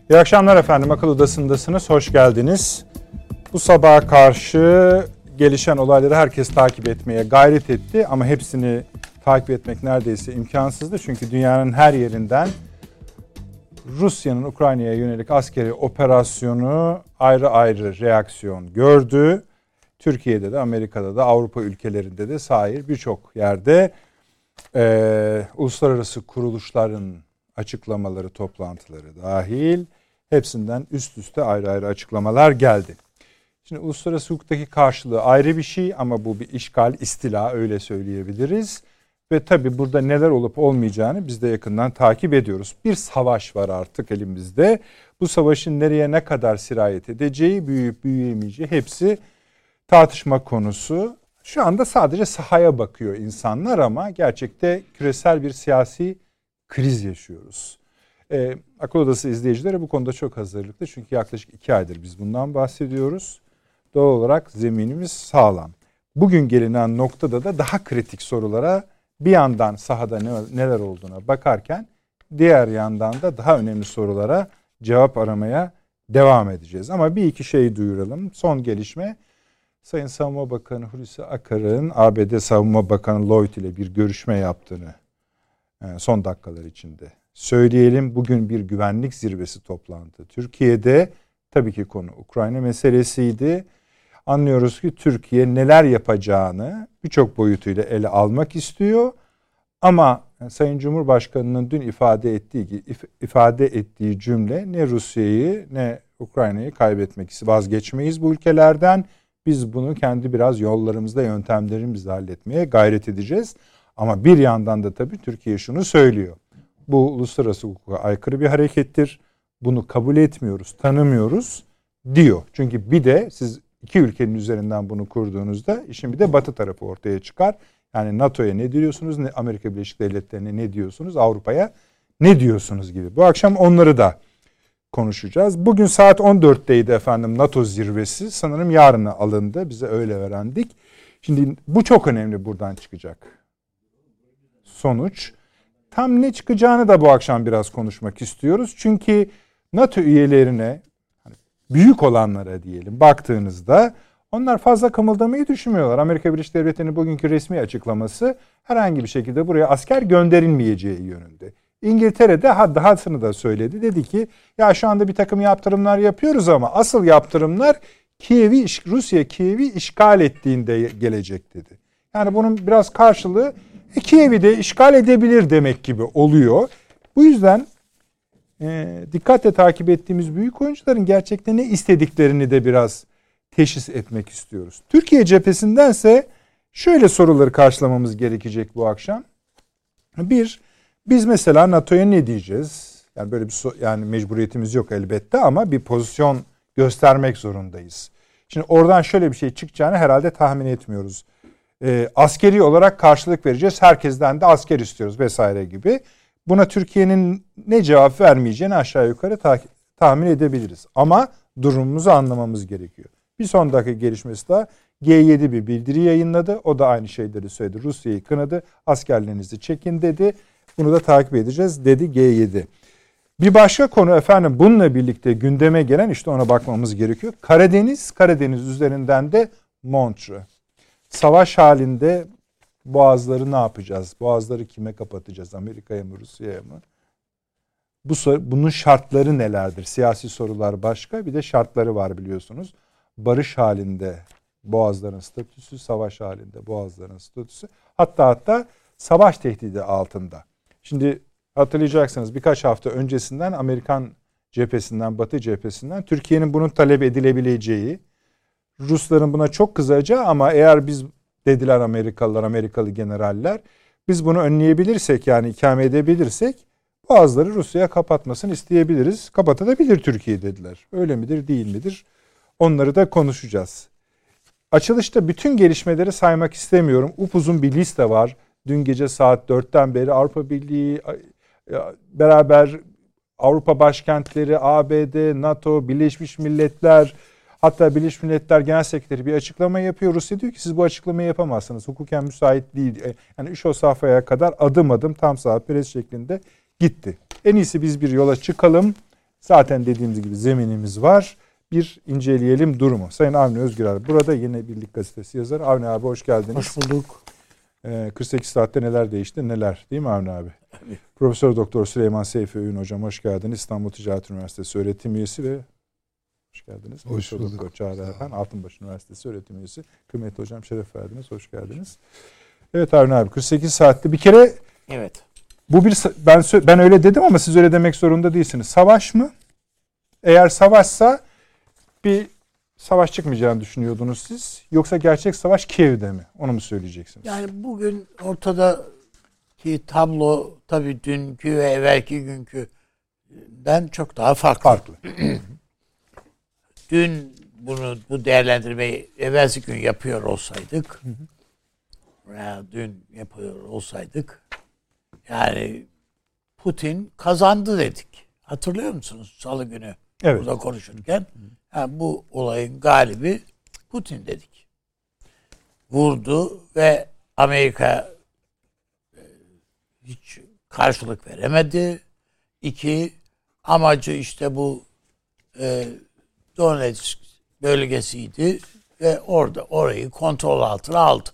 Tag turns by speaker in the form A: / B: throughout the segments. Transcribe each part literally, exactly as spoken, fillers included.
A: İyi akşamlar efendim. Akıl Odası'ndasınız. Hoş geldiniz. Bu sabaha karşı gelişen olayları herkes takip etmeye gayret etti. Ama hepsini takip etmek neredeyse imkansızdı. Çünkü dünyanın her yerinden Rusya'nın Ukrayna'ya yönelik askeri operasyonu ayrı ayrı reaksiyon gördü. Türkiye'de de, Amerika'da da, Avrupa ülkelerinde de sahil birçok yerde e, uluslararası kuruluşların açıklamaları, toplantıları dahil hepsinden üst üste ayrı ayrı açıklamalar geldi. Şimdi uluslararası hukuktaki karşılığı ayrı bir şey ama bu bir işgal, istila, öyle söyleyebiliriz. Ve tabii burada neler olup olmayacağını biz de yakından takip ediyoruz. Bir savaş var artık elimizde. Bu savaşın nereye ne kadar sirayet edeceği, büyüyüp büyüyemeyeceği hepsi tartışma konusu. Şu anda sadece sahaya bakıyor insanlar ama gerçekte küresel bir siyasi kriz yaşıyoruz. Ee, Akıl Odası izleyicileri bu konuda çok hazırlıklı. Çünkü yaklaşık iki aydır biz bundan bahsediyoruz. Doğal olarak zeminimiz sağlam. Bugün gelinen noktada da daha kritik sorulara bir yandan sahada neler olduğuna bakarken diğer yandan da daha önemli sorulara cevap aramaya devam edeceğiz. Ama bir iki şey duyuralım. Son gelişme, Sayın Savunma Bakanı Hulusi Akar'ın A B D Savunma Bakanı Lloyd ile bir görüşme yaptığını son dakikalar içinde söyleyelim. Bugün bir güvenlik zirvesi toplantı Türkiye'de. Tabii ki konu Ukrayna meselesiydi. Anlıyoruz ki Türkiye neler yapacağını birçok boyutuyla ele almak istiyor. Ama Sayın Cumhurbaşkanı'nın dün ifade ettiği ifade ettiği cümle, ne Rusya'yı ne Ukrayna'yı kaybetmek istiyor. Vazgeçmeyiz bu ülkelerden. Biz bunu kendi biraz yollarımızda, yöntemlerimizle halletmeye gayret edeceğiz. Ama bir yandan da tabii Türkiye şunu söylüyor. Bu uluslararası hukuka aykırı bir harekettir. Bunu kabul etmiyoruz, tanımıyoruz diyor. Çünkü bir de siz iki ülkenin üzerinden bunu kurduğunuzda işin bir de Batı tarafı ortaya çıkar. Yani NATO'ya ne diyorsunuz, ne Amerika Birleşik Devletleri'ne ne diyorsunuz, Avrupa'ya ne diyorsunuz gibi. Bu akşam onları da konuşacağız. Bugün saat on dörtteydi efendim NATO zirvesi. Sanırım yarına alındı. Bize öyle öğrendik. Şimdi bu çok önemli, buradan çıkacak sonuç. Tam ne çıkacağını da bu akşam biraz konuşmak istiyoruz. Çünkü NATO üyelerine, büyük olanlara diyelim, baktığınızda onlar fazla kımıldamayı düşünmüyorlar. Amerika Birleşik Devletleri'nin bugünkü resmi açıklaması herhangi bir şekilde buraya asker gönderilmeyeceği yönünde. İngiltere'de dahasını da söyledi. Dedi ki ya şu anda bir takım yaptırımlar yapıyoruz ama asıl yaptırımlar Kiev'i, Rusya Kiev'i işgal ettiğinde gelecek dedi. Yani bunun biraz karşılığı e, Kiev'i de işgal edebilir demek gibi oluyor. Bu yüzden e, dikkatle takip ettiğimiz büyük oyuncuların gerçekten ne istediklerini de biraz teşhis etmek istiyoruz. Türkiye cephesindense şöyle soruları karşılamamız gerekecek bu akşam. Bir, biz mesela NATO'ya ne diyeceğiz? Yani böyle bir so- yani mecburiyetimiz yok elbette ama bir pozisyon göstermek zorundayız. Şimdi oradan şöyle bir şey çıkacağını herhalde tahmin etmiyoruz. Ee, askeri olarak karşılık vereceğiz. Herkesten de asker istiyoruz vesaire gibi. Buna Türkiye'nin ne cevap vermeyeceğini aşağı yukarı ta- tahmin edebiliriz. Ama durumumuzu anlamamız gerekiyor. Bir son dakika gelişmesi daha. G yedi bir bildiri yayınladı. O da aynı şeyleri söyledi. Rusya'yı kınadı. Askerlerinizi çekin dedi. Bunu da takip edeceğiz dedi G yedi. Bir başka konu efendim, bununla birlikte gündeme gelen, işte ona bakmamız gerekiyor. Karadeniz, Karadeniz üzerinden de Montreux. Savaş halinde boğazları ne yapacağız? Boğazları kime kapatacağız? Amerika'ya mı, Rusya'ya mı? Bu bunun şartları nelerdir? Siyasi sorular başka, bir de şartları var biliyorsunuz. Barış halinde boğazların statüsü, savaş halinde boğazların statüsü. Hatta hatta savaş tehdidi altında. Şimdi hatırlayacaksınız birkaç hafta öncesinden Amerikan cephesinden, Batı cephesinden Türkiye'nin bunun talep edilebileceği, Rusların buna çok kızacağı ama eğer biz, dediler Amerikalılar, Amerikalı generaller, biz bunu önleyebilirsek, yani ikame edebilirsek boğazları Rusya'ya kapatmasını isteyebiliriz. Kapatabilir Türkiye dediler. Öyle midir, değil midir? Onları da konuşacağız. Açılışta bütün gelişmeleri saymak istemiyorum. Upuzun bir liste var. Dün gece saat dörtten beri Avrupa Birliği beraber Avrupa başkentleri, A B D, NATO, Birleşmiş Milletler, hatta Birleşmiş Milletler Genel Sekreteri bir açıklama yapıyor. Rusya diyor ki siz bu açıklamayı yapamazsınız. Hukuken müsait değil. Yani üç o safhaya kadar adım adım tam saat pres şeklinde gitti. En iyisi biz bir yola çıkalım Zaten dediğimiz gibi zeminimiz var. Bir inceleyelim durumu. Sayın Avni Özgürer burada, Yeni Birlik Gazetesi yazarı. Avni abi hoş geldiniz.
B: Hoş bulduk.
A: Ee, kırk sekiz saatte neler değişti neler, değil mi Avni abi? Evet. Profesör Doktor Süleyman Seyfi Öğün hocam hoş geldiniz. İstanbul Ticaret Üniversitesi öğretim üyesi ve hoş geldiniz.
B: Hoş bulduk.
A: Doktor Çağrı Erhan, Altınbaş Üniversitesi öğretim üyesi. Kıymetli hocam şeref verdiniz. Hoş geldiniz. Evet Avni abi, kırk sekiz saatte bir kere
B: evet.
A: Bu bir ben ben öyle dedim ama siz öyle demek zorunda değilsiniz. Savaş mı? Eğer savaşsa bir savaş çıkmayacağını düşünüyordunuz siz. Yoksa gerçek savaş Kiev'de mi? Onu mu söyleyeceksiniz?
B: Yani bugün ortadaki tablo tabii dünkü ve evvelki günküden çok daha farklı.
A: Farklı.
B: Dün bunu bu değerlendirmeyi evvelsi gün yapıyor olsaydık hı hı. veya dün yapıyor olsaydık yani Putin kazandı dedik. Hatırlıyor musunuz Salı günü evet. burada konuşurken? Yani bu olayın galibi Putin dedik. Vurdu ve Amerika hiç karşılık veremedi. İki, amacı işte bu e, Donetsk bölgesiydi ve orada orayı kontrol altına aldı.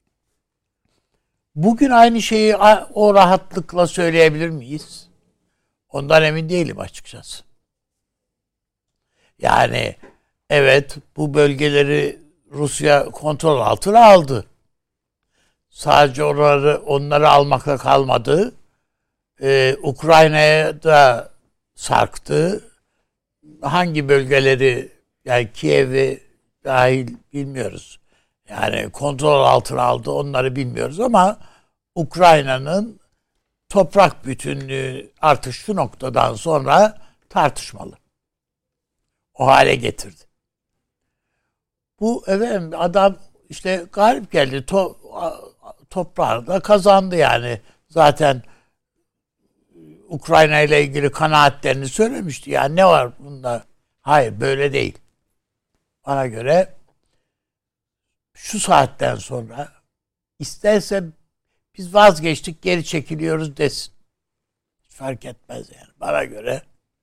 B: Bugün aynı şeyi o rahatlıkla söyleyebilir miyiz? Ondan emin değilim açıkçası. Yani evet bu bölgeleri Rusya kontrol altına aldı. Sadece onları, onları almakla kalmadı. Ee, Ukrayna'ya da sarktı. Hangi bölgeleri yani Kiev'i dahil bilmiyoruz. Yani kontrol altına aldı onları bilmiyoruz ama Ukrayna'nın toprak bütünlüğü artık şu noktadan sonra tartışmalı. O hale getirdi. Bu efendim adam işte galip geldi. To, toprağı da kazandı yani. Zaten Ukrayna ile ilgili kanaatlerini söylemişti. Yani ne var bunda? Hayır böyle değil. Bana göre şu saatten sonra isterse biz vazgeçtik geri çekiliyoruz desin. Hiç fark etmez yani. Bana göre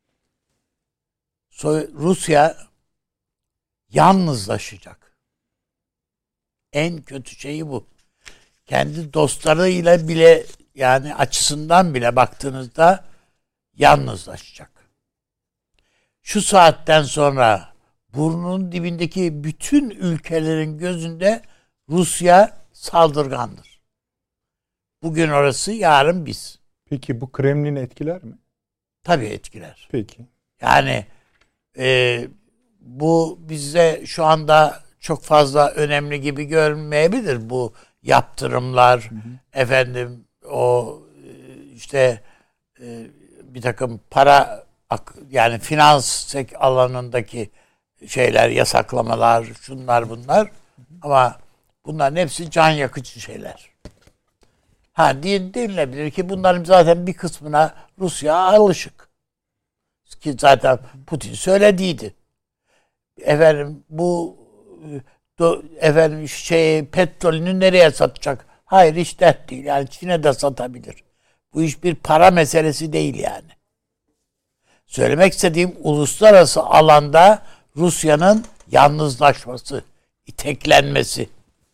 B: Rusya yalnızlaşacak. En kötü şeyi bu. Kendi dostlarıyla bile yani açısından bile baktığınızda yalnızlaşacak. Şu saatten sonra burnunun dibindeki bütün ülkelerin gözünde Rusya saldırgandır. Bugün orası, yarın biz.
A: Peki bu Kremlin'i etkiler mi?
B: Tabii etkiler.
A: Peki.
B: Yani e, bu bize şu anda çok fazla önemli gibi görünmeyebilir bu yaptırımlar, hı hı. efendim o işte e, bir takım para yani finans alanındaki şeyler, yasaklamalar, şunlar bunlar. Hı hı. Ama bunların hepsi can yakıcı şeyler. Ha din denilebilir ki bunların zaten bir kısmına Rusya alışık. Ki zaten Putin söylediydi. Efendim bu do, efendim şey petrolünü nereye satacak? Hayır hiç dert değil. Yani Çin'e de satabilir. Bu iş bir para meselesi değil yani. Söylemek istediğim uluslararası alanda Rusya'nın yalnızlaşması, iteklenmesi.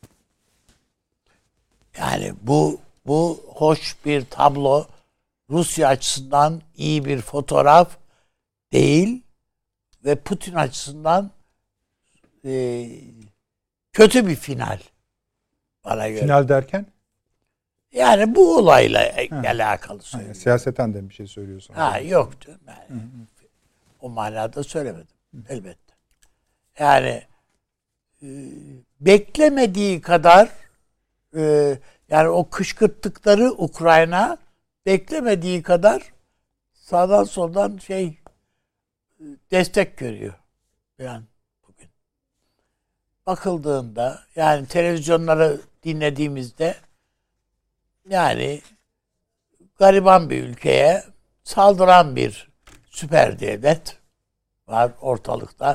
B: Yani bu bu hoş bir tablo, Rusya açısından iyi bir fotoğraf değil ve Putin açısından e, kötü bir final bana göre.
A: Final derken?
B: Yani bu olayla ha. alakalı söylüyorum.
A: Ha, siyaseten de bir şey söylüyorsun.
B: Ha yoktu. Yani, hı hı. O manada söylemedim. Hı. Elbette. Yani e, beklemediği kadar e, yani o kışkırttıkları Ukrayna beklemediği kadar sağdan soldan şey destek görüyor. Yani bugün. Bakıldığında yani televizyonları dinlediğimizde yani gariban bir ülkeye saldıran bir süper devlet var ortalıkta.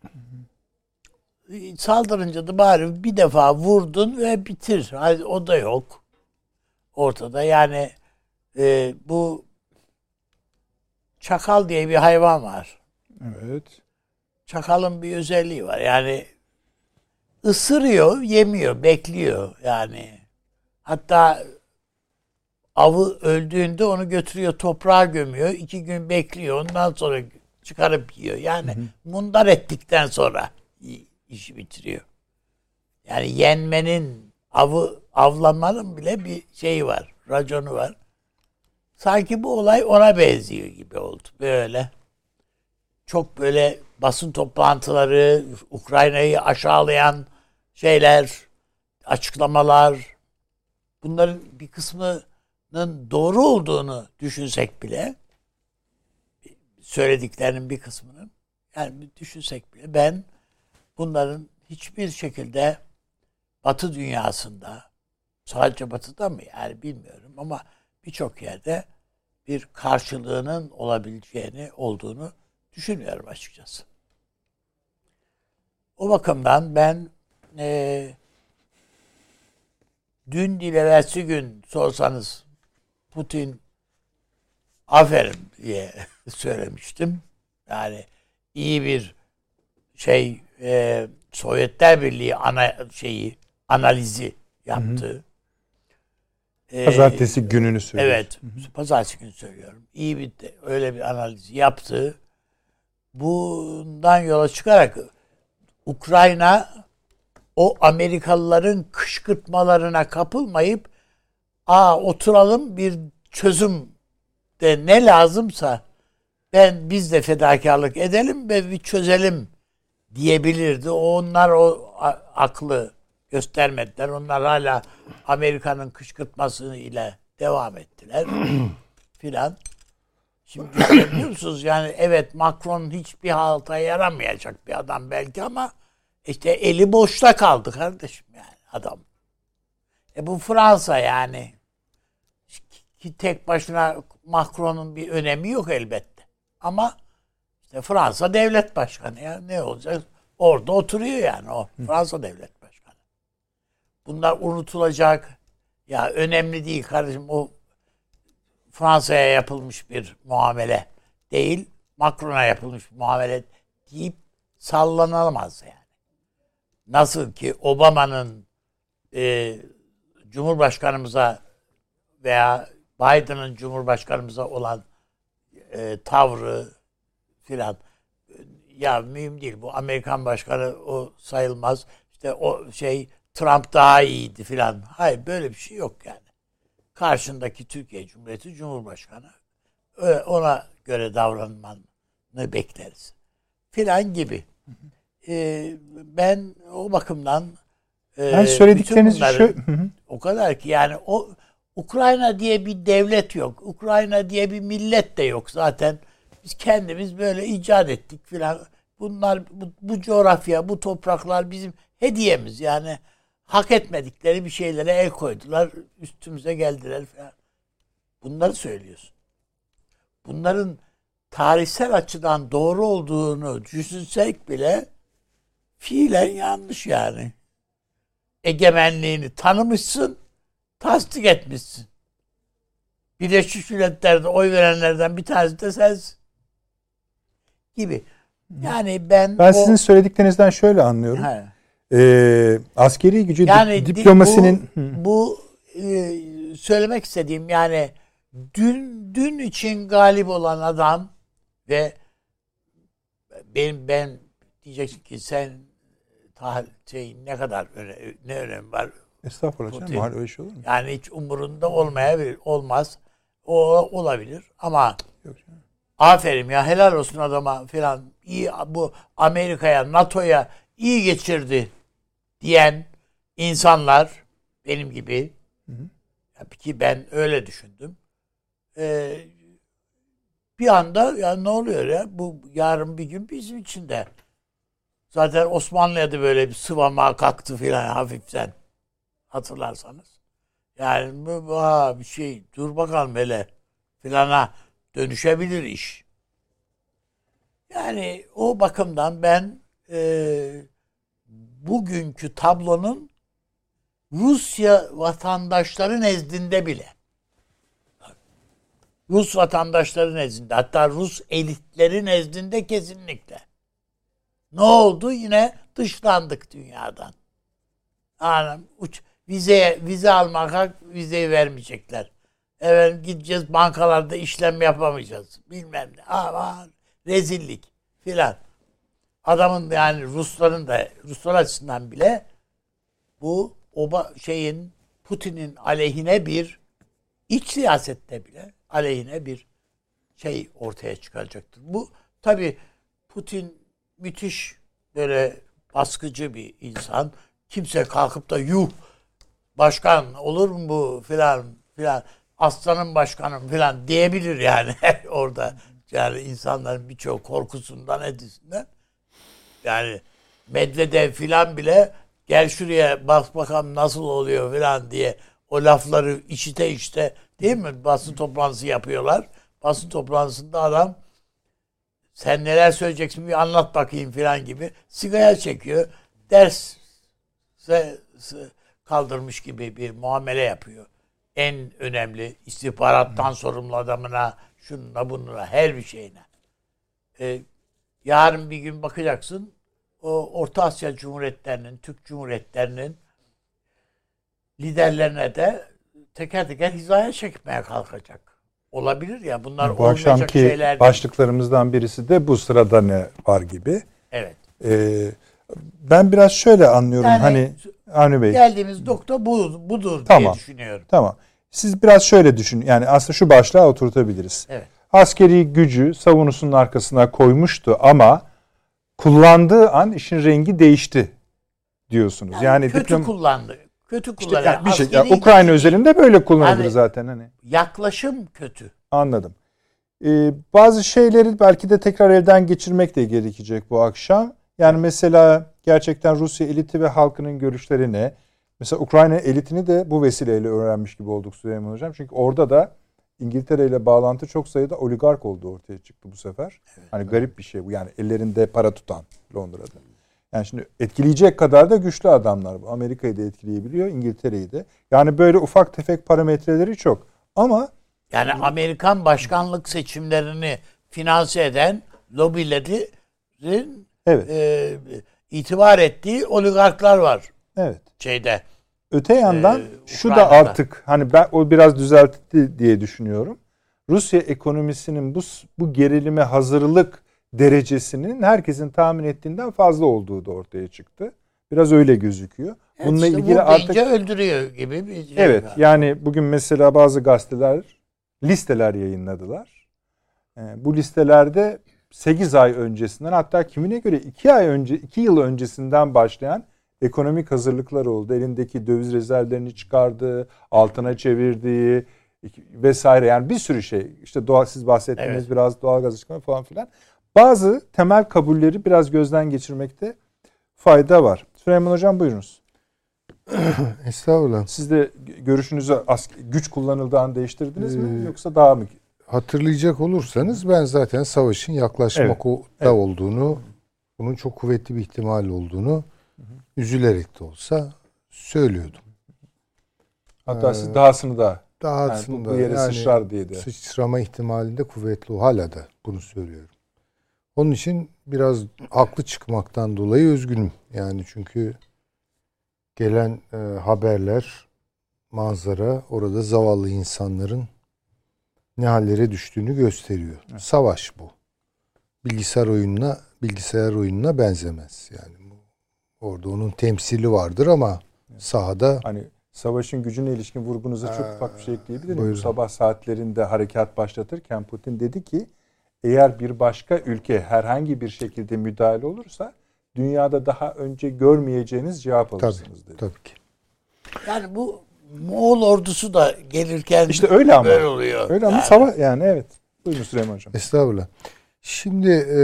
B: Saldırınca da bari bir defa vurdun ve bitir. Hayır, o da yok. Ortada yani e, bu çakal diye bir hayvan var.
A: Evet.
B: Çakalın bir özelliği var. Yani ısırıyor, yemiyor, bekliyor yani. Hatta avı öldüğünde onu götürüyor, toprağa gömüyor. İki gün bekliyor. Ondan sonra çıkarıp yiyor. Yani hı hı. mundar ettikten sonra işi bitiriyor. Yani yenmenin, avı avlamanın bile bir şeyi var. Raconu var. Sanki bu olay ona benziyor gibi oldu. Böyle. Çok böyle basın toplantıları, Ukrayna'yı aşağılayan şeyler, açıklamalar, bunların bir kısmının doğru olduğunu düşünsek bile, söylediklerinin bir kısmının, yani düşünsek bile, ben bunların hiçbir şekilde Batı dünyasında, sadece Batı'da mı yani bilmiyorum ama birçok yerde bir karşılığının olabileceğini, olduğunu düşünüyorum açıkçası. O bakımdan ben e, dün değil evvelsi gün sorsanız Putin aferin diye söylemiştim. Yani iyi bir şey e, Sovyetler Birliği ana şeyi analizi yaptı.
A: Hı hı. Pazartesi ee, gününü söylüyorsun.
B: Evet. Hı hı. Pazartesi günü söylüyorum. İyi bir de, öyle bir analiz yaptı. Bundan yola çıkarak Ukrayna o Amerikalıların kışkırtmalarına kapılmayıp aa oturalım bir çözüm de ne lazımsa ben biz de fedakarlık edelim ve bir çözelim diyebilirdi. Onlar o aklı göstermediler. Onlar hala Amerika'nın kışkırtması ile devam ettiler filan. Şimdi düşünüyor musunuz? Yani evet Macron hiçbir halta yaramayacak bir adam belki ama işte eli boşta kaldı kardeşim yani adam. E bu Fransa yani. Ki tek başına Macron'un bir önemi yok elbette. Ama işte Fransa devlet başkanı ya ne olacak? Orada oturuyor yani o Fransa devlet başkanı. Bunlar unutulacak. Ya önemli değil kardeşim o Fransa'ya yapılmış bir muamele değil, Macron'a yapılmış bir muamele deyip sallanamaz yani. Nasıl ki Obama'nın e, Cumhurbaşkanımıza veya Biden'ın Cumhurbaşkanımıza olan e, tavrı filan ya mühim değil. Bu Amerikan başkanı o sayılmaz. İşte o şey Trump daha iyiydi filan. Hayır böyle bir şey yok yani. Karşındaki Türkiye Cumhuriyeti Cumhurbaşkanı ona göre davranmanı bekleriz. Filan gibi. Ee, ben o bakımdan e,
A: ben söylediklerinizi şu
B: o kadar ki yani o Ukrayna diye bir devlet yok. Ukrayna diye bir millet de yok zaten. Biz kendimiz böyle icat ettik filan. Bunlar bu, bu coğrafya, bu topraklar bizim hediyemiz. Yani hak etmedikleri bir şeylere el koydular. Üstümüze geldiler falan. Bunları söylüyorsun. Bunların tarihsel açıdan doğru olduğunu düşünsek bile fiilen yanlış yani. Egemenliğini tanımışsın, tasdik etmişsin. Birleşmiş Milletler'de oy verenlerden bir tanesi de sensin. Gibi. Yani ben
A: Ben
B: o,
A: sizin söylediklerinizden şöyle anlıyorum.
B: He.
A: Ee, askeri gücü
B: yani
A: diplomasinin
B: bu, bu e, söylemek istediğim yani dün dün için galip olan adam ve benim ben diyeceksin ki sen ta, şey ne kadar öne, ne önemi var?
A: Estağfurullah canım, var öyle şey olur mu?
B: Yani hiç umurunda olmayabilir, olmaz. O olabilir ama yok canım. Aferin ya helal olsun adama filan iyi bu Amerika'ya, NATO'ya iyi geçirdi diyen insanlar benim gibi hı hı. Ki ben öyle düşündüm. Ee, bir anda ya ne oluyor ya bu yarın bir gün bizim için de zaten Osmanlı'ya da böyle bir sıvama kalktı filan hafiften hatırlarsanız. Yani bu ha, bir şey dur bakalım hele filana dönüşebilir iş. Yani o bakımdan ben e, bugünkü tablonun Rusya vatandaşları nezdinde bile Rus vatandaşları nezdinde, hatta Rus elitleri nezdinde kesinlikle. Ne oldu? Yine dışlandık dünyadan. Yani uç, vize vize almaya vizeyi vermeyecekler. Evet, gideceğiz bankalarda işlem yapamayacağız. Bilmem ne. Aman rezillik filan. Adamın yani Rusların da Ruslar açısından bile bu oba şeyin Putin'in aleyhine bir iç siyasette bile aleyhine bir şey ortaya çıkaracaktır. Bu tabii Putin müthiş böyle baskıcı bir insan. Kimse kalkıp da yuh başkan olur mu bu filan filan aslanın başkanım filan diyebilir yani orada. Yani insanların birçok korkusundan edisinden. Yani Medvedev filan bile gel şuraya bak bakalım nasıl oluyor filan diye o lafları işite işte değil mi? Basın toplantısı yapıyorlar. Basın toplantısında adam sen neler söyleyeceksin bir anlat bakayım filan gibi sigara çekiyor. Ders kaldırmış gibi bir muamele yapıyor. En önemli istihbarattan hmm. sorumlu adamına, şununla bununla, her bir şeyine. Ee, yarın bir gün bakacaksın, o Orta Asya Cumhuriyetlerinin, Türk Cumhuriyetlerinin liderlerine de teker teker hizaya çekmeye kalkacak. Olabilir ya, bunlar
A: bu
B: olmayacak
A: akşamki
B: şeyler değil.
A: Başlıklarımızdan birisi de bu sırada ne var gibi.
B: Evet.
A: Ee, ben biraz şöyle anlıyorum
B: yani,
A: hani Avni Bey.
B: Geldiğimiz nokta bu, budur
A: tamam,
B: diye düşünüyorum.
A: Tamam. Siz biraz şöyle düşünün. Yani aslında şu başlığa oturtabiliriz.
B: Evet.
A: Askeri gücü savunusunun arkasına koymuştu ama kullandığı an işin rengi değişti diyorsunuz. Yani,
B: yani kötü
A: diplom-
B: kullandı. Kötü kullandı.
A: İşte yani bir şey.
B: Yani
A: Ukrayna özelinde böyle kullanılır
B: yani,
A: zaten hani.
B: Yaklaşım kötü.
A: Anladım. Ee, bazı şeyleri belki de tekrar elden geçirmek de gerekecek bu akşam. Yani mesela gerçekten Rusya eliti ve halkının görüşleri ne? Mesela Ukrayna elitini de bu vesileyle öğrenmiş gibi olduk Süleyman Hocam. Çünkü orada da İngiltere ile bağlantı çok sayıda oligark olduğu ortaya çıktı bu sefer. Evet, hani evet. Garip bir şey bu. Yani ellerinde para tutan Londra'da. Yani şimdi etkileyecek kadar da güçlü adamlar bu. Amerika'yı da etkileyebiliyor, İngiltere'yi de. Yani böyle ufak tefek parametreleri çok. Ama
B: yani Amerikan başkanlık seçimlerini finanse eden lobilerin
A: evet.
B: e, itibar ettiği oligarklar var.
A: Evet.
B: Şeyde.
A: Öte yandan e, şu da artık hani ben o biraz düzeltti diye düşünüyorum. Rusya ekonomisinin bu bu gerilime hazırlık derecesinin herkesin tahmin ettiğinden fazla olduğu da ortaya çıktı. Biraz öyle gözüküyor.
B: Evet,
A: bununla
B: işte
A: ilgili
B: bu
A: artık
B: öldürüyor gibi bir şey.
A: Evet,
B: var.
A: yani bugün mesela bazı gazeteler listeler yayınladılar. Bu listelerde sekiz ay öncesinden, hatta kimine göre iki ay önce, iki yıl öncesinden başlayan ekonomik hazırlıklar oldu. Elindeki döviz rezervlerini çıkardığı, altına çevirdiği vesaire, yani bir sürü şey. İşte doğal, siz bahsettiğiniz evet. biraz doğalgaz açıklama falan filan. Bazı temel kabulleri biraz gözden geçirmekte fayda var. Süleyman Hocam buyurunuz.
C: Estağfurullah.
A: Siz de görüşünüzü güç kullanıldığı an değiştirdiniz ee, mi yoksa daha mı?
C: Hatırlayacak olursanız ben zaten savaşın yaklaşmakta evet. evet. olduğunu, bunun çok kuvvetli bir ihtimal olduğunu hı hı. üzülerek de olsa söylüyordum.
A: Hatta ee, siz dahasını da
C: dahasını
A: yani bu,
C: da
A: bu yere
C: yani
A: sıçrar diye de.
C: Sıçrama ihtimalinde kuvvetli o. Hala da bunu söylüyorum. Onun için biraz haklı çıkmaktan dolayı üzgünüm. Yani çünkü gelen e, haberler, manzara orada zavallı insanların ne hallere düştüğünü gösteriyor. Evet. Savaş bu. Bilgisayar oyununa, bilgisayar oyununa benzemez. Yani bu, orada onun temsili vardır ama evet. sahada
A: hani savaşın gücüne ilişkin vurgunuza çok ufak bir şey ekleyebilir miyim? Bu sabah saatlerinde harekat başlatırken Putin dedi ki eğer bir başka ülke herhangi bir şekilde müdahale olursa dünyada daha önce görmeyeceğiniz cevap alırsınız dedi.
C: Tabii ki.
B: Yani bu Moğol ordusu da gelirken
A: işte öyle ama
B: böyle oluyor.
A: Öyle ama
B: yani.
A: savaş yani evet. Buyurun Süleyman Hocam.
C: Estağfurullah. Şimdi e,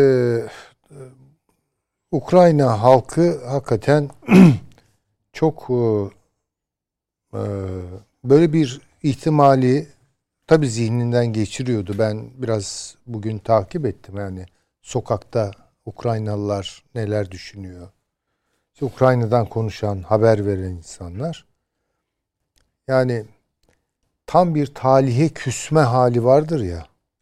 C: Ukrayna halkı hakikaten çok e, böyle bir ihtimali tabii zihninden geçiriyordu. Ben biraz bugün takip ettim yani sokakta Ukraynalılar neler düşünüyor. İşte Ukrayna'dan konuşan, haber veren insanlar. Yani tam bir talihe küsme hali vardır ya.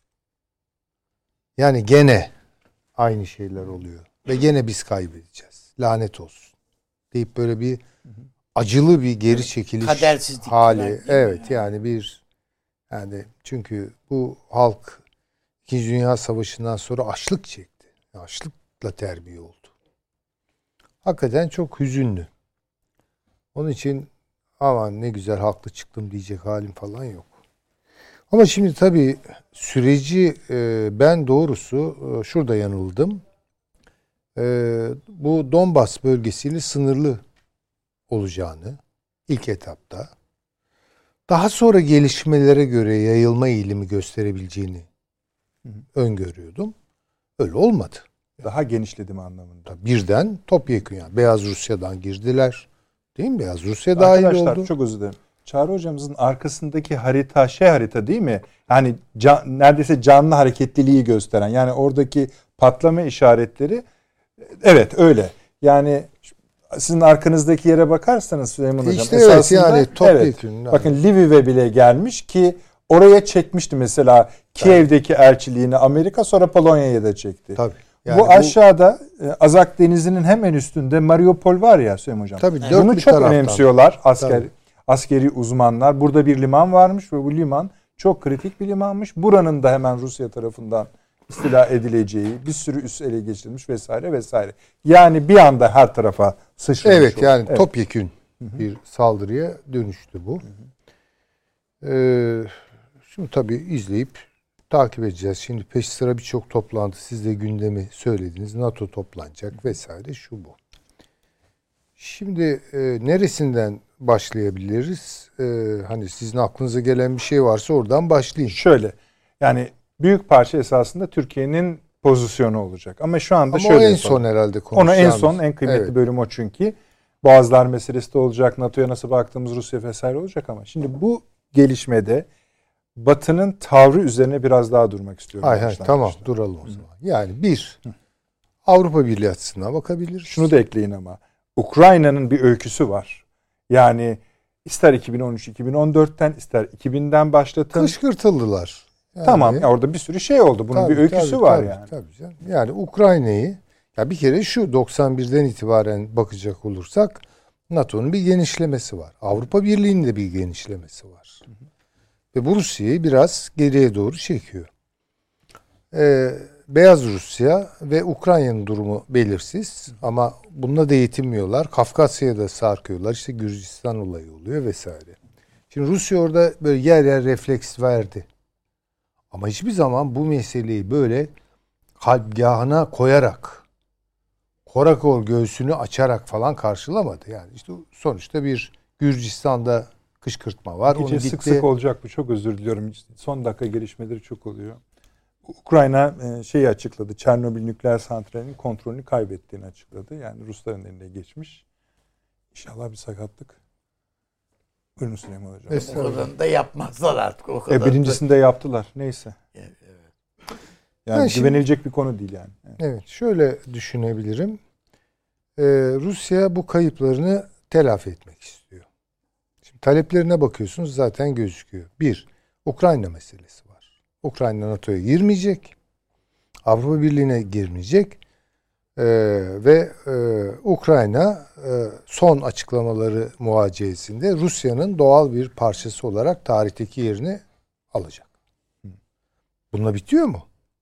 C: Yani gene aynı şeyler oluyor. Ve gene biz kaybedeceğiz. Lanet olsun. Deyip böyle bir acılı bir geri çekiliş
B: Kadersizlik
C: hali.
B: falan,
C: Evet
B: yani.
C: yani bir yani çünkü bu halk İkinci Dünya Savaşı'ndan sonra açlık çekti. Açlıkla terbiye oldu. Hakikaten çok hüzünlü. Onun için aman ne güzel haklı çıktım diyecek halim falan yok. Ama şimdi tabii süreci e, ben doğrusu e, şurada yanıldım. E, bu Donbas bölgesiyle sınırlı olacağını ilk etapta, daha sonra gelişmelere göre yayılma eğilimi gösterebileceğini hı hı. öngörüyordum. Öyle olmadı.
A: Daha genişledi mi anlamında?
C: Birden topyekun yani. Beyaz Rusya'dan girdiler. Değil mi? Beyaz Rusya dahil oldu.
A: Arkadaşlar çok özür dilerim. Çağrı hocamızın arkasındaki harita şey harita değil mi? Yani can, neredeyse canlı hareketliliği gösteren. Yani oradaki patlama işaretleri evet öyle. Yani sizin arkanızdaki yere bakarsanız Süleyman Hocam
C: işte
A: esasında
C: evet, yani topyekun.
A: Evet, bakın Lviv'e bile gelmiş ki oraya çekmişti mesela Kiev'deki elçiliğini Amerika, sonra Polonya'ya da çekti.
C: Tabii. Yani
A: bu, bu aşağıda Azak Denizi'nin hemen üstünde Mariupol var ya Süleyman Hocam.
C: Tabii,
A: bunu çok taraftan önemsiyorlar asker tabii. askeri uzmanlar. Burada bir liman varmış ve bu liman çok kritik bir limanmış. Buranın da hemen Rusya tarafından istila edileceği, bir sürü üs ele geçirilmiş vesaire vesaire. Yani bir anda her tarafa sıçramış.
C: Evet yani
A: evet.
C: topyekün bir saldırıya dönüştü bu. Hı hı. Ee, şimdi tabii izleyip takip edeceğiz. Şimdi peş sıra birçok toplantı, siz de gündemi söylediniz. NATO toplanacak vesaire, şu bu. Şimdi e, neresinden başlayabiliriz? E, hani sizin aklınıza gelen bir şey varsa oradan başlayın.
A: Şöyle yani büyük parça esasında Türkiye'nin pozisyonu olacak. Ama şu anda
C: Ama
A: şöyle
C: o en
A: yapalım.
C: son herhalde konuşacağımız.
A: Onu en son en kıymetli evet. bölüm o çünkü. Boğazlar meselesi de olacak. NATO'ya nasıl baktığımız, Rusya vesaire olacak ama şimdi bu gelişmede Batı'nın tavrı üzerine biraz daha durmak istiyorum.
C: Hay hay tamam duralım o zaman. Yani bir, Hı. Avrupa Birliği açısından bakabiliriz.
A: Şunu da ekleyin ama. Ukrayna'nın bir öyküsü var. Yani ister iki bin on üç iki bin on dörtten ister iki binden başlatın.
C: Kışkırtıldılar.
A: Yani, tamam ya orada bir sürü şey oldu. Bunun
C: tabii,
A: bir öyküsü
C: tabii,
A: var
C: tabii,
A: yani.
C: Tabii canım. Yani Ukrayna'yı ya bir kere şu doksan birden itibaren bakacak olursak NATO'nun bir genişlemesi var. Avrupa Birliği'nin de bir genişlemesi var. Hı hı. Ve bu Rusya'yı biraz geriye doğru çekiyor. Ee, Beyaz Rusya ve Ukrayna'nın durumu belirsiz ama bununla da yetinmiyorlar. Kafkasya'ya da sarkıyorlar. İşte Gürcistan olayı oluyor vesaire. Şimdi Rusya orada böyle yer yer refleks verdi. Ama hiçbir zaman bu meseleyi böyle kalpgahına koyarak, korakor göğsünü açarak falan karşılamadı. Yani işte sonuçta bir Gürcistan'da kışkırtma var.
A: Onu sık sık olacak bu. Çok özür diliyorum. Son dakika gelişmeleri çok oluyor. Ukrayna şeyi açıkladı. Çernobil nükleer santralinin kontrolünü kaybettiğini açıkladı. Yani Rusların eline geçmiş. İnşallah bir sakatlık. Buyurun Süleyman Hocam.
B: O kadarını da yapmazlar artık. O kadar
A: e, birincisinde da yaptılar. Neyse.
B: Evet, evet.
A: Yani, yani güvenilecek şimdi, bir konu değil yani.
C: Evet, evet şöyle düşünebilirim. Ee, Rusya bu kayıplarını telafi etmek istiyor. Şimdi taleplerine bakıyorsunuz zaten gözüküyor. Bir, Ukrayna meselesi var. Ukrayna NATO'ya girmeyecek. Avrupa Birliği'ne girmeyecek. Ee, ve e, Ukrayna e, son açıklamaları muhaceyesinde Rusya'nın doğal bir parçası olarak tarihteki yerini alacak. Bununla bitiyor mu?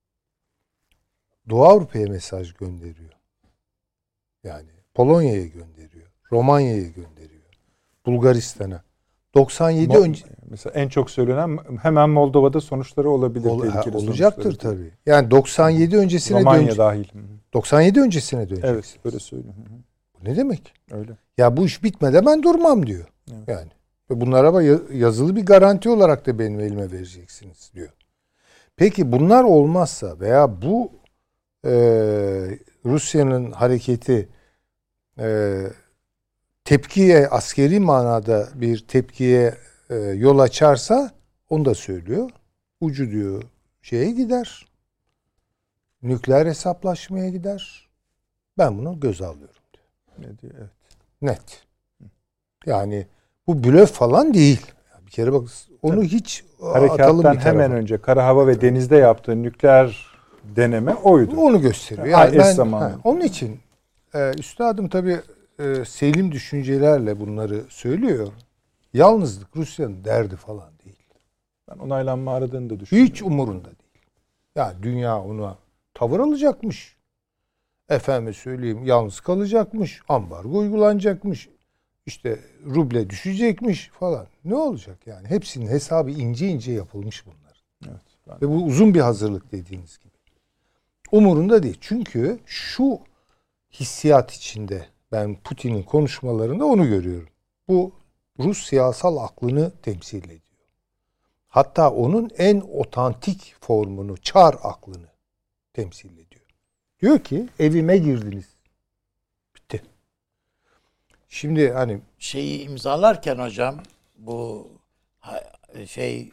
C: Doğu Avrupa'ya mesaj gönderiyor. Yani Polonya'ya gönderiyor. Romanya'ya gönderiyor. Bulgaristan'a. doksan yedi
A: Mo-
C: önce
A: mesela en çok söylenen hemen Moldova'da sonuçları olabilir.
C: Ol, ha, olacaktır
A: sonuçları.
C: tabii. Yani doksan yedi öncesine
A: Romanya
C: dönecek.
A: dahil.
C: doksan yedi öncesine dönecek.
A: Evet, öyle söylüyorum.
C: Bu ne demek?
A: Öyle.
C: Ya bu iş bitmeden ben durmam diyor.
A: Evet.
C: Yani. Ve bunlara yazılı bir garanti olarak da benim elime vereceksiniz diyor. Peki bunlar olmazsa veya bu e, Rusya'nın hareketi e, tepkiye, askeri manada bir tepkiye e, yol açarsa onu da söylüyor. Ucu diyor şeye gider. Nükleer hesaplaşmaya gider. Ben bunu göze alıyorum diyor.
A: Ne diyor? Evet.
C: Net. Yani bu blöf falan değil. Bir kere bak onu
A: Tabii.
C: hiç
A: Harekattan hemen önce kara, hava ve denizde yaptığı nükleer deneme oydu.
C: Onu gösteriyor.
A: Yani
C: Yani ben,
A: ben,
C: ha, onun için e, üstadım tabii e, selim düşüncelerle bunları söylüyor. Yalnızlık Rusya'nın derdi falan değil.
A: Ben onaylanma aradığını da düşünüyorum.
C: Hiç umurunda değil. Yani dünya ona tavır alacakmış. Efendime söyleyeyim yalnız kalacakmış. Ambargo uygulanacakmış. İşte ruble düşecekmiş falan. Ne olacak yani? Hepsinin hesabı ince ince yapılmış bunlar.
A: Evet, ben...
C: Ve bu uzun bir hazırlık dediğiniz gibi. Umurunda değil. Çünkü şu hissiyat içinde ben Putin'in konuşmalarında onu görüyorum. Bu Rus siyasal aklını temsil ediyor. Hatta onun en otantik formunu, çar aklını temsil ediyor. Diyor ki evime girdiniz. Bitti. Şimdi hani
B: şeyi imzalarken hocam bu şey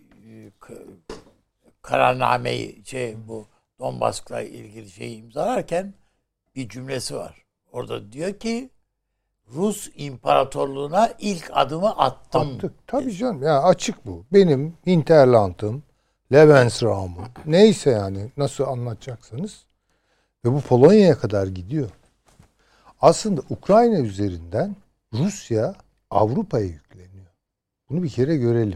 B: kararnameyi şey bu Donbas'la ilgili şeyi imzalarken bir cümlesi var. Orada diyor ki Rus İmparatorluğuna ilk adımı attım.
C: Attık. Tabii canım. Ya açık bu. Benim Hinterland'ım, Lebensraum'um neyse yani nasıl anlatacaksanız ve bu Polonya'ya kadar gidiyor. Aslında Ukrayna üzerinden Rusya Avrupa'ya yükleniyor. Bunu bir kere görelim.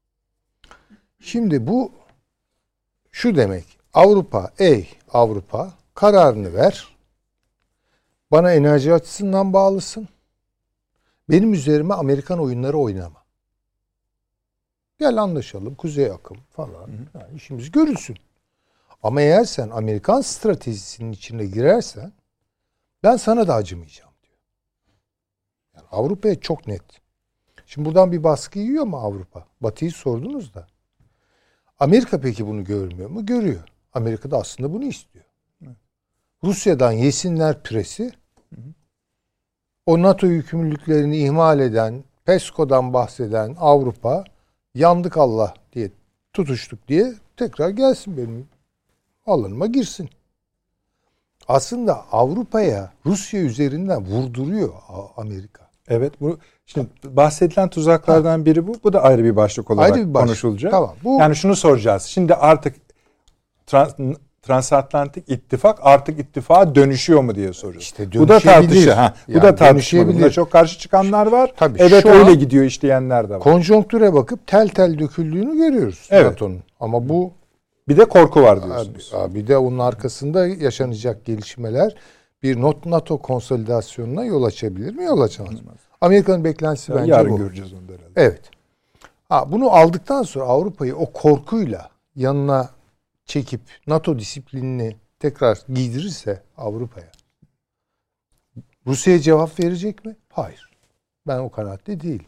C: Şimdi bu şu demek. Avrupa, ey Avrupa kararını ver. Bana enerji açısından bağlısın. Benim üzerime Amerikan oyunları oynama. Gel anlaşalım. Kuzey akım falan. Yani işimiz görülsün. Ama eğer sen Amerikan stratejisinin içine girersen ben sana da acımayacağım diyor. Yani Avrupa'ya çok net. Şimdi buradan bir baskı yiyor mu Avrupa? Batı'yı sordunuz da. Amerika peki bunu görmüyor mu? Görüyor. Amerika da aslında bunu istiyor. Evet. Rusya'dan yesinler presi. Hı hı. O NATO yükümlülüklerini ihmal eden, PESCO'dan bahseden Avrupa yandık Allah diye tutuştuk diye tekrar gelsin benim alanıma girsin. Aslında Avrupa'ya Rusya üzerinden vurduruyor Amerika.
A: Evet, bu şimdi bahsedilen tuzaklardan biri bu. Bu da ayrı bir başlık olarak ayrı bir başlık. konuşulacak.
C: Tamam, bu...
A: Yani şunu soracağız. Şimdi artık trans, transatlantik ittifak artık ittifağa dönüşüyor mu diye soruyoruz. İşte bu da tartışılır. Ha, yani bu da tartışmalı. Buna çok karşı çıkanlar var. Tabii, evet öyle gidiyor iş diyenler de var.
C: Konjonktüre bakıp tel tel döküldüğünü görüyoruz
A: evet.
C: NATO'nun. Ama bu
A: bir de korku var diyorsunuz.
C: Bir de onun arkasında yaşanacak gelişmeler bir NATO konsolidasyonuna yol açabilir mi? Yol açamaz. Amerika'nın beklentisi yani bence
A: yarın
C: bu.
A: Yarın göreceğiz onu herhalde.
C: Evet. Ha, bunu aldıktan sonra Avrupa'yı o korkuyla yanına çekip NATO disiplinini tekrar giydirirse Avrupa'ya Rusya'ya cevap verecek mi? Hayır. Ben o kanaatte değilim.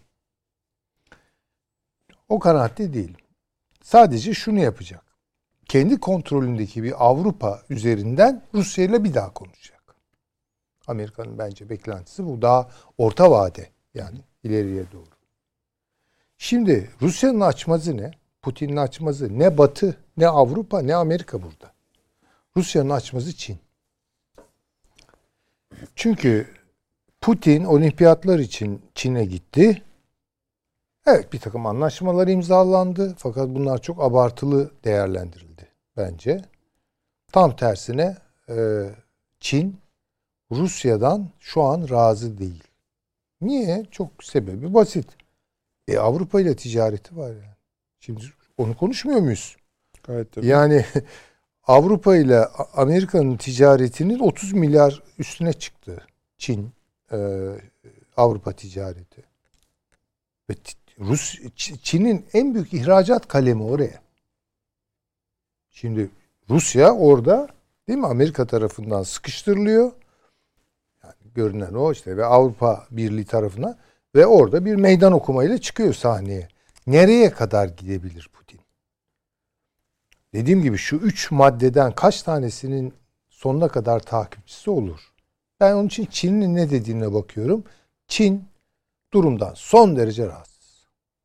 C: O kanaatte değilim. Sadece şunu yapacak. Kendi kontrolündeki bir Avrupa üzerinden Rusya ile bir daha konuşacak. Amerika'nın bence beklentisi bu. Daha orta vade yani ileriye doğru. Şimdi Rusya'nın açmazı ne? Putin'in açmazı ne Batı, ne Avrupa, ne Amerika burada. Rusya'nın açmazı Çin. Çünkü Putin olimpiyatlar için Çin'e gitti. Evet bir takım anlaşmalar imzalandı. Fakat bunlar çok abartılı değerlendirildi bence. Tam tersine Çin Rusya'dan şu an razı değil. Niye? Çok sebebi basit. E Avrupa ile ticareti var yani. Şimdi onu konuşmuyor muyuz?
A: Gayet tabii.
C: Yani Avrupa ile Amerika'nın ticaretinin otuz milyar üstüne çıktı. Çin, e, Avrupa ticareti. Ve Rus, Çin'in en büyük ihracat kalemi oraya. Şimdi Rusya orada değil mi Amerika tarafından sıkıştırılıyor. Yani görünen o işte ve Avrupa Birliği tarafına ve orada bir meydan okumayla çıkıyor sahneye. Nereye kadar gidebilir Putin? Dediğim gibi şu üç maddeden kaç tanesinin sonuna kadar takipçisi olur? Ben onun için Çin'in ne dediğine bakıyorum. Çin durumdan son derece rahatsız.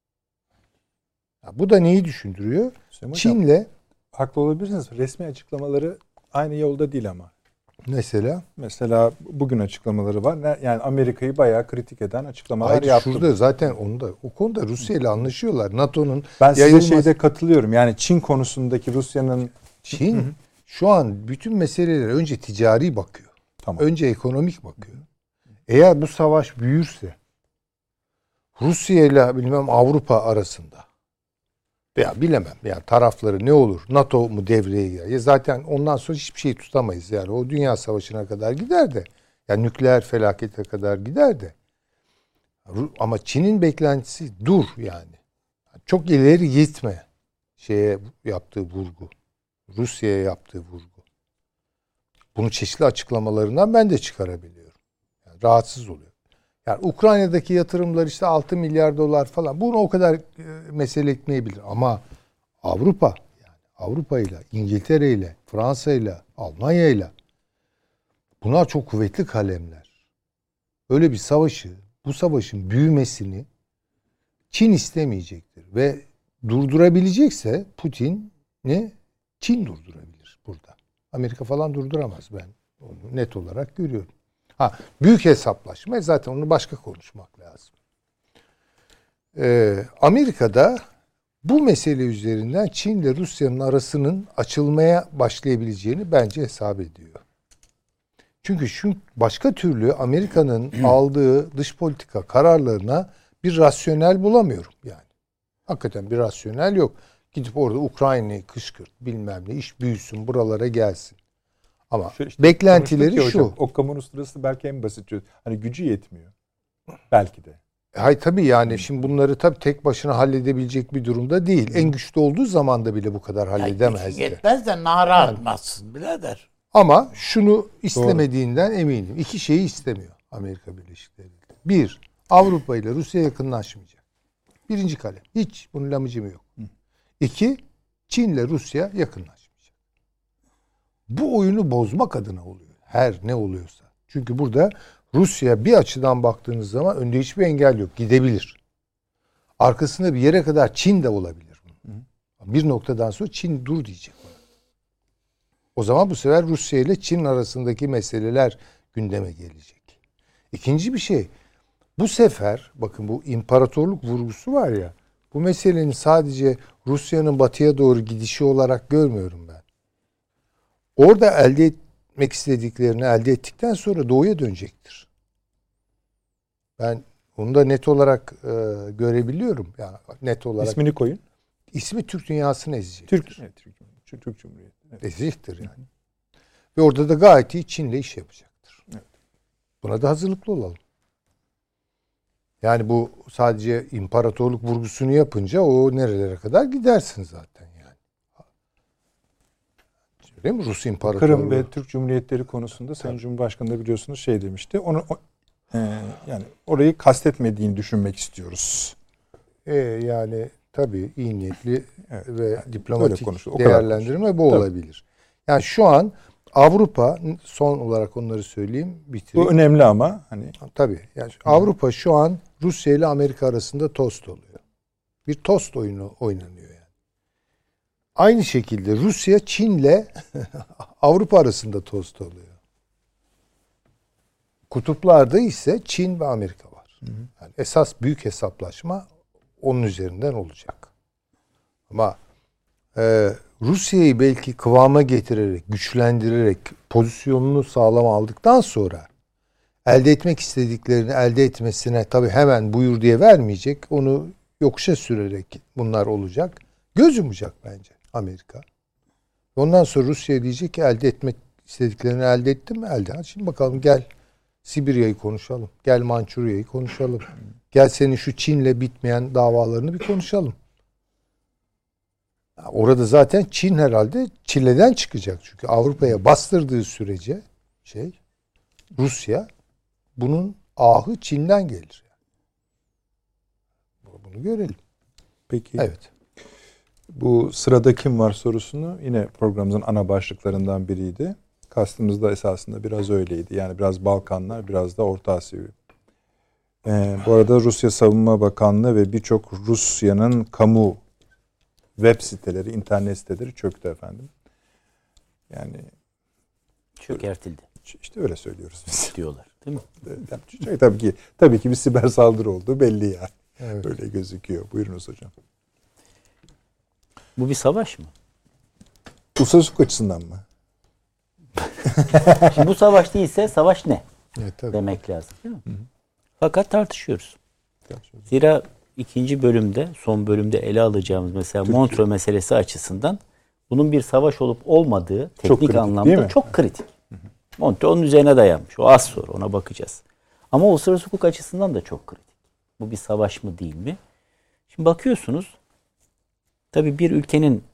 C: Ya bu da neyi düşündürüyor? Hocam, Çin'le
A: haklı olabilirsiniz. Resmi açıklamaları aynı yolda değil ama.
C: Mesela?
A: Mesela bugün açıklamaları var. Yani Amerika'yı bayağı kritik eden açıklamalar
C: Hayır,
A: yaptı.
C: şurada zaten onda, o konuda Rusya ile anlaşıyorlar. NATO'nun
A: ben
C: yayılmaz...
A: size şeyde katılıyorum. Yani Çin konusundaki Rusya'nın...
C: Çin hı hı. şu an bütün meselelere önce ticari bakıyor.
A: Tamam.
C: Önce ekonomik bakıyor. Eğer bu savaş büyürse Rusya ile bilmem Avrupa arasında veya bilemem yani tarafları ne olur? NATO mu devreye girer? Ya zaten ondan sonra hiçbir şey tutamayız yani. O dünya savaşına kadar gider de yani nükleer felakete kadar gider de ama Çin'in beklentisi dur yani. Çok ileri gitme şeye yaptığı vurgu. Rusya'ya yaptığı vurgu. Bunu çeşitli açıklamalarından ben de çıkarabiliyorum. Yani rahatsız oluyor. Yani Ukrayna'daki yatırımlar işte altı milyar dolar falan. Bunu o kadar e, mesele etmeyebilir. Ama Avrupa, yani Avrupa ile, İngiltere ile, Fransa ile, Almanya ile bunlar çok kuvvetli kalemler. Öyle bir savaşı, bu savaşın büyümesini Çin istemeyecektir. Ve durdurabilecekse Putin'i Çin durdurabilir burada. Amerika falan durduramaz, ben onu net olarak görüyorum. Ha, büyük hesaplaşma zaten onu başka konuşmak lazım. Ee, Amerika'da bu mesele üzerinden Çin ile Rusya'nın arasının açılmaya başlayabileceğini bence hesap ediyor. Çünkü şu başka türlü Amerika'nın aldığı dış politika kararlarına bir rasyonel bulamıyorum yani. Hakikaten bir rasyonel yok. Gidip orada Ukrayna'yı kışkırt, bilmem ne, iş büyüsün, buralara gelsin. Ama işte beklentileri şu. Hocam,
A: o kamu uluslararası belki en basit çözüm. Hani gücü yetmiyor. Belki de.
C: Hayır tabii yani şimdi bunları tabii tek başına halledebilecek bir durumda değil. Hmm. En güçlü olduğu zaman da bile bu kadar halledemezdi.
B: Yani yetmez de nara atmazsın birader.
C: Ama şunu istemediğinden Doğru. eminim. İki şeyi istemiyor Amerika Birleşik Devletleri. Bir, Avrupa ile Rusya yakınlaşmayacak. Birinci kalem. Hiç bunun lamıcımı yok. Hı. İki, Çin ile Rusya yakınlaşmayacak. Bu oyunu bozmak adına oluyor. Her ne oluyorsa. Çünkü burada Rusya bir açıdan baktığınız zaman önde hiçbir engel yok. Gidebilir. Arkasında bir yere kadar Çin de olabilir. Hı. Bir noktadan sonra Çin dur diyecek ona. O zaman bu sefer Rusya ile Çin arasındaki meseleler gündeme gelecek. İkinci bir şey. Bu sefer bakın bu imparatorluk vurgusu var ya. Bu meselenin sadece Rusya'nın batıya doğru gidişi olarak görmüyorum ben. Orada elde etmek istediklerini elde ettikten sonra doğuya dönecektir. Ben onu da net olarak e, görebiliyorum. Yani net olarak.
A: İsmini koyun.
C: İsmi Türk dünyasını ezecektir.
A: Türk, evet, Türk, Türk Cumhuriyeti. Evet.
C: Ezecektir yani. Ve orada da gayet iyi Çin'le iş yapacaktır. Evet. Buna da hazırlıklı olalım. Yani bu sadece imparatorluk vurgusunu yapınca o nerelere kadar gidersin zaten yani. Değil mi? Rus İmparatorluğu.
A: Kırım ve Türk Cumhuriyetleri konusunda Sayın Cumhurbaşkanı da biliyorsunuz şey demişti. Onu o, e, yani orayı kastetmediğini düşünmek istiyoruz.
C: E, yani tabii iyi niyetli evet, ve yani diplomatik
A: konuşulur,
C: değerlendirme bu tabii. olabilir. Yani şu an Avrupa, son olarak onları söyleyeyim, bitireyim.
A: Bu önemli ama hani
C: tabii. Yani Avrupa şu an Rusya ile Amerika arasında tost oluyor. Bir tost oyunu oynanıyor yani. Aynı şekilde Rusya Çin'le Avrupa arasında tost oluyor. Kutuplarda ise Çin ve Amerika var. Hı hı. Yani esas büyük hesaplaşma onun üzerinden olacak. Ama e, Rusya'yı belki kıvama getirerek, güçlendirerek pozisyonunu sağlam aldıktan sonra elde etmek istediklerini elde etmesine tabii hemen buyur diye vermeyecek. Onu yokuşa sürerek bunlar olacak. Göz yumacak bence Amerika. Ondan sonra Rusya diyecek ki elde etmek istediklerini elde ettin mi? Elde. Şimdi bakalım gel Sibirya'yı konuşalım. Gel Mançurya'yı konuşalım. Gel senin şu Çin'le bitmeyen davalarını bir konuşalım. Orada zaten Çin herhalde çileden çıkacak. Çünkü Avrupa'ya bastırdığı sürece şey Rusya bunun ahı Çin'den gelir. Bunu görelim.
A: Peki.
C: Evet.
A: Bu sırada kim var sorusunu yine programımızın ana başlıklarından biriydi. Kastımız da esasında biraz öyleydi. Yani biraz Balkanlar, biraz da Orta Asya. Ee, bu arada Rusya Savunma Bakanlığı ve birçok Rusya'nın kamu web siteleri, internet siteleri çöktü efendim. Yani
B: çökertildi.
A: İşte öyle söylüyoruz biz.
D: Diyorlar, değil mi?
A: Yani, tabii ki tabii ki bir siber saldırı olduğu belli yani.
C: Evet.
A: Öyle gözüküyor. Buyurunuz hocam.
D: Bu bir savaş mı?
A: Uluslararası hukuk açısından mı?
D: Şimdi bu savaş değilse savaş ne?
C: Evet, tabii.
D: Demek lazım, değil mi? Hı hı. Fakat tartışıyoruz.
A: Tartışıyoruz.
D: Zira ikinci bölümde, son bölümde ele alacağımız mesela
A: Türkiye.
D: Montreux meselesi açısından bunun bir savaş olup olmadığı teknik
A: Çok kritik, değil
D: anlamda
A: mi?
D: çok kritik. Montreux onun üzerine dayanmış. O az sonra ona bakacağız. Ama uluslararası hukuk açısından da çok kritik. Bu bir savaş mı değil mi? Şimdi bakıyorsunuz, tabii bir ülkenin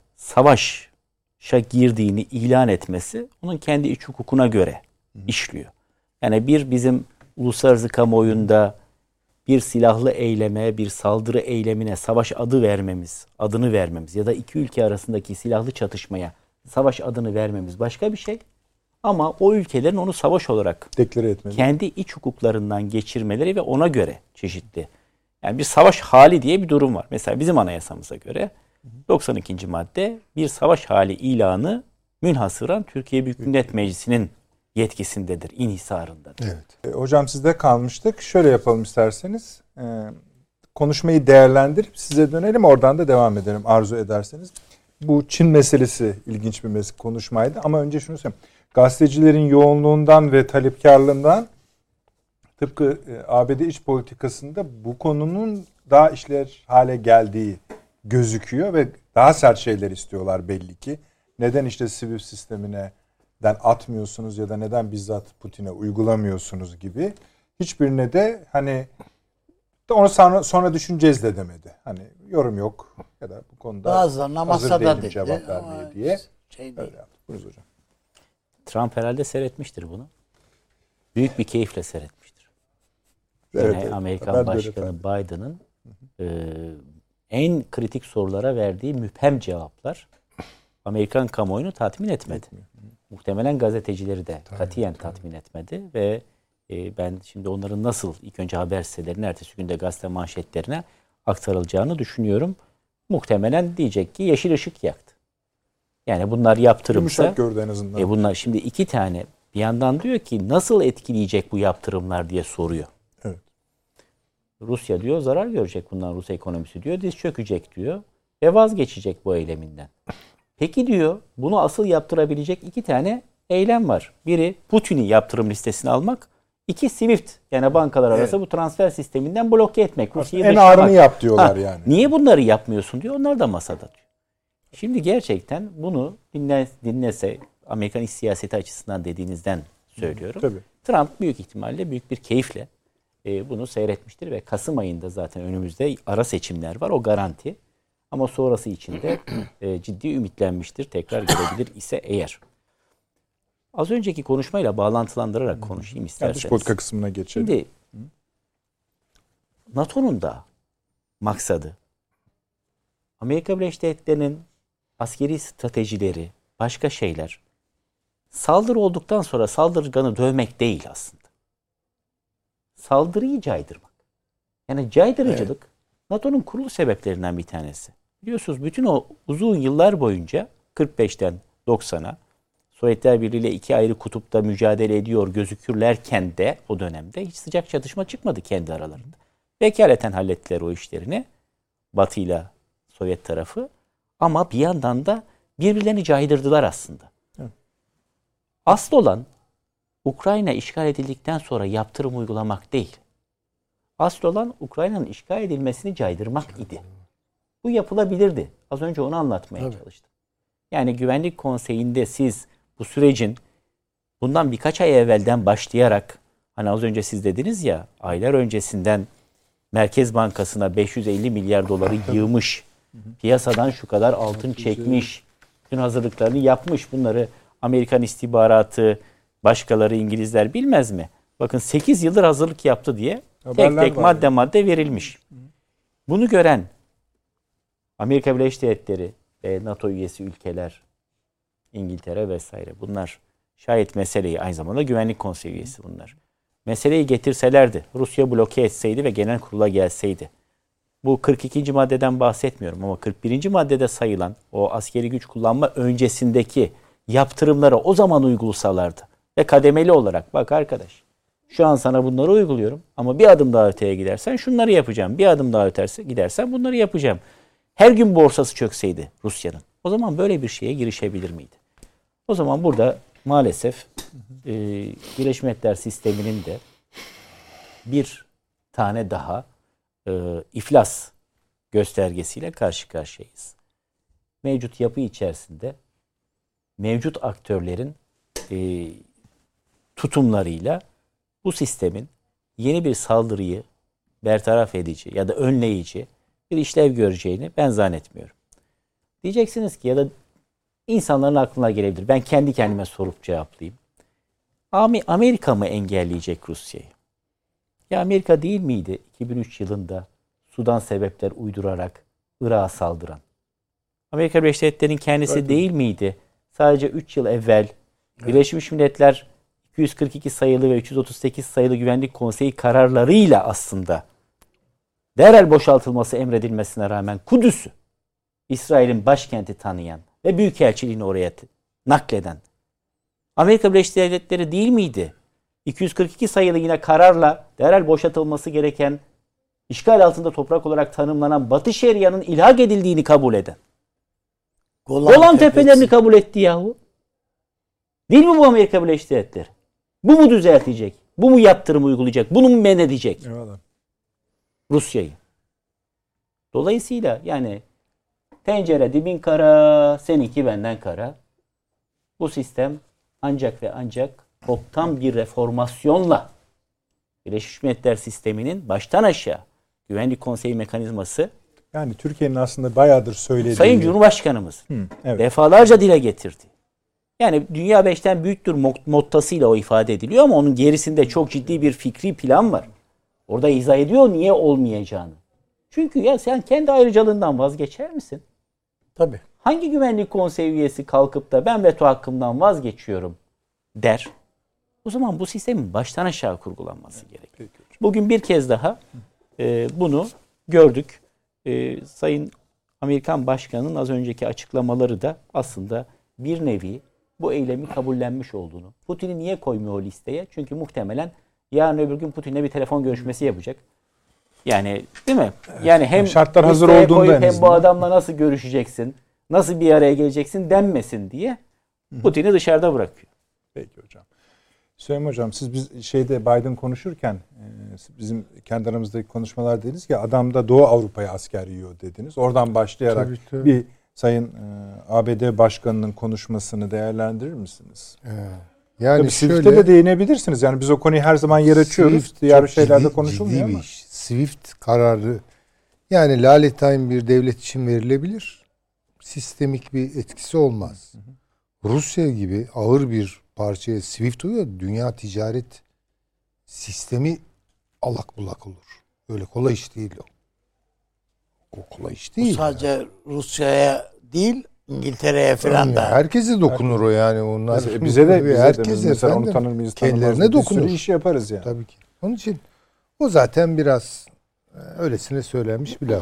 D: savaşa girdiğini ilan etmesi onun kendi iç hukukuna göre işliyor. Yani bir bizim uluslararası kamuoyunda bir silahlı eyleme, bir saldırı eylemine savaş adı vermemiz, adını vermemiz ya da iki ülke arasındaki silahlı çatışmaya savaş adını vermemiz başka bir şey. Ama o ülkelerin onu savaş olarak
A: deklare etmeli.
D: Kendi iç hukuklarından geçirmeleri ve ona göre çeşitli. Yani bir savaş hali diye bir durum var. Mesela bizim anayasamıza göre doksan ikinci madde bir savaş hali ilanı münhasıran Türkiye Büyük Millet Meclisi'nin yetkisindedir, inhisarındadır.
C: Evet.
A: E, hocam sizde kalmıştık. Şöyle yapalım isterseniz. E, konuşmayı değerlendirip size dönelim. Oradan da devam edelim arzu ederseniz. Bu Çin meselesi ilginç bir mes- konuşmaydı. Ama önce şunu söyleyeyim. Gazetecilerin yoğunluğundan ve talepkarlığından tıpkı e, A B D iç politikasında bu konunun daha işler hale geldiği gözüküyor ve daha sert şeyler istiyorlar belli ki. Neden işte sivil sistemine den atmıyorsunuz ya da neden bizzat Putin'e uygulamıyorsunuz gibi. Hiçbirine de hani onu sonra, sonra düşüneceğiz de demedi. Hani yorum yok ya da bu konuda
B: bazılarına
A: hazır
B: masada
A: değilim
B: dedi
A: cevap vermeye diye.
B: Şey
A: Öyle
B: değil.
A: yaptık. Buyurun hocam.
D: Trump herhalde seyretmiştir bunu. Büyük bir keyifle seyretmiştir.
A: Evet,
D: Yani
A: evet.
D: Amerikan
A: Ben de öyle
D: Başkanı Biden'ın e, en kritik sorulara verdiği müphem cevaplar Amerikan kamuoyunu tatmin etmedi. Muhtemelen gazetecileri de tabii, katiyen tabii. tatmin etmedi ve e, ben şimdi onların nasıl ilk önce haber sitelerine, ertesi günde gazete manşetlerine aktarılacağını düşünüyorum. Muhtemelen diyecek ki yeşil ışık yaktı. Yani bunlar yaptırımsa
A: yumuşak gördü en azından.
D: E bunlar şimdi iki tane bir yandan diyor ki nasıl etkileyecek bu yaptırımlar diye soruyor.
A: Evet.
D: Rusya diyor zarar görecek bundan, Rus ekonomisi diyor, diz çökecek diyor ve vazgeçecek bu eyleminden. Peki diyor bunu asıl yaptırabilecek iki tane eylem var. Biri Putin'i yaptırım listesine almak. İki Swift yani bankalar arası evet. bu transfer sisteminden bloke etmek.
A: Rusya'yı en ağırını yap diyorlar ha, yani.
D: Niye bunları yapmıyorsun diyor. Onlar da masada diyor. Şimdi gerçekten bunu dinle, dinlese Amerikan iç siyaseti açısından dediğinizden söylüyorum. Tabii. Trump büyük ihtimalle büyük bir keyifle e, bunu seyretmiştir ve Kasım ayında zaten önümüzde ara seçimler var. O garanti. Ama sonrası için de e, ciddi ümitlenmiştir. Tekrar gelebilir ise eğer. Az önceki konuşmayla bağlantılandırarak konuşayım isterseniz.
A: Yani dış politika kısmına geçelim.
D: Şimdi NATO'nun da maksadı Amerika Birleşik Devletleri'nin askeri stratejileri, başka şeyler saldırı olduktan sonra saldırganı dövmek değil aslında. Saldırıyı caydırmak. Yani caydırıcılık evet. NATO'nun kuruluş sebeplerinden bir tanesi. Biliyorsunuz bütün o uzun yıllar boyunca kırk beşten doksana Sovyetler Birliği ile iki ayrı kutupta mücadele ediyor gözükürlerken de o dönemde hiç sıcak çatışma çıkmadı kendi aralarında. Vekaleten hallettiler o işlerini. Batı ile Sovyet tarafı. Ama bir yandan da birbirlerini caydırdılar aslında. Evet. Asıl olan Ukrayna işgal edildikten sonra yaptırım uygulamak değil. Asıl olan Ukrayna'nın işgal edilmesini caydırmak idi. Bu yapılabilirdi. Az önce onu anlatmaya evet. çalıştım. Yani Güvenlik Konseyi'nde siz bu sürecin bundan birkaç ay evvelden başlayarak hani az önce siz dediniz ya aylar öncesinden Merkez Bankası'na beş yüz elli milyar doları yığmış, piyasadan şu kadar altın çekmiş, bütün hazırlıklarını yapmış. Bunları Amerikan istihbaratı, başkaları İngilizler bilmez mi? Bakın sekiz yıldır hazırlık yaptı diye tek tek madde yani. madde verilmiş. Bunu gören Amerika Birleşik Devletleri ve NATO üyesi ülkeler, İngiltere vesaire bunlar şayet meseleyi aynı zamanda Güvenlik Konseyi üyesi bunlar. Meseleyi getirselerdi, Rusya bloke etseydi ve genel kurula gelseydi. Bu kırk ikinci maddeden bahsetmiyorum ama kırk birinci maddede sayılan o askeri güç kullanma öncesindeki yaptırımları o zaman uygulasalardı Ve kademeli olarak bak arkadaş şu an sana bunları uyguluyorum ama bir adım daha öteye gidersen şunları yapacağım. Bir adım daha öterse gidersen bunları yapacağım. Her gün borsası çökseydi Rusya'nın o zaman böyle bir şeye girişebilir miydi? O zaman burada maalesef e, Birleşmiş Milletler sisteminin de bir tane daha e, iflas göstergesiyle karşı karşıyayız. Mevcut yapı içerisinde mevcut aktörlerin e, tutumlarıyla bu sistemin yeni bir saldırıyı bertaraf edici ya da önleyici bir işlev göreceğini ben zannetmiyorum. Diyeceksiniz ki ya da insanların aklına gelebilir. Ben kendi kendime sorup cevaplayayım. Amerika mı engelleyecek Rusya'yı? Ya Amerika değil miydi iki bin üç yılında Sudan sebepler uydurarak Irak'a saldıran? Amerika Birleşik Devletleri'nin kendisi evet. değil miydi? Sadece üç yıl evvel Birleşmiş Milletler iki yüz kırk iki sayılı ve üç yüz otuz sekiz sayılı Güvenlik Konseyi kararlarıyla aslında derhal boşaltılması emredilmesine rağmen Kudüs'ü İsrail'in başkenti tanıyan ve büyükelçiliğini oraya nakleden Amerika Birleşik Devletleri değil miydi? iki yüz kırk iki sayılı yine kararla derhal boşaltılması gereken işgal altında toprak olarak tanımlanan Batı Şeria'nın ilhak edildiğini kabul eden. Golan, Golan tepelerini kabul etti yahu. Değil mi bu Amerika Birleşik Devletleri? Bu mu düzeltecek? Bu mu yaptırım uygulayacak? Bunu mu men edecek? Evet. Rusya'yı. Dolayısıyla yani tencere dibin kara, seninki benden kara. Bu sistem ancak ve ancak toptan bir reformasyonla Birleşmiş Milletler sisteminin baştan aşağı Güvenlik Konseyi mekanizması
A: yani Türkiye'nin aslında bayağıdır söylediği
D: Sayın Cumhurbaşkanımız Hı, evet. defalarca dile getirdi. Yani dünya beşten büyüktür mottasıyla o ifade ediliyor ama onun gerisinde çok ciddi bir fikri plan var. Orada izah ediyor niye olmayacağını. Çünkü ya sen kendi ayrıcalığından vazgeçer misin?
B: Tabii.
D: Hangi Güvenlik Konseyi üyesi kalkıp da ben veto hakkımdan vazgeçiyorum der. O zaman bu sistemin baştan aşağı kurgulanması evet, gerekiyor. Bugün bir kez daha e, bunu gördük. E, Sayın Amerikan Başkanı'nın az önceki açıklamaları da aslında bir nevi bu eylemi kabullenmiş olduğunu. Putin'i niye koymuyor o listeye? Çünkü muhtemelen yarın öbür gün Putin'le bir telefon görüşmesi yapacak. Yani değil mi? Evet, yani hem
A: şartlar hazır olduğunda
D: hem bu adamla nasıl görüşeceksin, nasıl bir araya geleceksin denmesin diye Putin'i dışarıda bırakıyor.
A: Peki hocam. Süleyman Hocam siz biz şeyde Biden konuşurken bizim kendi aramızdaki konuşmalar dediniz ki adam da Doğu Avrupa'ya asker yiyor dediniz. Oradan başlayarak tabii, tabii. bir Sayın A B D Başkanı'nın konuşmasını değerlendirir misiniz? Ee, yani tabii şöyle, Swift'e de değinebilirsiniz. Yani biz o konuyu her zaman yer açıyoruz. Swift diğer şeylerde ciddi, konuşulmuyor ciddi ama. Iş.
C: Swift kararı yani lalettayn bir devlet için verilebilir. Sistemik bir etkisi olmaz. Hı hı. Rusya gibi ağır bir parçaya Swift uyuyor. Dünya ticaret sistemi allak bullak olur. Öyle kolay iş değil o. O kolay iş değil.
B: O sadece yani. Rusya'ya değil İngiltere'ye falan da.
C: Herkese dokunur o yani. Onlar
A: bize, bize de bize
C: herkese
A: de mesela onu tanır mıyız
C: kendilerine dokunur. Bir sürü
A: iş yaparız yani.
C: Tabii ki. Onun için o zaten biraz öylesine söylenmiş bir laf.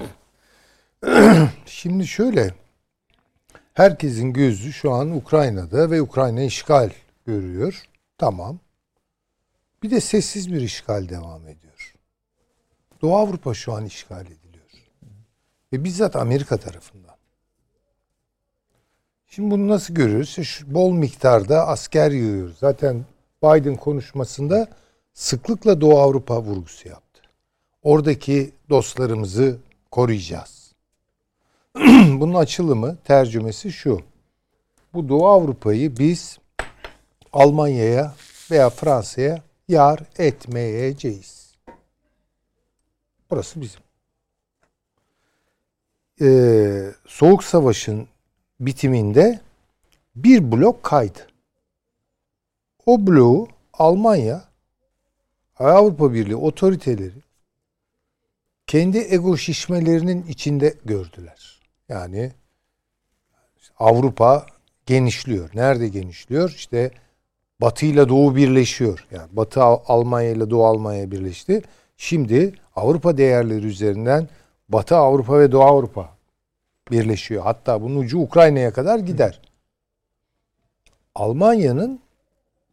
C: Şimdi şöyle herkesin gözü şu an Ukrayna'da ve Ukrayna işgal görüyor. Tamam. Bir de sessiz bir işgal devam ediyor. Doğu Avrupa şu an işgal ediliyor. Ve bizzat Amerika tarafından. Şimdi bunu nasıl görüyoruz? İşte şu bol miktarda asker yığıyoruz. Zaten Biden konuşmasında sıklıkla Doğu Avrupa vurgusu yaptı. Oradaki dostlarımızı koruyacağız. Bunun açılımı, tercümesi şu. Bu Doğu Avrupa'yı biz Almanya'ya veya Fransa'ya yar etmeyeceğiz. Burası bizim. Ee, Soğuk Savaş'ın bitiminde bir blok kaydı. O bloğu Almanya, Avrupa Birliği otoriteleri kendi ego şişmelerinin içinde gördüler. Yani Avrupa genişliyor. Nerede genişliyor? İşte Batı ile Doğu birleşiyor. Yani Batı Almanya ile Doğu Almanya birleşti. Şimdi Avrupa değerleri üzerinden Batı Avrupa ve Doğu Avrupa birleşiyor. Hatta bunun ucu Ukrayna'ya kadar gider. Almanya'nın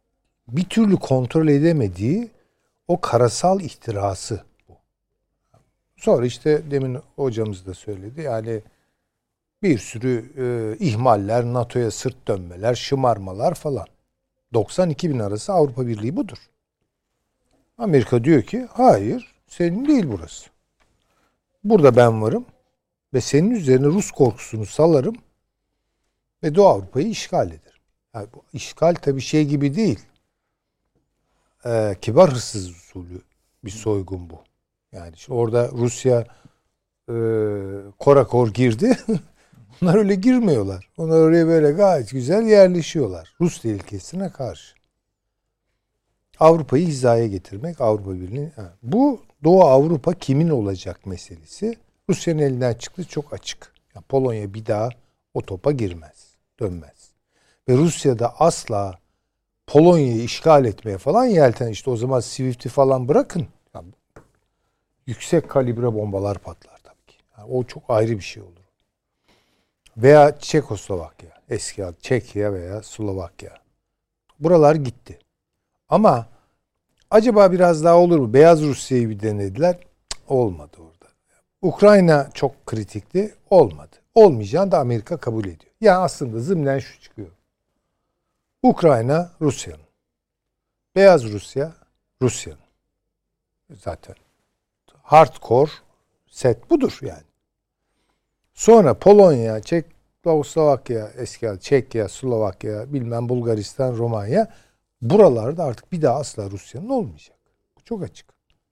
C: bir türlü kontrol edemediği o karasal ihtirası bu. Sonra işte demin hocamız da söyledi. Yani bir sürü e, ihmaller, NATO'ya sırt dönmeler, şımarmalar falan. doksan iki bin arası Avrupa Birliği budur. Amerika diyor ki hayır, senin değil burası. Burada ben varım ve senin üzerine Rus korkusunu salarım ve Doğu Avrupa'yı işgal ederim. Yani bu işgal tabii şey gibi değil. Ee, kibar hırsız usulü bir soygun bu. Yani işte orada Rusya e, korakor girdi. Onlar öyle girmiyorlar. Onlar oraya böyle gayet güzel yerleşiyorlar. Rus tehlikesine karşı. Avrupa'yı hizaya getirmek, Avrupa Birliği. Bu Doğu Avrupa kimin olacak meselesi. Rusya'nın elinden çıktı, çok açık. Yani Polonya bir daha o topa girmez, dönmez. Ve Rusya'da asla Polonya'yı işgal etmeye falan yelten, işte o zaman Swift'i falan bırakın. Yani yüksek kalibre bombalar patlar tabii ki. Yani o çok ayrı bir şey olur. Veya Çekoslovakya, eski adı Çekya veya Slovakya. Buralar gitti. Ama acaba biraz daha olur mu? Beyaz Rusya'yı bir denediler. Cık, olmadı orada. Ukrayna çok kritikti. Olmadı. Olmayacağını da Amerika kabul ediyor. Yani aslında zımnen şu çıkıyor. Ukrayna Rusya'nın. Beyaz Rusya Rusya'nın. Zaten hardcore set budur yani. Sonra Polonya, Çekoslovakya, eski adı Çekya, Slovakya, bilmem Bulgaristan, Romanya, buralarda artık bir daha asla Rusya'nın olmayacak. Bu çok açık.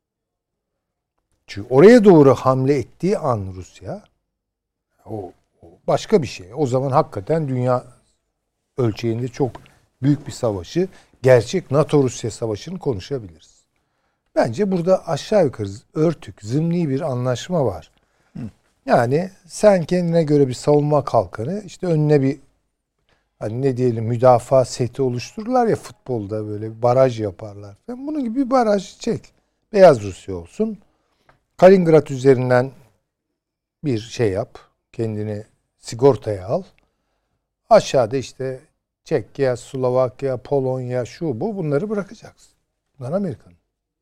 C: Çünkü oraya doğru hamle ettiği an Rusya, o, o başka bir şey. O zaman hakikaten dünya ölçeğinde çok büyük bir savaşı, gerçek NATO-Rusya savaşını konuşabiliriz. Bence burada aşağı yukarı örtük, zımni bir anlaşma var. Yani sen kendine göre bir savunma kalkanı, işte önüne bir, hani ne diyelim, müdafaa seti oluştururlar ya futbolda, böyle bir baraj yaparlar. Ben bunun gibi bir baraj çek. Beyaz Rusya olsun. Kaliningrad üzerinden bir şey yap. Kendini sigortaya al. Aşağıda işte Çekya, Slovakya, Polonya, şu bu, bunları bırakacaksın. Bunlar Amerika'nın.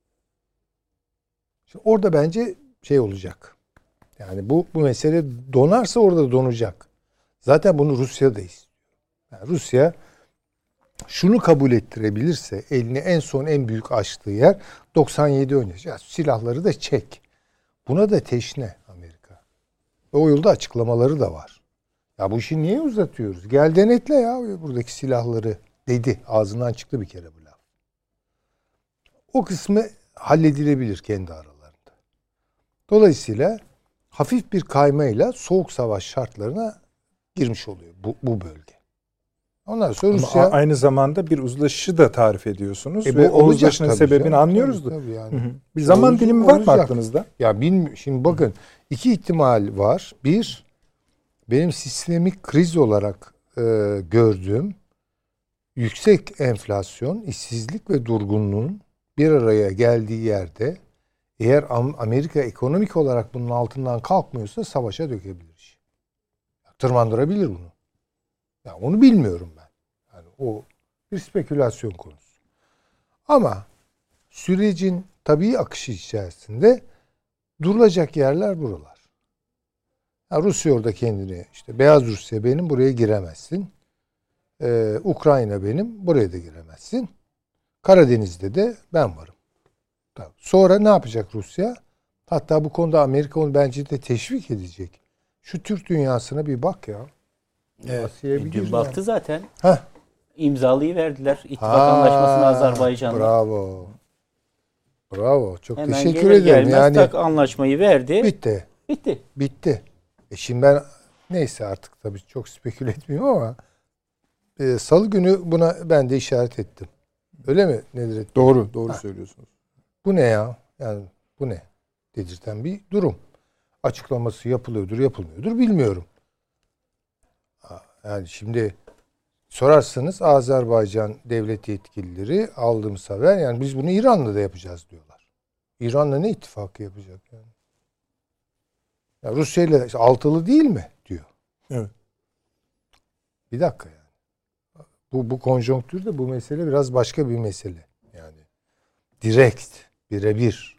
C: Şimdi orada bence şey olacak. Yani bu bu mesele donarsa orada donacak. Zaten bunu Rusya da istiyor. Yani Rusya şunu kabul ettirebilirse, elini en son en büyük açtığı yer doksan yedi öncesi. Ya silahları da çek. Buna da teşne Amerika. Ve o yolda açıklamaları da var. Ya bu işi niye uzatıyoruz? Gel denetle ya buradaki silahları dedi. Ağzından çıktı bir kere bu laf. O kısmı halledilebilir kendi aralarında. Dolayısıyla hafif bir kaymayla soğuk savaş şartlarına girmiş oluyor bu, bu bölge. Ondan sonra Rusya...
A: Ama aynı zamanda bir uzlaşı da tarif ediyorsunuz.
C: E
A: ve o uzlaşının
C: tabii
A: sebebini
C: canım,
A: anlıyoruz
C: tabii,
A: da.
C: tabii yani.
A: Hı hı. Bir zaman
C: olacak,
A: dilimi var mı
C: olacak.
A: aklınızda?
C: Ya bilmiyorum. Şimdi bakın, iki ihtimal var. Bir, benim sistemik kriz olarak e, gördüğüm yüksek enflasyon, işsizlik ve durgunluğun bir araya geldiği yerde, eğer Amerika ekonomik olarak bunun altından kalkmıyorsa savaşa dökebilir. Tırmandırabilir bunu. Ya onu bilmiyorum ben. Yani o bir spekülasyon konusu. Ama sürecin tabii akışı içerisinde durulacak yerler buralar. Ya Rusya orada kendini, işte Beyaz Rusya benim, buraya giremezsin. Ee, Ukrayna benim, buraya da giremezsin. Karadeniz'de de ben varım. Tabii. Sonra ne yapacak Rusya? Hatta bu konuda Amerika onu bence de teşvik edecek. Şu Türk dünyasına bir bak ya.
B: Evet.
D: E, dün baktı yani. Zaten.
C: Heh.
D: İmzalıyı verdiler. İttifak ha, anlaşmasını Azerbaycan'la.
C: Bravo. Bravo. Çok
D: hemen
C: teşekkür
D: gelir
C: ederim.
D: Gelmez
C: yani
D: tak anlaşmayı verdi.
C: Bitti.
D: Bitti.
C: Bitti. E şimdi ben neyse artık tabii çok speküle etmiyorum ama e, Salı günü buna ben de işaret ettim. Öyle mi Nedret?
A: Doğru. Doğru
C: ha.
A: söylüyorsunuz.
C: Bu ne ya? Yani bu ne? Dedirten bir durum. Açıklaması yapılıyordur, yapılmıyordur bilmiyorum. Yani şimdi sorarsanız Azerbaycan devlet yetkilileri aldığımız haber, yani biz bunu İran'la da yapacağız diyorlar. İran'la ne ittifakı yapacak yani? Ya Rusya ile işte altılı değil mi diyor.
A: Evet.
C: Bir dakika yani. Bu bu konjonktürde bu mesele biraz başka bir mesele. Yani direkt, birebir.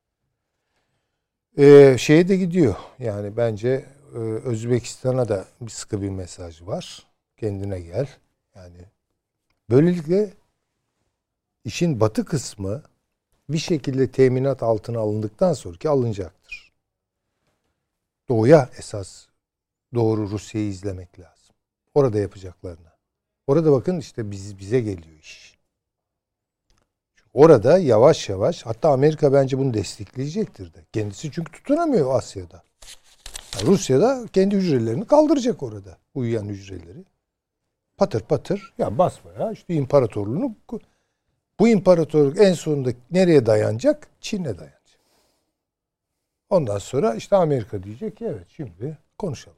C: Ee, şeye de gidiyor. Yani bence e, Özbekistan'a da bir sıkı bir mesaj var. Kendine gel. Yani böylelikle işin batı kısmı bir şekilde teminat altına alındıktan sonra ki alınacaktır. Doğuya esas doğru Rusya'yı izlemek lazım. Orada yapacaklarına. Orada bakın işte biz, bize geliyor iş. Orada yavaş yavaş, hatta Amerika bence bunu destekleyecektir de. Kendisi çünkü tutunamıyor Asya'da. Yani Rusya'da kendi hücrelerini kaldıracak orada. Uyuyan hücreleri. Patır patır ya basmaya işte imparatorluğunu, bu imparatorluk en sonunda nereye dayanacak? Çin'e dayanacak. Ondan sonra işte Amerika diyecek ki evet şimdi konuşalım.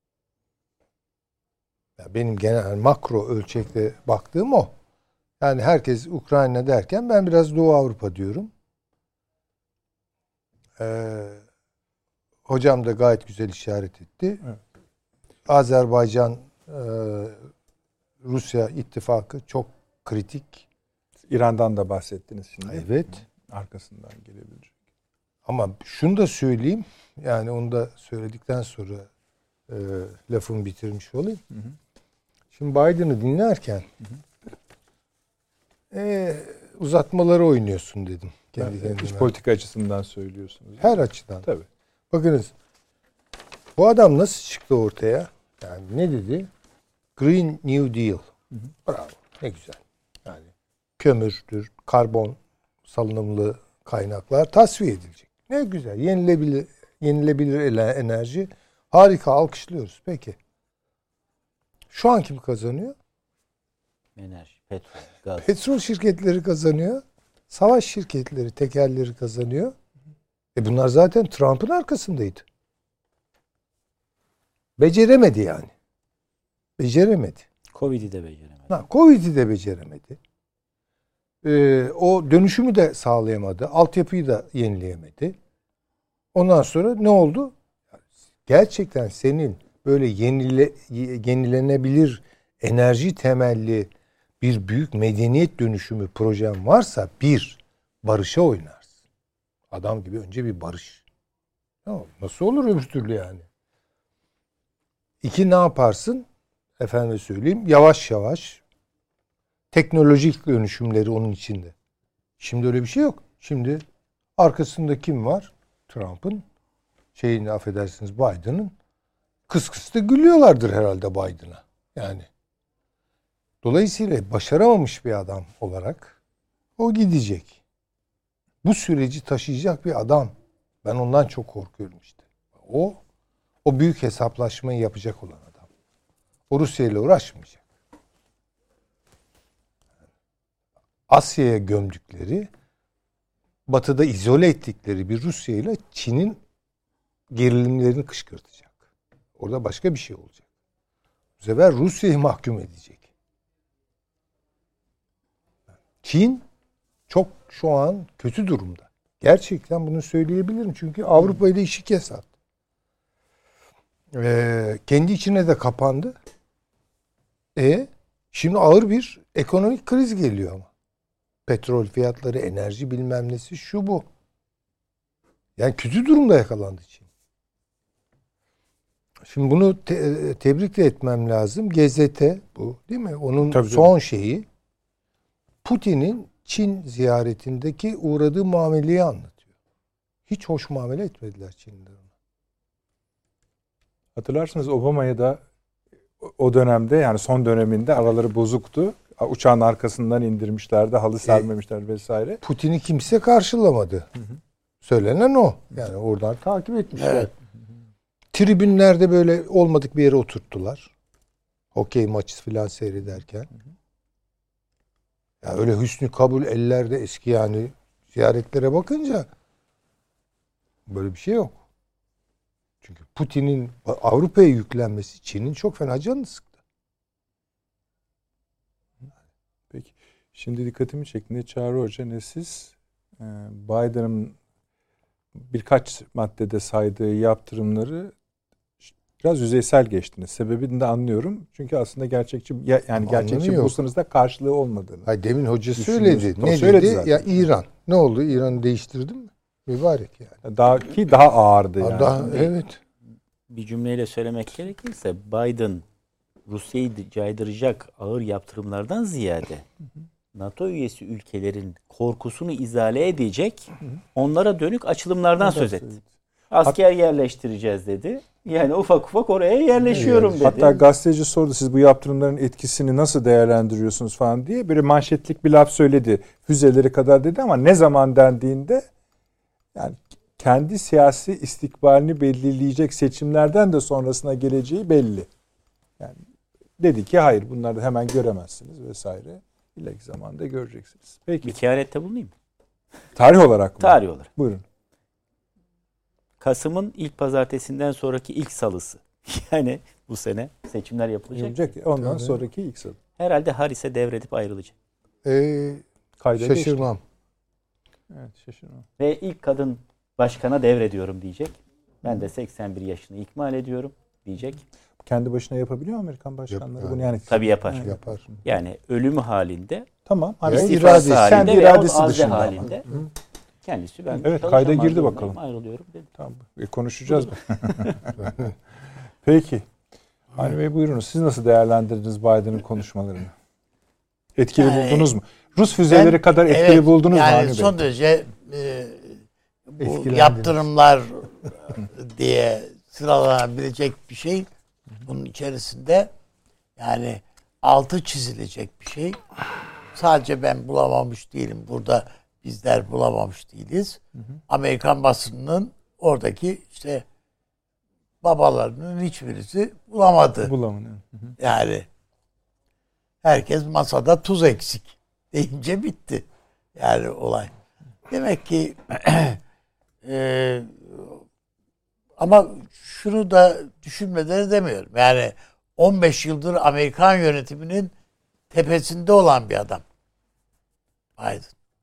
C: Ya benim genel makro ölçekte baktığım o. Yani herkes Ukrayna derken ben biraz Doğu Avrupa diyorum. Ee, hocam da gayet güzel işaret etti. Evet. Azerbaycan e, Rusya ittifakı çok kritik.
A: İran'dan da bahsettiniz şimdi.
C: Evet.
A: Arkasından gelebilecek.
C: Ama şunu da söyleyeyim. Yani onu da söyledikten sonra e, lafımı bitirmiş olayım. Hı hı. Şimdi Biden'ı dinlerken hı hı. E, uzatmaları oynuyorsun dedim. Kendi
A: kendime. İç politika açısından söylüyorsunuz.
C: Her açıdan.
A: Tabii.
C: Bakınız. Bu adam nasıl çıktı ortaya? Yani ne dedi? Green New Deal. Hı hı. Bravo. Ne güzel. Yani kömürdür, karbon salınımlı kaynaklar tasfiye edilecek. Ne güzel. Yenilebilir, yenilebilir enerji. Harika. Alkışlıyoruz. Peki. Şu an kim kazanıyor?
D: Enerji, petrol, gaz.
C: Petrol şirketleri kazanıyor. Savaş şirketleri, tekelleri kazanıyor. E bunlar zaten Trump'ın arkasındaydı. Beceremedi yani. Beceremedi.
D: Covid'i de beceremedi.
C: Ha, Covid'i de beceremedi. Ee, o dönüşümü de sağlayamadı. Altyapıyı da yenileyemedi. Ondan sonra ne oldu? Gerçekten senin böyle yenile, yenilenebilir enerji temelli bir büyük medeniyet dönüşümü projen varsa bir, barışa oynarsın. Adam gibi önce bir barış. Ya nasıl olur öbür türlü yani? İki, ne yaparsın? Efendim söyleyeyim, yavaş yavaş teknolojik dönüşümleri onun içinde. Şimdi öyle bir şey yok. Şimdi arkasında kim var? Trump'ın, şeyini affedersiniz Biden'ın. Kıs kıs da gülüyorlardır herhalde Biden'a. Yani dolayısıyla başaramamış bir adam olarak o gidecek. Bu süreci taşıyacak bir adam. Ben ondan çok korkuyorum işte. O o büyük hesaplaşmayı yapacak olan adam. O Rusya ile uğraşmayacak. Asya'ya gömdükleri, Batı'da izole ettikleri bir Rusya ile Çin'in gerilimlerini kışkırtacak. Orada başka bir şey olacak. Bu sefer Rusya'yı mahkum edecek. Çin çok şu an kötü durumda. Gerçekten bunu söyleyebilirim. Çünkü Avrupa ile işi kesat. Ee, kendi içine de kapandı. E şimdi ağır bir ekonomik kriz geliyor ama. Petrol fiyatları, enerji bilmem nesi, şu bu. Yani kötü durumda yakalandı Çin. Şimdi bunu te- tebrik de etmem lazım. G Z T bu değil mi? Onun Tabii son canım. şeyi Putin'in Çin ziyaretindeki uğradığı muameleyi anlatıyor. Hiç hoş muamele etmediler Çinliler ona.
A: Hatırlarsınız Obama'ya da o dönemde, yani son döneminde araları bozuktu. Uçağın arkasından indirmişlerdi, halı sermemişler e, vesaire.
C: Putin'i kimse karşılamadı. Hı hı. Söylenen o. Yani oradan takip etmişler. Evet. Tribünlerde böyle olmadık bir yere oturttular. Hokey maçı falan seyrederken. Hı hı. Ya öyle hüsnü kabul ellerde eski yani ziyaretlere bakınca böyle bir şey yok. Çünkü Putin'in Avrupa'ya yüklenmesi Çin'in çok fena canını sıktı.
A: Peki. Şimdi dikkatimi çekti. Ne Çağrı Hoca ne siz Biden'ın birkaç maddede saydığı yaptırımları Biraz yüzeysel geçtiniz. Sebebini de anlıyorum. Çünkü aslında gerçekçi yani
C: Ama
A: gerçekçi bulsanız da karşılığı olmadığını.
C: Hayır, demin hoca
A: düşünüyoruz.
C: söyledi.
A: O
C: Ne
A: söyledi
C: dedi?
A: zaten.
C: Ya İran. Ne oldu? İran'ı değiştirdim mi? Mübarek yani.
A: Daha ki daha ağırdı yani.
C: Daha, evet.
D: Bir cümleyle söylemek gerekirse Biden Rusya'yı caydıracak ağır yaptırımlardan ziyade NATO üyesi ülkelerin korkusunu izale edecek onlara dönük açılımlardan söz etti. Asker yerleştireceğiz dedi. Yani ufak ufak oraya yerleşiyorum dedi.
A: Hatta gazeteci sordu siz bu yaptırımların etkisini nasıl değerlendiriyorsunuz falan diye. Böyle manşetlik bir laf söyledi. Füzeleri kadar dedi ama ne zaman dendiğinde yani kendi siyasi istikbalini belirleyecek seçimlerden de sonrasına geleceği belli. Yani dedi ki hayır bunları hemen göremezsiniz vesaire. İleriki zamanda göreceksiniz. Peki.
D: Bir kehanette bulunayım mı?
A: Tarih olarak mı?
D: Tarih olarak.
A: Buyurun.
D: Kasım'ın ilk pazartesinden sonraki ilk salısı. Yani bu sene seçimler yapılacak.
A: Yapacak. Ondan
C: Tabii.
A: sonraki ilk salı.
D: Herhalde Haris'e devredip ayrılacak.
C: Ee,
A: Kayda
C: şaşırmam.
A: geçti. Evet şaşırmam.
D: Ve ilk kadın başkana devrediyorum diyecek. Ben de seksen bir yaşını ikmal ediyorum diyecek.
A: Kendi başına yapabiliyor mu Amerikan başkanları
C: Yap-
A: bunu yani?
D: Tabii yapar.
A: Yani
C: Yapar.
D: Yani ölümü halinde,
A: Tamam.
C: Ya
A: Amerika
D: istifası
C: iradesi,
D: halinde
A: kendi
D: veya
A: iradesi
D: azle
A: dışında.
D: halinde kendisi ben
A: Evet,
D: çalışamam
A: kayda girdi
D: zorundayım,
A: bakalım.
D: ayrılıyorum dedi.
A: Tamam. E, konuşacağız. Peki. Hani Bey buyurunuz. Siz nasıl değerlendirdiniz Biden'ın konuşmalarını? Etkili
B: Yani,
A: buldunuz mu? Rus füzeleri
B: Ben-
A: kadar etkili
B: evet,
A: buldunuz mu
B: yani
A: Avni Bey?
B: son derece e, bu
C: Etkilendiniz.
B: yaptırımlar diye sıralanabilecek bir şey bunun içerisinde yani altı çizilecek bir şey. Sadece ben bulamamış değilim. Burada bizler bulamamış değiliz. Hı hı. Amerikan basınının oradaki işte babalarının hiçbirisi bulamadı.
A: Bulamadı.
B: Yani herkes masada tuz eksik deyince bitti. Yani olay. Demek ki e, ama şunu da düşünmeden demiyorum. Yani on beş yıldır Amerikan yönetiminin tepesinde olan bir adam. Biden.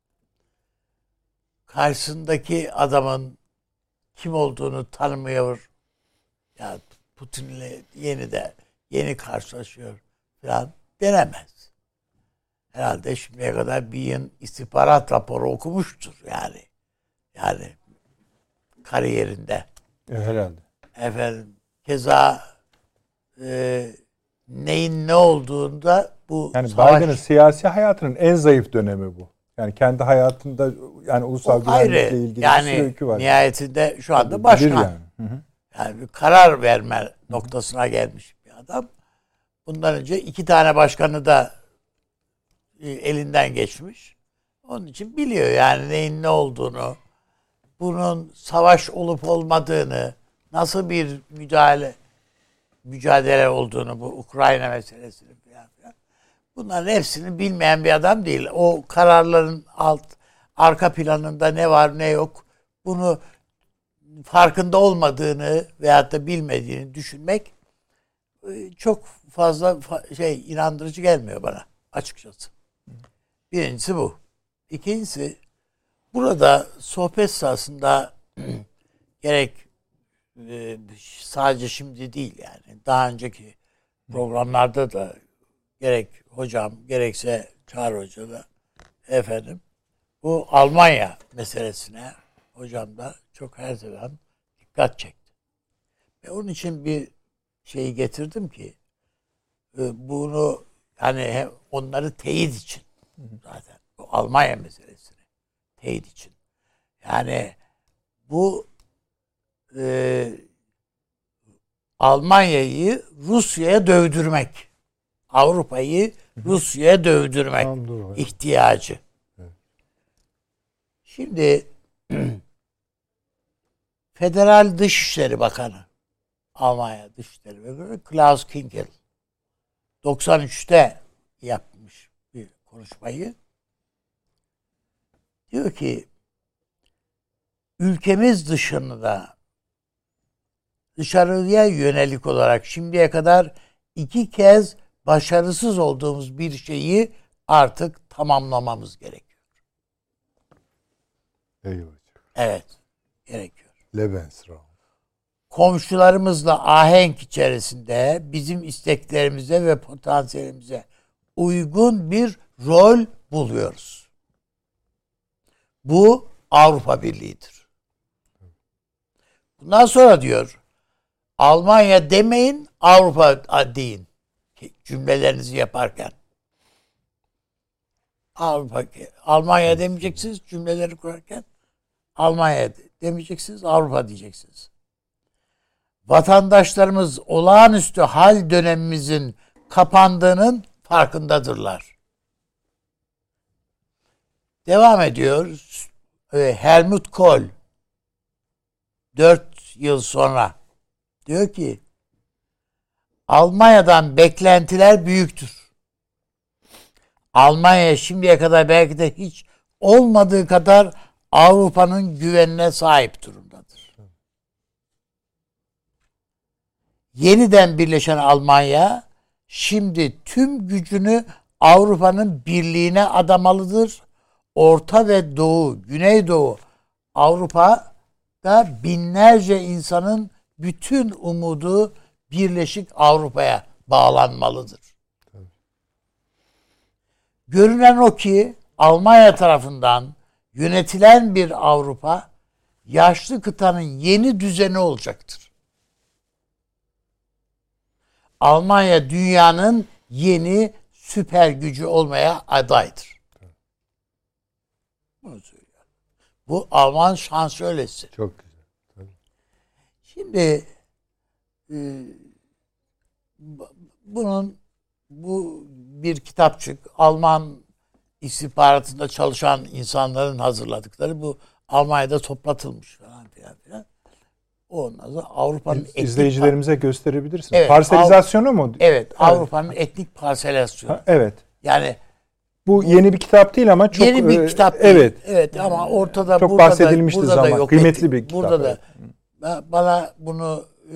B: Karşısındaki adamın kim olduğunu tanımıyor. Ya Putin'le yeni de yeni karşılaşıyor falan denemez. Herhalde şimdiye kadar bir yıl istihbarat raporu okumuştur yani. Yani kariyerinde.
A: E, herhalde.
B: Efendim keza e, neyin ne olduğunda bu
A: Yani
B: savaş...
A: Biden'ın siyasi hayatının en zayıf dönemi bu. Yani kendi hayatında yani ulusal
B: O ayrı.
A: güvenlikle ilgili
B: Yani
A: bir sürü öykü var.
B: nihayetinde şu anda
A: Tabii,
B: başkan.
A: bilir yani. Hı hı.
B: Yani bir karar verme noktasına gelmiş bir adam. Bundan önce iki tane başkanı da e, elinden geçmiş. Onun için biliyor yani neyin ne olduğunu, bunun savaş olup olmadığını, nasıl bir müdahale mücadele olduğunu, bu Ukrayna meselesini falan filan. Bunların hepsini bilmeyen bir adam değil. O kararların alt arka planında ne var ne yok bunu farkında olmadığını veyahut da bilmediğini düşünmek çok fazla şey inandırıcı gelmiyor bana açıkçası. Birincisi bu. İkincisi burada sohbet sırasında gerek e, sadece şimdi değil yani daha önceki programlarda da gerek hocam gerekse Çağrı Hoca da efendim bu Almanya meselesine hocam da çok her zaman dikkat çekti. Ve onun için bir şeyi getirdim ki bunu yani onları teyit için zaten bu Almanya meselesini teyit için. Yani bu e, Almanya'yı Rusya'ya dövdürmek, Avrupa'yı Rusya'ya dövdürmek ihtiyacı. Evet. Şimdi Federal Dışişleri Bakanı Almanya Dışişleri Bakanı Klaus Kinkel doksan üçte yapmış bir konuşmayı. Diyor ki ülkemiz dışında dışarıya yönelik olarak şimdiye kadar iki kez başarısız olduğumuz bir şeyi artık tamamlamamız gerekiyor.
C: Eyvah.
B: Evet, gerekiyor.
C: Lebensraum.
B: komşularımızla ahenk içerisinde bizim isteklerimize ve potansiyelimize uygun bir rol buluyoruz. Bu Avrupa Birliği'dir. Bundan sonra diyor, Almanya demeyin, Avrupa deyin cümlelerinizi yaparken. Avrupa, Almanya demeyeceksiniz cümleleri kurarken. Almanya demeyeceksiniz, Avrupa diyeceksiniz. Vatandaşlarımız olağanüstü hal dönemimizin kapandığının farkındadırlar. Devam ediyor. Helmut Kohl dört yıl sonra diyor ki Almanya'dan beklentiler büyüktür. Almanya şimdiye kadar belki de hiç olmadığı kadar Avrupa'nın güvenine sahip durumdadır. Yeniden birleşen Almanya şimdi tüm gücünü Avrupa'nın birliğine adamalıdır. Orta ve Doğu, Güneydoğu Avrupa'da binlerce insanın bütün umudu Birleşik Avrupa'ya bağlanmalıdır. Tabii. Görünen o ki Almanya tarafından yönetilen bir Avrupa yaşlı kıtanın yeni düzeni olacaktır. Almanya dünyanın yeni süper gücü olmaya adaydır. Bunu söylüyorum. Bu Alman şansölyesi.
C: Çok güzel. Tabii.
B: Şimdi e, bunun bu bir kitapçık Alman istihbaratında çalışan insanların hazırladıkları, bu Almanya'da toplatılmış falan filan filan. Ondan sonra Avrupa'nın
A: İz, izleyicilerimize gösterebilirsin.
B: Evet,
A: Parselizasyonu
B: Av-
A: mu?
B: Evet, Avrupa'nın etnik parselasyonu.
A: Ha, evet.
B: Yani
A: bu, bu yeni bir kitap değil ama çok
B: yeni bir
A: e,
B: kitap değil.
A: Evet.
B: Evet ama ortada
A: çok
B: burada
A: bahsedilmişti
B: da, burada
A: zaman.
B: da yok.
A: Kıymetli bir kitap.
B: Burada da
A: evet.
B: bana bunu e,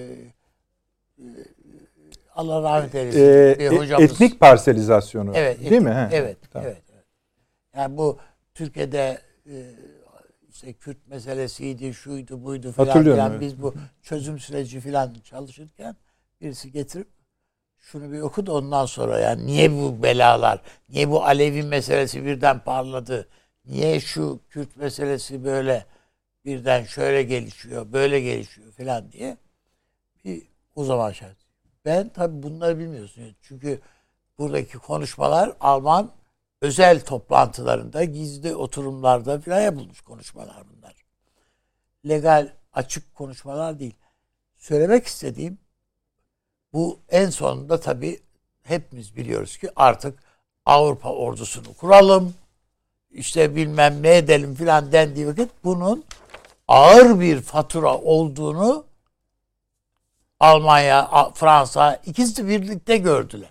B: Allah rahmet eylesin.
A: Ee,
B: bir hocamız.
A: Etnik parselizasyonu.
B: Evet.
A: Değil
B: etnik,
A: mi? He.
B: Evet,
A: Tamam.
B: evet. Evet. Yani bu Türkiye'de e, işte Kürt meselesiydi, şuydu, buydu filan.
A: Hatırlıyorum,
B: filan.
A: evet.
B: Biz bu çözüm süreci filan çalışırken birisi getirip şunu bir oku da ondan sonra, yani niye bu belalar, niye bu Alevi meselesi birden parladı, niye şu Kürt meselesi böyle birden şöyle gelişiyor, böyle gelişiyor filan diye bir o zaman şart. Ben tabii bunları bilmiyorsun. Çünkü buradaki konuşmalar Alman özel toplantılarında, gizli oturumlarda filan yapılmış konuşmalar bunlar. Legal, açık konuşmalar değil. Söylemek istediğim, bu en sonunda tabii hepimiz biliyoruz ki artık Avrupa ordusunu kuralım, işte bilmem ne edelim filan dendiği vakit bunun ağır bir fatura olduğunu Almanya, Fransa ikisi birlikte gördüler.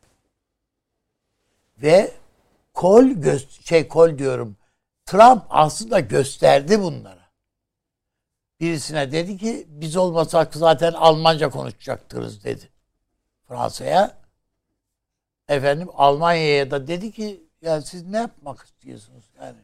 B: Ve Kohl gö- şey Kohl diyorum. Trump aslında gösterdi bunlara. Birisine dedi ki biz olmasak zaten Almanca konuşacaktınız dedi Fransa'ya. Efendim Almanya'ya da dedi ki ya siz ne yapmak istiyorsunuz yani?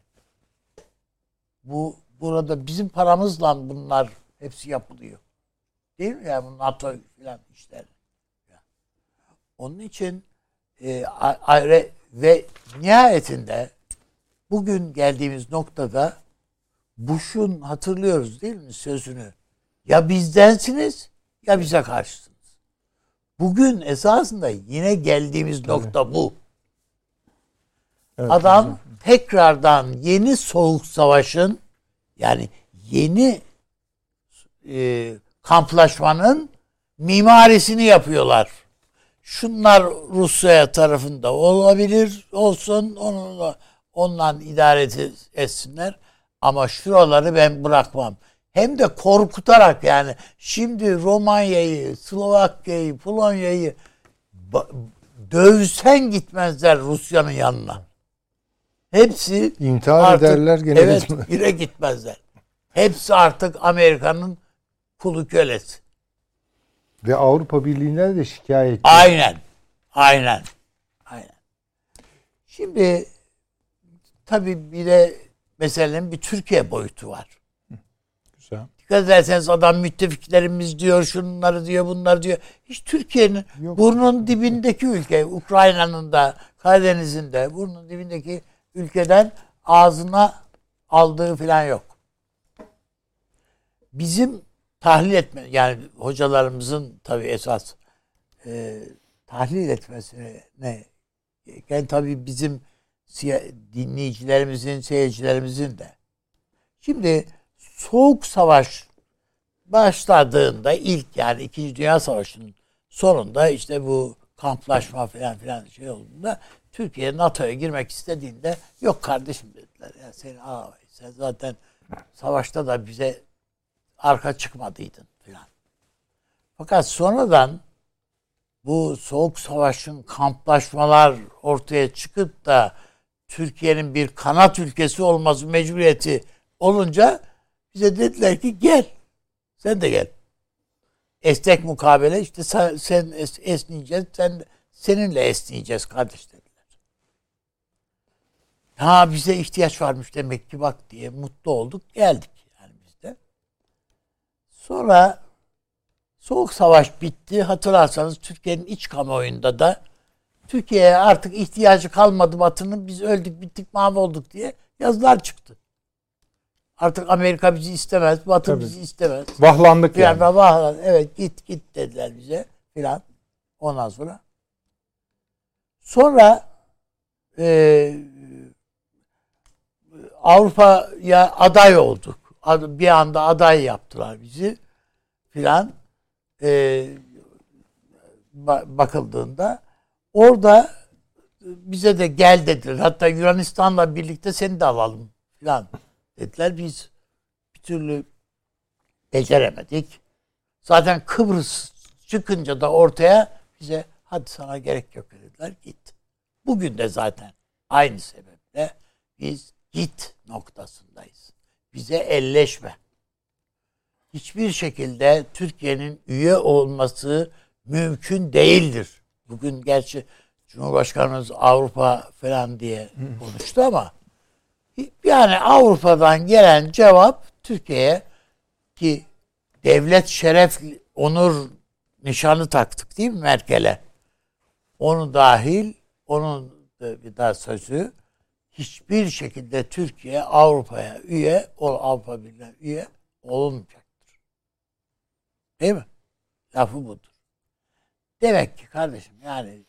B: Bu burada bizim paramızla bunlar hepsi yapılıyor. Değil mi? Yani NATO filan işler. Onun için e, ayrı ve nihayetinde bugün geldiğimiz noktada Bush'un, hatırlıyoruz değil mi sözünü? Ya bizdensiniz ya bize karşısınız. Bugün esasında yine geldiğimiz Tabii. nokta bu. Evet, Adam güzel. tekrardan yeni soğuk savaşın, yani yeni e, kamplaşmanın mimarisini yapıyorlar. Şunlar Rusya tarafında olabilir, olsun, onunla, ondan idare etsinler. Ama şuraları ben bırakmam. Hem de korkutarak, yani şimdi Romanya'yı, Slovakya'yı, Polonya'yı dövsen gitmezler Rusya'nın yanına. Hepsi
C: İntihar
B: artık,
C: ederler gene
B: evet,
C: gitmez.
B: yine gitmezler. Hepsi artık Amerika'nın kulu kölesi.
C: Ve Avrupa Birliği'ne de şikayet.
B: Aynen. Aynen. Aynen. Şimdi tabii bir de meselenin bir Türkiye boyutu var.
A: Güzel.
B: Dikkat ederseniz adam müttefiklerimiz diyor, şunları diyor, bunları diyor. Hiç Türkiye'nin
A: Yok.
B: burnun dibindeki ülke, Ukrayna'nın da, Karadeniz'in de burnun dibindeki ülkeden ağzına aldığı falan yok. Bizim tahlil etme, yani hocalarımızın tabii esas e, tahlil etmesine ne? Yani tabii bizim dinleyicilerimizin, seyircilerimizin de. Şimdi Soğuk Savaş başladığında ilk, yani İkinci Dünya Savaşı'nın sonunda işte bu kamplaşma falan filan şey olduğunda Türkiye NATO'ya girmek istediğinde yok kardeşim dediler. Yani seni ağabeyi, sen zaten savaşta da bize arka çıkmadıydın filan. Fakat sonradan bu Soğuk Savaş'ın kamplaşmalar ortaya çıkıp da Türkiye'nin bir kanat ülkesi olması mecburiyeti olunca bize dediler ki gel. Sen de gel. Esnek mukabele, işte sen, sen es, esneyeceğiz. Sen, seninle esneyeceğiz kardeş dediler. Ha bize ihtiyaç varmış demek ki bak diye mutlu olduk. Geldik yani biz de. Sonra Soğuk Savaş bitti. Hatırlarsanız Türkiye'nin iç kamuoyunda da Türkiye'ye artık ihtiyacı kalmadı Batı'nın, biz öldük bittik mahvolduk diye yazılar çıktı. Artık Amerika bizi istemez, Batı
A: Tabii.
B: bizi istemez.
A: Vahlandık yani.
B: Yani vahlan, evet git git dediler bize filan. Ondan sonra sonra e, Avrupa'ya aday olduk. Bir anda aday yaptılar bizi filan. E, bakıldığında orada bize de gel dediler. Hatta Yunanistan'la birlikte seni de alalım filan dediler. Biz bir türlü beceremedik. Zaten Kıbrıs çıkınca da ortaya bize hadi sana gerek yok dediler. Git. Bugün de zaten aynı sebeple biz git noktasındayız. Bize elleşme. Hiçbir şekilde Türkiye'nin üye olması mümkün değildir. Bugün gerçi Cumhurbaşkanımız Avrupa falan diye konuştu ama yani Avrupa'dan gelen cevap Türkiye'ye, ki devlet şeref onur nişanı taktık değil mi Merkel'e? Onu dahil, onun bir daha sözü, hiçbir şekilde Türkiye Avrupa'ya üye, Avrupa Birliği'ne üye olunmayacaktır. Değil mi? Lafı budur. Demek ki kardeşim yani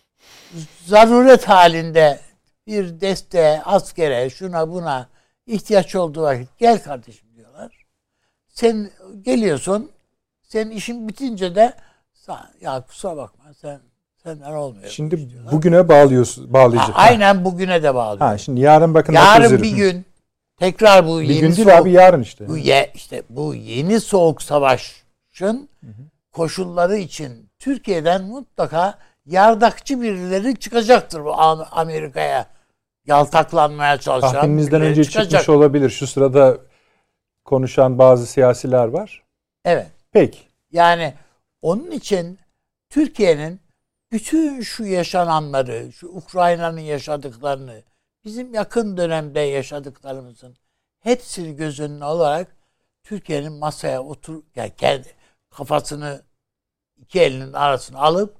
B: zaruret halinde bir desteğe, askere, şuna buna ihtiyaç olduğu vakit gel kardeşim diyorlar. Sen geliyorsun, senin işin bitince de ya kusura bakma sen senden olmuyor.
A: Şimdi bugüne bağlıyorsun, bağlayacak.
B: Ha, aynen bugüne de bağlıyor.
A: Ha, şimdi yarın bakın.
B: Yarın bir gün tekrar bu
A: bir
B: yeni
A: gün değil
B: soğuk,
A: abi yarın işte.
B: Bu ye, işte bu yeni soğuk savaşın hı hı. koşulları için Türkiye'den mutlaka yardakçı birileri çıkacaktır bu Amerika'ya yaltaklanmaya çalışan.
A: Tahmininizden önce
B: çıkacak.
A: çıkmış olabilir. Şu sırada konuşan bazı siyasiler var.
B: Evet.
A: Peki.
B: Yani onun için Türkiye'nin bütün şu yaşananları, şu Ukrayna'nın yaşadıklarını, bizim yakın dönemde yaşadıklarımızın hepsini göz önüne alarak Türkiye'nin masaya otur, yani kendi kafasını iki elinin arasına alıp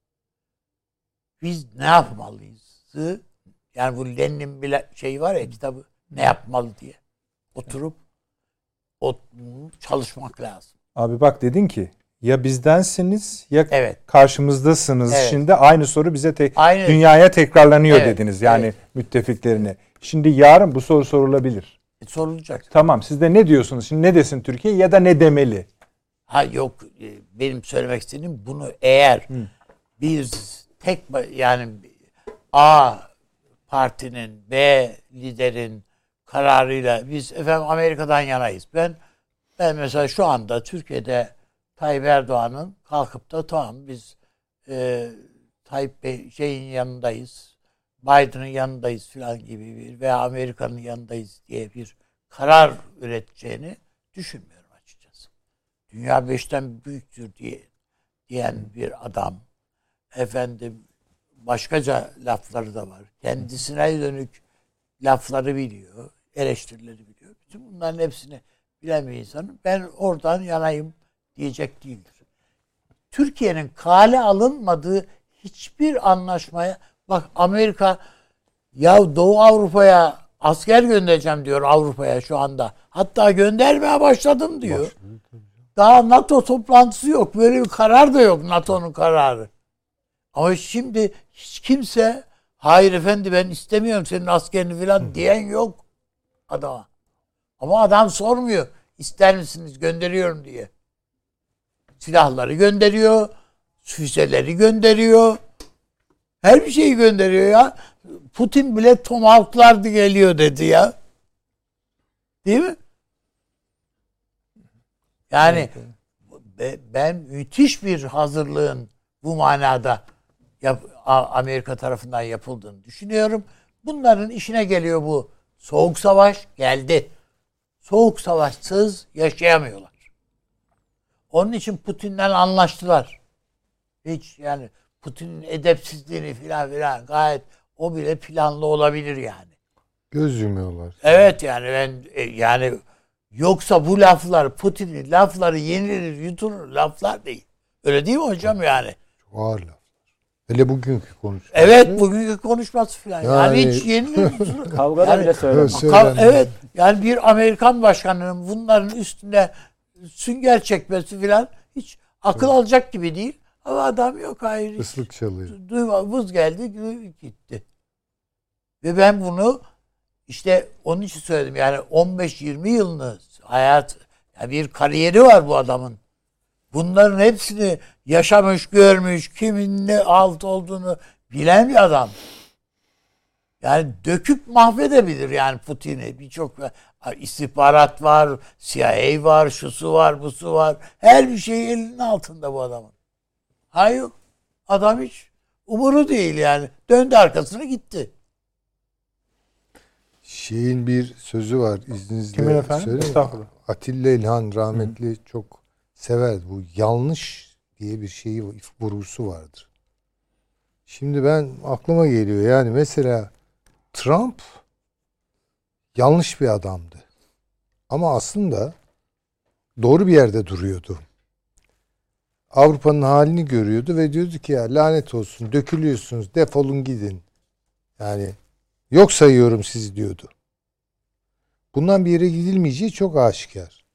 B: biz ne yapmalıyız? Yani bu Lenin'in bile şey var ya, kitabı ne yapmalı diye oturup o çalışmak lazım.
A: Abi bak dedin ki ya bizdensiniz ya
B: evet.
A: karşımızdasınız. Evet. Şimdi aynı soru bize te-
B: aynı.
A: dünyaya tekrarlanıyor evet. dediniz. Yani
B: evet.
A: müttefiklerine. Şimdi yarın bu soru sorulabilir.
B: E, sorulacak.
A: Tamam, siz de ne diyorsunuz? Şimdi ne desin Türkiye ya da ne demeli?
B: Ha yok, benim söylemek istediğim bunu, eğer Hı. biz tek yani A partinin, B liderin kararıyla biz efendim Amerika'dan yanayız. Ben ben mesela şu anda Türkiye'de Tayyip Erdoğan'ın kalkıp da tamam biz e, Tayyip Bey şeyin yanındayız, Biden'ın yanındayız falan gibi bir veya Amerika'nın yanındayız diye bir karar üreteceğini düşünmüyorum açıkçası. Dünya beşten büyüktür diye diyen bir adam, efendim başkaca lafları da var. Kendisine dönük lafları biliyor, eleştirileri biliyor. Bütün bunların hepsini bilen bir insanım. Ben oradan yanayım diyecek değildir. Türkiye'nin kale alınmadığı hiçbir anlaşmaya, bak Amerika ya Doğu Avrupa'ya asker göndereceğim diyor, Avrupa'ya şu anda. Hatta göndermeye başladım diyor. Başladı. Daha NATO toplantısı yok. Böyle bir karar da yok, NATO'nun kararı. Ama şimdi hiç kimse hayır efendi ben istemiyorum senin askerini falan diyen yok adama. Ama adam sormuyor. İster misiniz gönderiyorum diye. Silahları gönderiyor. Füzeleri gönderiyor. Her bir şeyi gönderiyor ya. Putin bile Tomahawk'lar geliyor dedi ya. Değil mi? Yani evet. Ben müthiş bir hazırlığın bu manada yap, Amerika tarafından yapıldığını düşünüyorum. Bunların işine geliyor bu. Soğuk savaş geldi. Soğuk savaşsız yaşayamıyorlar. Onun için Putin'le anlaştılar. Hiç yani Putin'in edepsizliğini filan filan gayet o bile planlı olabilir yani.
C: Göz yumuyorlar.
B: Evet yani ben yani yoksa bu laflar Putin'in lafları yenilir yutulur laflar değil. Öyle değil mi hocam yani?
C: Çok ağır laflar. Hele bugünkü konuşması.
B: Evet bugünkü konuşması filan. Yani, yani hiç yenilir yutulur.
D: Kavgada
B: yani,
D: bile söylemem.
B: Kav- evet yani bir Amerikan başkanının bunların üstüne sünger çekmesi filan hiç akıl evet. alacak gibi değil. Ama adam yok hayır.
C: Islık çalıyor.
B: Duyma, vız geldi gitti. Ve ben bunu işte onun için söyledim. Yani on beş yirmi yılını hayat yani bir kariyeri var bu adamın. Bunların hepsini yaşamış, görmüş, kimin ne alt olduğunu bilen bir adam. Yani döküp mahvedebilir yani Putin'i. Birçok istihbarat var, C I A var, şusu var, busu var. Her bir şey elinin altında bu adamın. Hayır. Adam hiç umuru değil yani. Döndü arkasına gitti.
C: Şeyin bir sözü var izninizle.
A: Kimin efendim?
C: Estağfurullah. Atilla İlhan rahmetli Hı. çok sever. Bu yanlış diye bir şeyi vurgusu vardır. Şimdi ben aklıma geliyor yani mesela Trump yanlış bir adamdı. Ama aslında doğru bir yerde duruyordu. Avrupa'nın halini görüyordu ve diyordu ki ya lanet olsun dökülüyorsunuz defolun gidin. Yani yok sayıyorum sizi diyordu. Bundan bir yere gidilmeyeceği çok aşikar.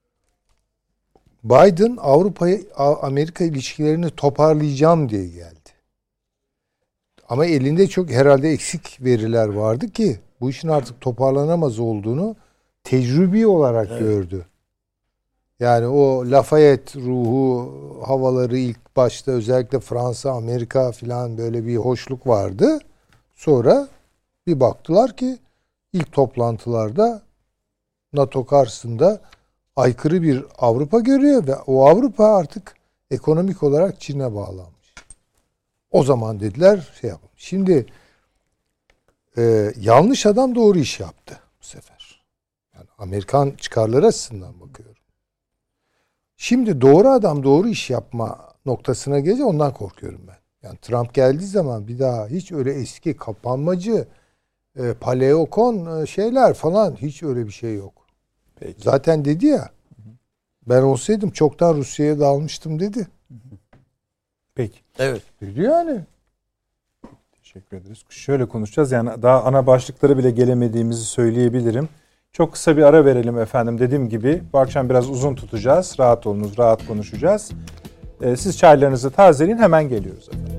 C: Biden Avrupa'ya Amerika ilişkilerini toparlayacağım diye geldi. Ama elinde çok herhalde eksik veriler vardı ki bu işin artık toparlanamaz olduğunu tecrübi olarak evet. gördü. Yani o Lafayette ruhu havaları ilk başta özellikle Fransa, Amerika filan böyle bir hoşluk vardı. Sonra bir baktılar ki ilk toplantılarda NATO karşısında aykırı bir Avrupa görüyor ve o Avrupa artık ekonomik olarak Çin'e bağlanmış. O zaman dediler şey yapalım. Şimdi e, yanlış adam doğru iş yaptı bu sefer. Yani Amerikan çıkarları açısından bakıyorum. Şimdi doğru adam doğru iş yapma noktasına gelince ondan korkuyorum ben. Yani Trump geldiği zaman bir daha hiç öyle eski kapanmacı, e, paleokon e, şeyler falan hiç öyle bir şey yok. Peki. Zaten dedi ya ben olsaydım çoktan Rusya'ya dağılmıştım dedi.
A: Peki.
B: Evet.
A: Dedi yani. Teşekkür ederiz. Şöyle konuşacağız yani daha ana başlıkları bile gelemediğimizi söyleyebilirim. Çok kısa bir ara verelim efendim. Dediğim gibi bu akşam biraz uzun tutacağız. Rahat olunuz, rahat konuşacağız. Ee, siz çaylarınızı tazeleyin, hemen geliyoruz efendim.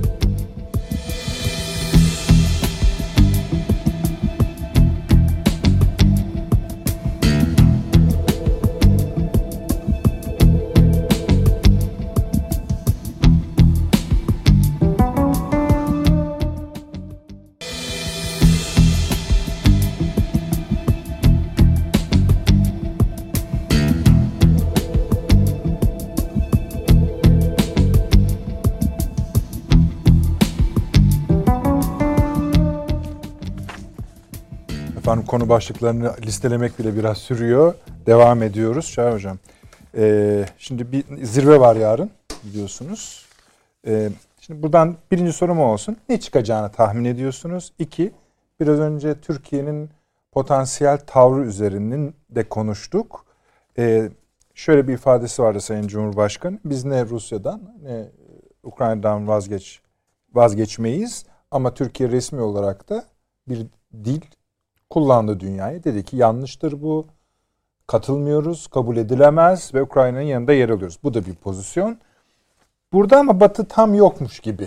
A: Efendim konu başlıklarını listelemek bile biraz sürüyor. Devam ediyoruz. Şahin Hocam. Ee, şimdi bir zirve var yarın biliyorsunuz. Ee, şimdi buradan birinci sorum olsun. Ne çıkacağını tahmin ediyorsunuz? İki, biraz önce Türkiye'nin potansiyel tavrı üzerinin de konuştuk. e, şöyle bir ifadesi vardı Sayın Cumhurbaşkanı. Biz ne Rusya'dan ne Ukrayna'dan vazgeç vazgeçmeyiz ama Türkiye resmi olarak da bir dil kullandı dünyaya. Dedi ki yanlıştır bu. Katılmıyoruz, kabul edilemez ve Ukrayna'nın yanında yer alıyoruz. Bu da bir pozisyon. Burada ama Batı tam yokmuş gibi.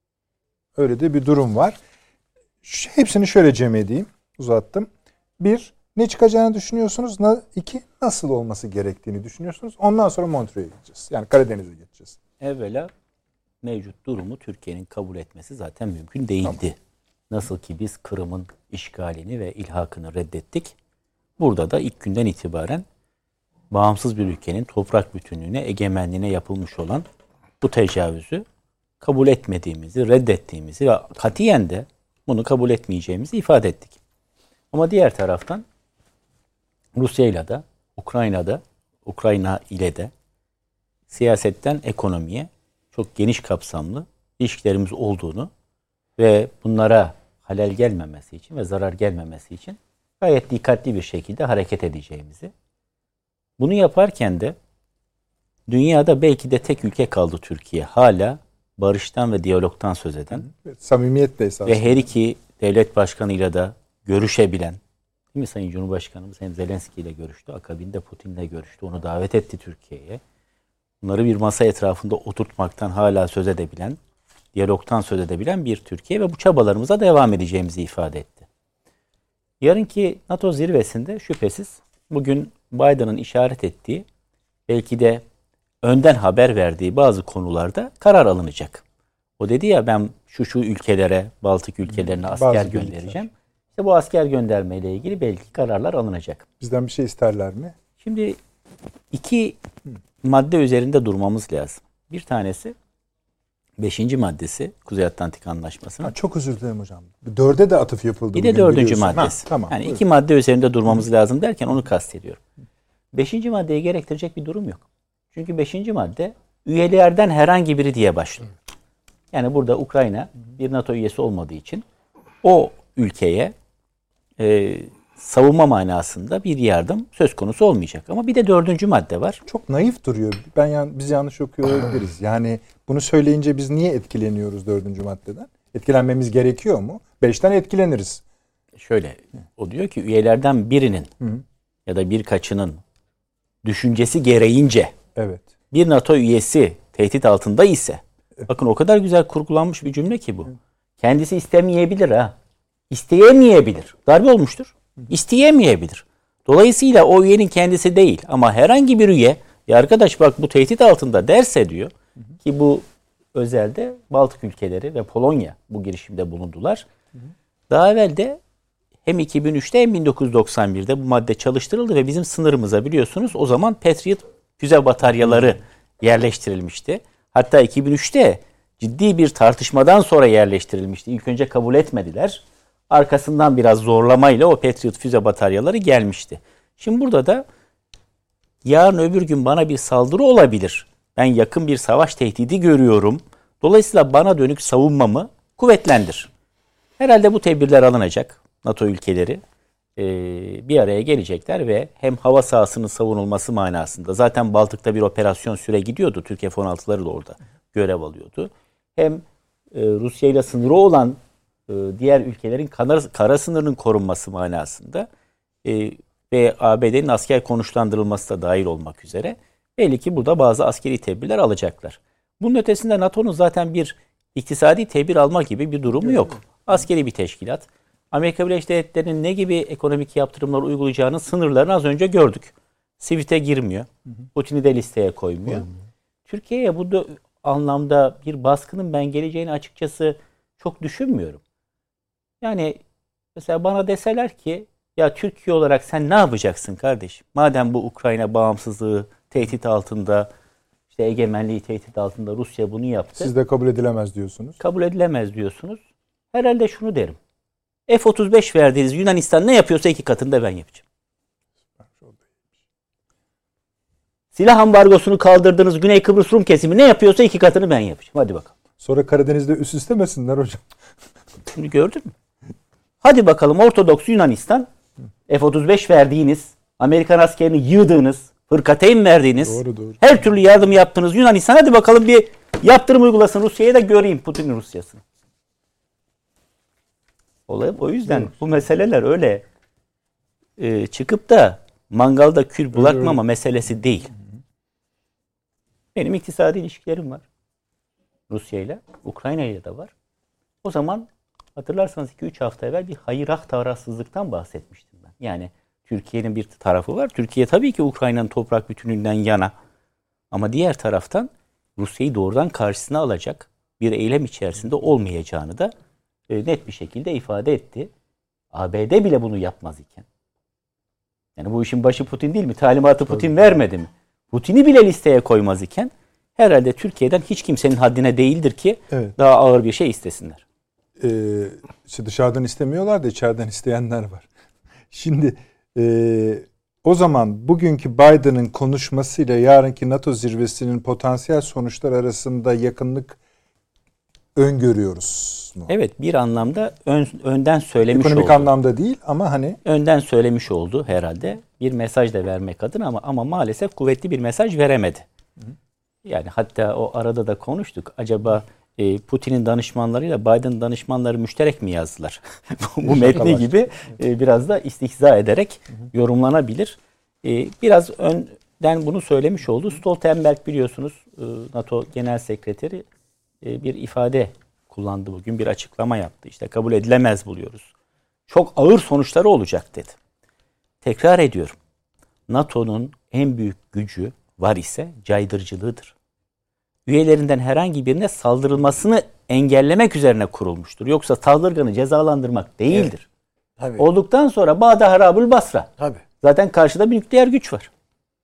A: Öyle de bir durum var. Hepsini şöyle cem edeyim. Uzattım. Bir, ne çıkacağını düşünüyorsunuz? İki, nasıl olması gerektiğini düşünüyorsunuz? Ondan sonra Montreux'e gideceğiz. Yani Karadeniz'e geçeceğiz.
D: Evvela mevcut durumu Türkiye'nin kabul etmesi zaten mümkün değildi. Tamam. Nasıl ki biz Kırım'ın işgalini ve ilhakını reddettik. Burada da ilk günden itibaren bağımsız bir ülkenin toprak bütünlüğüne, egemenliğine yapılmış olan bu tecavüzü kabul etmediğimizi, reddettiğimizi ve katiyen de bunu kabul etmeyeceğimizi ifade ettik. Ama diğer taraftan Rusya'yla da, Ukrayna'da, Ukrayna ile de siyasetten ekonomiye çok geniş kapsamlı ilişkilerimiz olduğunu ve bunlara halel gelmemesi için ve zarar gelmemesi için gayet dikkatli bir şekilde hareket edeceğimizi. Bunu yaparken de dünyada belki de tek ülke kaldı Türkiye. Hala barıştan ve diyalogtan söz eden.
A: Evet, samimiyetle esasında.
D: Ve her iki devlet başkanıyla da görüşebilen, değil mi Sayın Cumhurbaşkanımız hem Zelenski ile görüştü, akabinde Putin'le görüştü. Onu davet etti Türkiye'ye. Bunları bir masa etrafında oturtmaktan hala söz edebilen, diyalogtan söz edebilen bir Türkiye ve bu çabalarımıza devam edeceğimizi ifade etti. Yarınki NATO zirvesinde şüphesiz bugün Biden'ın işaret ettiği, belki de önden haber verdiği bazı konularda karar alınacak. O dedi ya ben şu şu ülkelere, Baltık ülkelerine asker bazı göndereceğim. Birlikler. İşte bu asker göndermeyle ilgili belki kararlar alınacak.
A: Bizden bir şey isterler mi?
D: Şimdi iki madde üzerinde durmamız lazım. Bir tanesi beşinci maddesi Kuzey Atlantik Anlaşması'nın.
A: Ha, çok özür dilerim hocam. Dörde de atıf yapıldı.
D: Bir de dördüncü maddesi. Ha, tamam, yani buyurun. İki madde üzerinde durmamız lazım derken onu kastediyorum. Beşinci maddeyi gerektirecek bir durum yok. Çünkü beşinci madde üyelerden herhangi biri diye başlıyor. Yani burada Ukrayna bir NATO üyesi olmadığı için o ülkeye e, savunma manasında bir yardım söz konusu olmayacak. Ama bir de dördüncü madde var.
A: Çok naif duruyor. Ben yan, biz yanlış okuyor olabiliriz. Yani bunu söyleyince biz niye etkileniyoruz dördüncü maddeden? Etkilenmemiz gerekiyor mu? Beşten etkileniriz.
D: Şöyle, o diyor ki üyelerden birinin hı hı. ya da birkaçının düşüncesi gereğince evet. bir NATO üyesi tehdit altında ise evet. bakın o kadar güzel kurgulanmış bir cümle ki bu. Evet. Kendisi istemeyebilir ha. İsteyemeyebilir. Darbe olmuştur. İsteyemeyebilir. Dolayısıyla o üyenin kendisi değil ama herhangi bir üye ya arkadaş bak bu tehdit altında derse diyor ki bu özelde Baltık ülkeleri ve Polonya bu girişimde bulundular. Daha evvel de hem iki bin üçte hem bin dokuz yüz doksan birde bu madde çalıştırıldı ve bizim sınırımıza biliyorsunuz o zaman Patriot füze bataryaları yerleştirilmişti. Hatta iki bin üçte ciddi bir tartışmadan sonra yerleştirilmişti. İlk önce kabul etmediler. Arkasından biraz zorlamayla o Patriot füze bataryaları gelmişti. Şimdi burada da yarın öbür gün bana bir saldırı olabilir. Ben yakın bir savaş tehdidi görüyorum. Dolayısıyla bana dönük savunmamı kuvvetlendir. Herhalde bu tedbirler alınacak. NATO ülkeleri e, bir araya gelecekler ve hem hava sahasının savunulması manasında zaten Baltık'ta bir operasyon süre gidiyordu. Türkiye F on altıları da orada görev alıyordu. Hem e, Rusya ile sınırı olan e, diğer ülkelerin kara, kara sınırının korunması manasında e, ve A B D'nin asker konuşlandırılması da dahil olmak üzere belli ki burada bazı askeri tedbirler alacaklar. Bunun ötesinde NATO'nun zaten bir iktisadi tedbir alma gibi bir durumu yok. Askeri bir teşkilat. Amerika Birleşik Devletleri'nin ne gibi ekonomik yaptırımlar uygulayacağının sınırlarını az önce gördük. SWIFT'e girmiyor. Putin'i de listeye koymuyor. Hı hı. Türkiye'ye bu da anlamda bir baskının ben geleceğini açıkçası çok düşünmüyorum. Yani mesela bana deseler ki ya Türkiye olarak sen ne yapacaksın kardeşim? Madem bu Ukrayna bağımsızlığı tehdit altında, işte egemenliği tehdit altında Rusya bunu yaptı.
A: Siz de kabul edilemez diyorsunuz.
D: Kabul edilemez diyorsunuz. Herhalde şunu derim. F otuz beş verdiğiniz Yunanistan ne yapıyorsa iki katını da ben yapacağım. Silah ambargosunu kaldırdığınız Güney Kıbrıs Rum kesimi ne yapıyorsa iki katını ben yapacağım. Hadi bakalım.
A: Sonra Karadeniz'de üst istemesinler hocam.
D: Bunu gördün mü? Hadi bakalım Ortodoks Yunanistan F otuz beş verdiğiniz, Amerikan askerini yığdığınız, Hırkateyn verdiğiniz,
A: Doğru, doğru.
D: her türlü yardım yaptığınız Yunanistan, hadi bakalım bir yaptırım uygulasın Rusya'ya da göreyim Putin'in Rusya'sını. Olay o yüzden bu meseleler öyle e, çıkıp da mangalda kül bırakmama meselesi değil. Benim iktisadi ilişkilerim var. Rusya ile, Ukrayna ile de var. O zaman hatırlarsanız iki üç hafta evvel bir hayırah tarafsızlıktan bahsetmiştim ben. Yani Türkiye'nin bir tarafı var. Türkiye tabii ki Ukrayna'nın toprak bütünlüğünden yana. Ama diğer taraftan Rusya'yı doğrudan karşısına alacak bir eylem içerisinde olmayacağını da e, net bir şekilde ifade etti. A B D bile bunu yapmaz iken. Yani bu işin başı Putin değil mi? Talimatı Putin vermedi mi? Putin'i bile listeye koymaz iken herhalde Türkiye'den hiç kimsenin haddine değildir ki
A: evet.
D: daha ağır bir şey istesinler.
A: Ee, işte dışarıdan istemiyorlar da içeriden isteyenler var. Şimdi e, o zaman bugünkü Biden'ın konuşmasıyla yarınki NATO zirvesinin potansiyel sonuçlar arasında yakınlık öngörüyoruz mu?
D: Evet, bir anlamda ön, önden söylemiş
A: Ekonomik
D: oldu.
A: anlamda değil ama hani
D: Önden söylemiş oldu herhalde. Bir mesaj da vermek adına ama ama maalesef kuvvetli bir mesaj veremedi. Hı. Yani hatta o arada da konuştuk. Acaba e, Putin'in danışmanlarıyla Biden danışmanları müşterek mi yazdılar? Bu metni gibi e, biraz da istihza ederek hı hı. yorumlanabilir. E, biraz önden bunu söylemiş oldu. Stoltenberg biliyorsunuz e, NATO Genel Sekreteri e, bir ifade kullandı bugün. Bir açıklama yaptı. İşte kabul edilemez buluyoruz. Çok ağır sonuçları olacak dedi. Tekrar ediyorum. NATO'nun en büyük gücü var ise caydırıcılığıdır. Üyelerinden herhangi birine saldırılmasını engellemek üzerine kurulmuştur. Yoksa saldırganı cezalandırmak değildir. Evet. Tabii. Olduktan sonra Bağda Harabül Basra. Tabii. Zaten karşıda bir nükleer güç var.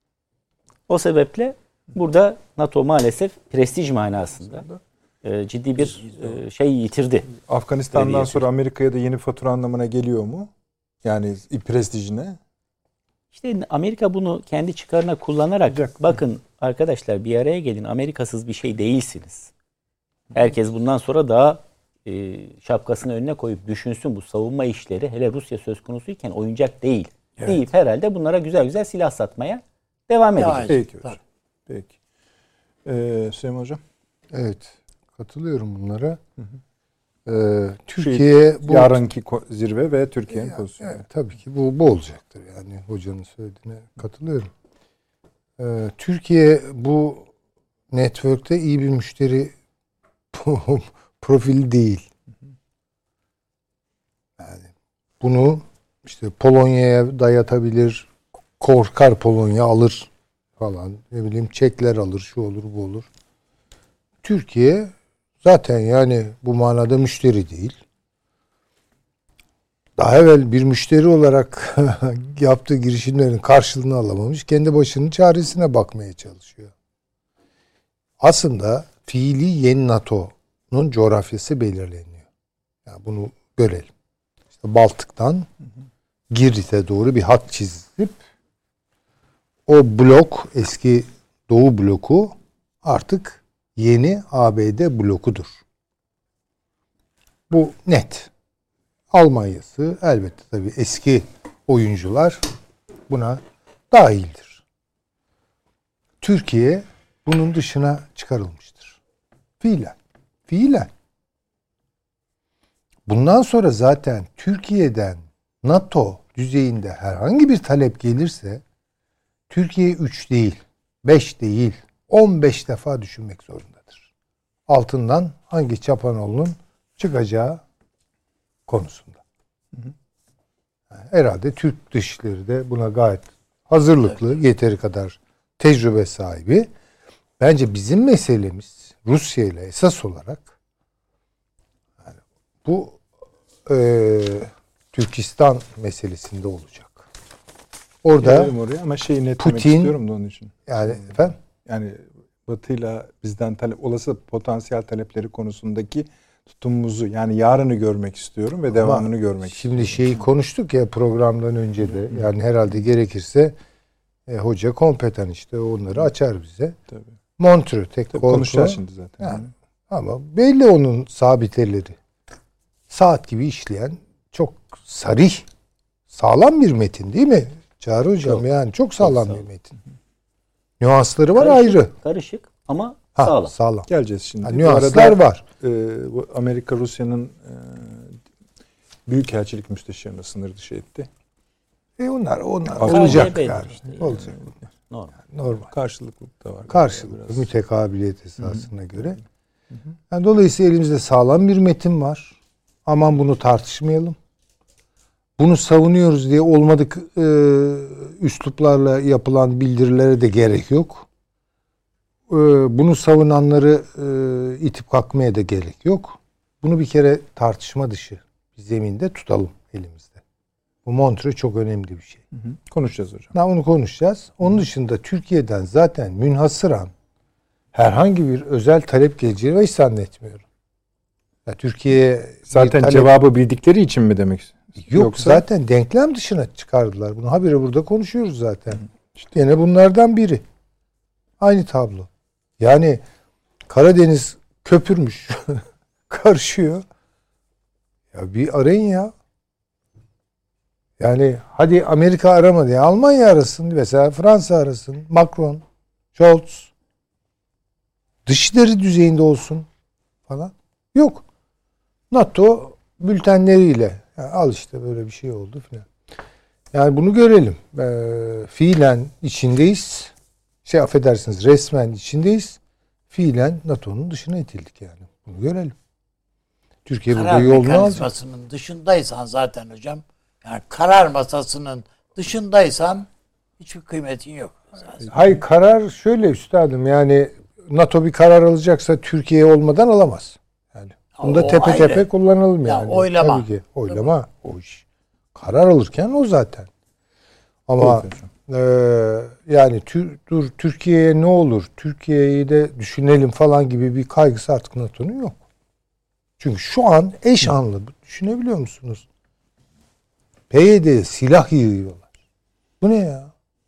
D: O sebeple burada NATO maalesef prestij manasında e, ciddi bir e, şey yitirdi.
A: Afganistan'dan sonra Amerika'ya da yeni fatura anlamına geliyor mu? Yani prestijine.
D: İşte Amerika bunu kendi çıkarına kullanarak Olacak. Bakın arkadaşlar bir araya gelin, Amerikasız bir şey değilsiniz. Herkes bundan sonra daha e, şapkasını önüne koyup düşünsün, bu savunma işleri hele Rusya söz konusuyken oyuncak değil. Evet. Deyip herhalde bunlara güzel güzel silah satmaya devam edecek.
A: Peki hocam. Peki. Ee, Süleyman Hocam.
C: Evet. Katılıyorum bunlara. Hı hı. Ee, Türkiye
A: bu yarınki zirve ve Türkiye'nin pozisyonu.
C: Evet, tabii ki bu bu olacaktır. Yani hocanın söylediğine katılıyorum. Ee, Türkiye bu network'te iyi bir müşteri profili değil. Yani bunu işte Polonya'ya dayatabilir, korkar Polonya alır falan. Ne bileyim Çekler alır, şu olur, bu olur. Türkiye zaten yani bu manada müşteri değil. Daha evvel bir müşteri olarak yaptığı girişimlerin karşılığını alamamış. Kendi başının çaresine bakmaya çalışıyor. Aslında fiili yeni NATO'nun coğrafyası belirleniyor. Yani bunu görelim. İşte Baltık'tan Girit'e doğru bir hat çizilip o blok, eski Doğu bloku artık yeni A B D blokudur. Bu net. Almanya'sı elbette tabii eski oyuncular buna dahildir. Türkiye bunun dışına çıkarılmıştır. Fiilen. Fiilen. Bundan sonra zaten Türkiye'den NATO düzeyinde herhangi bir talep gelirse Türkiye üç değil, beş değil, on beş defa düşünmek zorundadır. Altından hangi Çapanoğlu'nun çıkacağı konusunda. Hı hı. Yani herhalde Türk dışişleri de buna gayet hazırlıklı, evet. Yeteri kadar tecrübe sahibi. Bence bizim meselemiz Rusya ile esas olarak yani bu e, Türkistan meselesinde olacak. Orada
A: oraya ama şeyi netlemek Putin, istiyorum da onun için.
C: Yani efendim?
A: Yani Batı'yla bizden talep, olası potansiyel talepleri konusundaki tutumumuzu yani yarını görmek istiyorum ve ama devamını görmek
C: şimdi
A: istiyorum.
C: Şimdi şeyi konuştuk ya programdan önce de yani herhalde gerekirse e, hoca kompetan işte onları açar bize. Tabii. Montreux tek korku.
A: Konuşacağız şimdi zaten.
C: Yani, ama belli onun sabiteleri. Saat gibi işleyen çok sarih, sağlam bir metin değil mi? Çağrı hocam çok, yani çok sağlam çok bir metin. Nüansları var
D: Karışık,
C: ayrı.
D: Karışık ama
C: Ha,
D: sağlam.
C: Sağlam.
A: Geleceğiz şimdi.
C: Ha,
A: Bu
C: nüanslar
A: arada,
C: var.
A: e, bu Amerika Rusya'nın e, Büyükelçilik Müsteşarını sınır dışı etti.
C: E onlar onlar
A: K G B
C: olacak
D: belli
C: yani.
D: işte yani.
C: Olacak.
D: Normal.
C: Normal.
A: Karşılıklı da var.
C: Karşılıklı
A: Biraz.
C: mütekabiliyet esasına göre. Yani dolayısıyla elimizde sağlam bir metin var. Aman bunu tartışmayalım. Bunu savunuyoruz diye olmadık e, üsluplarla yapılan bildirilere de gerek yok. E, bunu savunanları e, itip kalkmaya da gerek yok. Bunu bir kere tartışma dışı bir zeminde tutalım elimizde. Bu Montreux çok önemli bir şey.
A: Hı hı. Konuşacağız hocam.
C: Ha, onu konuşacağız. Onun dışında Türkiye'den zaten münhasıran herhangi bir özel talep geleceğini hiç zannetmiyorum. Ya Türkiye'ye
A: Zaten
C: talep...
A: cevabı bildikleri için mi demek?
C: Yok
A: Yoksa...
C: zaten denklem dışına çıkardılar. Bunu habire burada konuşuyoruz zaten. İşte yine bunlardan biri. Aynı tablo. Yani Karadeniz köpürmüş. Karışıyor. Ya bir arayın ya. Yani hadi Amerika aramadı ya. Almanya arasın mesela, Fransa arasın. Macron, Scholz. Dışişleri düzeyinde olsun falan. Yok. NATO bültenleriyle. Yani al işte böyle bir şey oldu falan. Yani bunu görelim. Ee, fiilen içindeyiz. Şey affedersiniz resmen içindeyiz. Fiilen NATO'nun dışına itildik yani. Bunu görelim. Türkiye
B: karar
C: burada yolunu alacak.
B: mekanizmasının dışındaysan zaten hocam, yani karar masasının dışındaysan hiçbir kıymetin yok. Zaten.
C: Hayır karar şöyle üstadım yani NATO bir karar alacaksa Türkiye olmadan alamaz. Yani bunda
B: O
C: tepe
B: ayrı.
C: tepe kullanalım
B: Ya
C: yani.
B: oylama.
C: Tabii ki. Oylama o iş. Karar alırken o zaten. Ama e, yani tür, dur Türkiye'ye ne olur? Türkiye'yi de düşünelim falan gibi bir kaygısı artık NATO'nun yok. Çünkü şu an eş anlı. Düşünebiliyor musunuz? P Y D'ye silah yığıyorlar. Bu ne ya?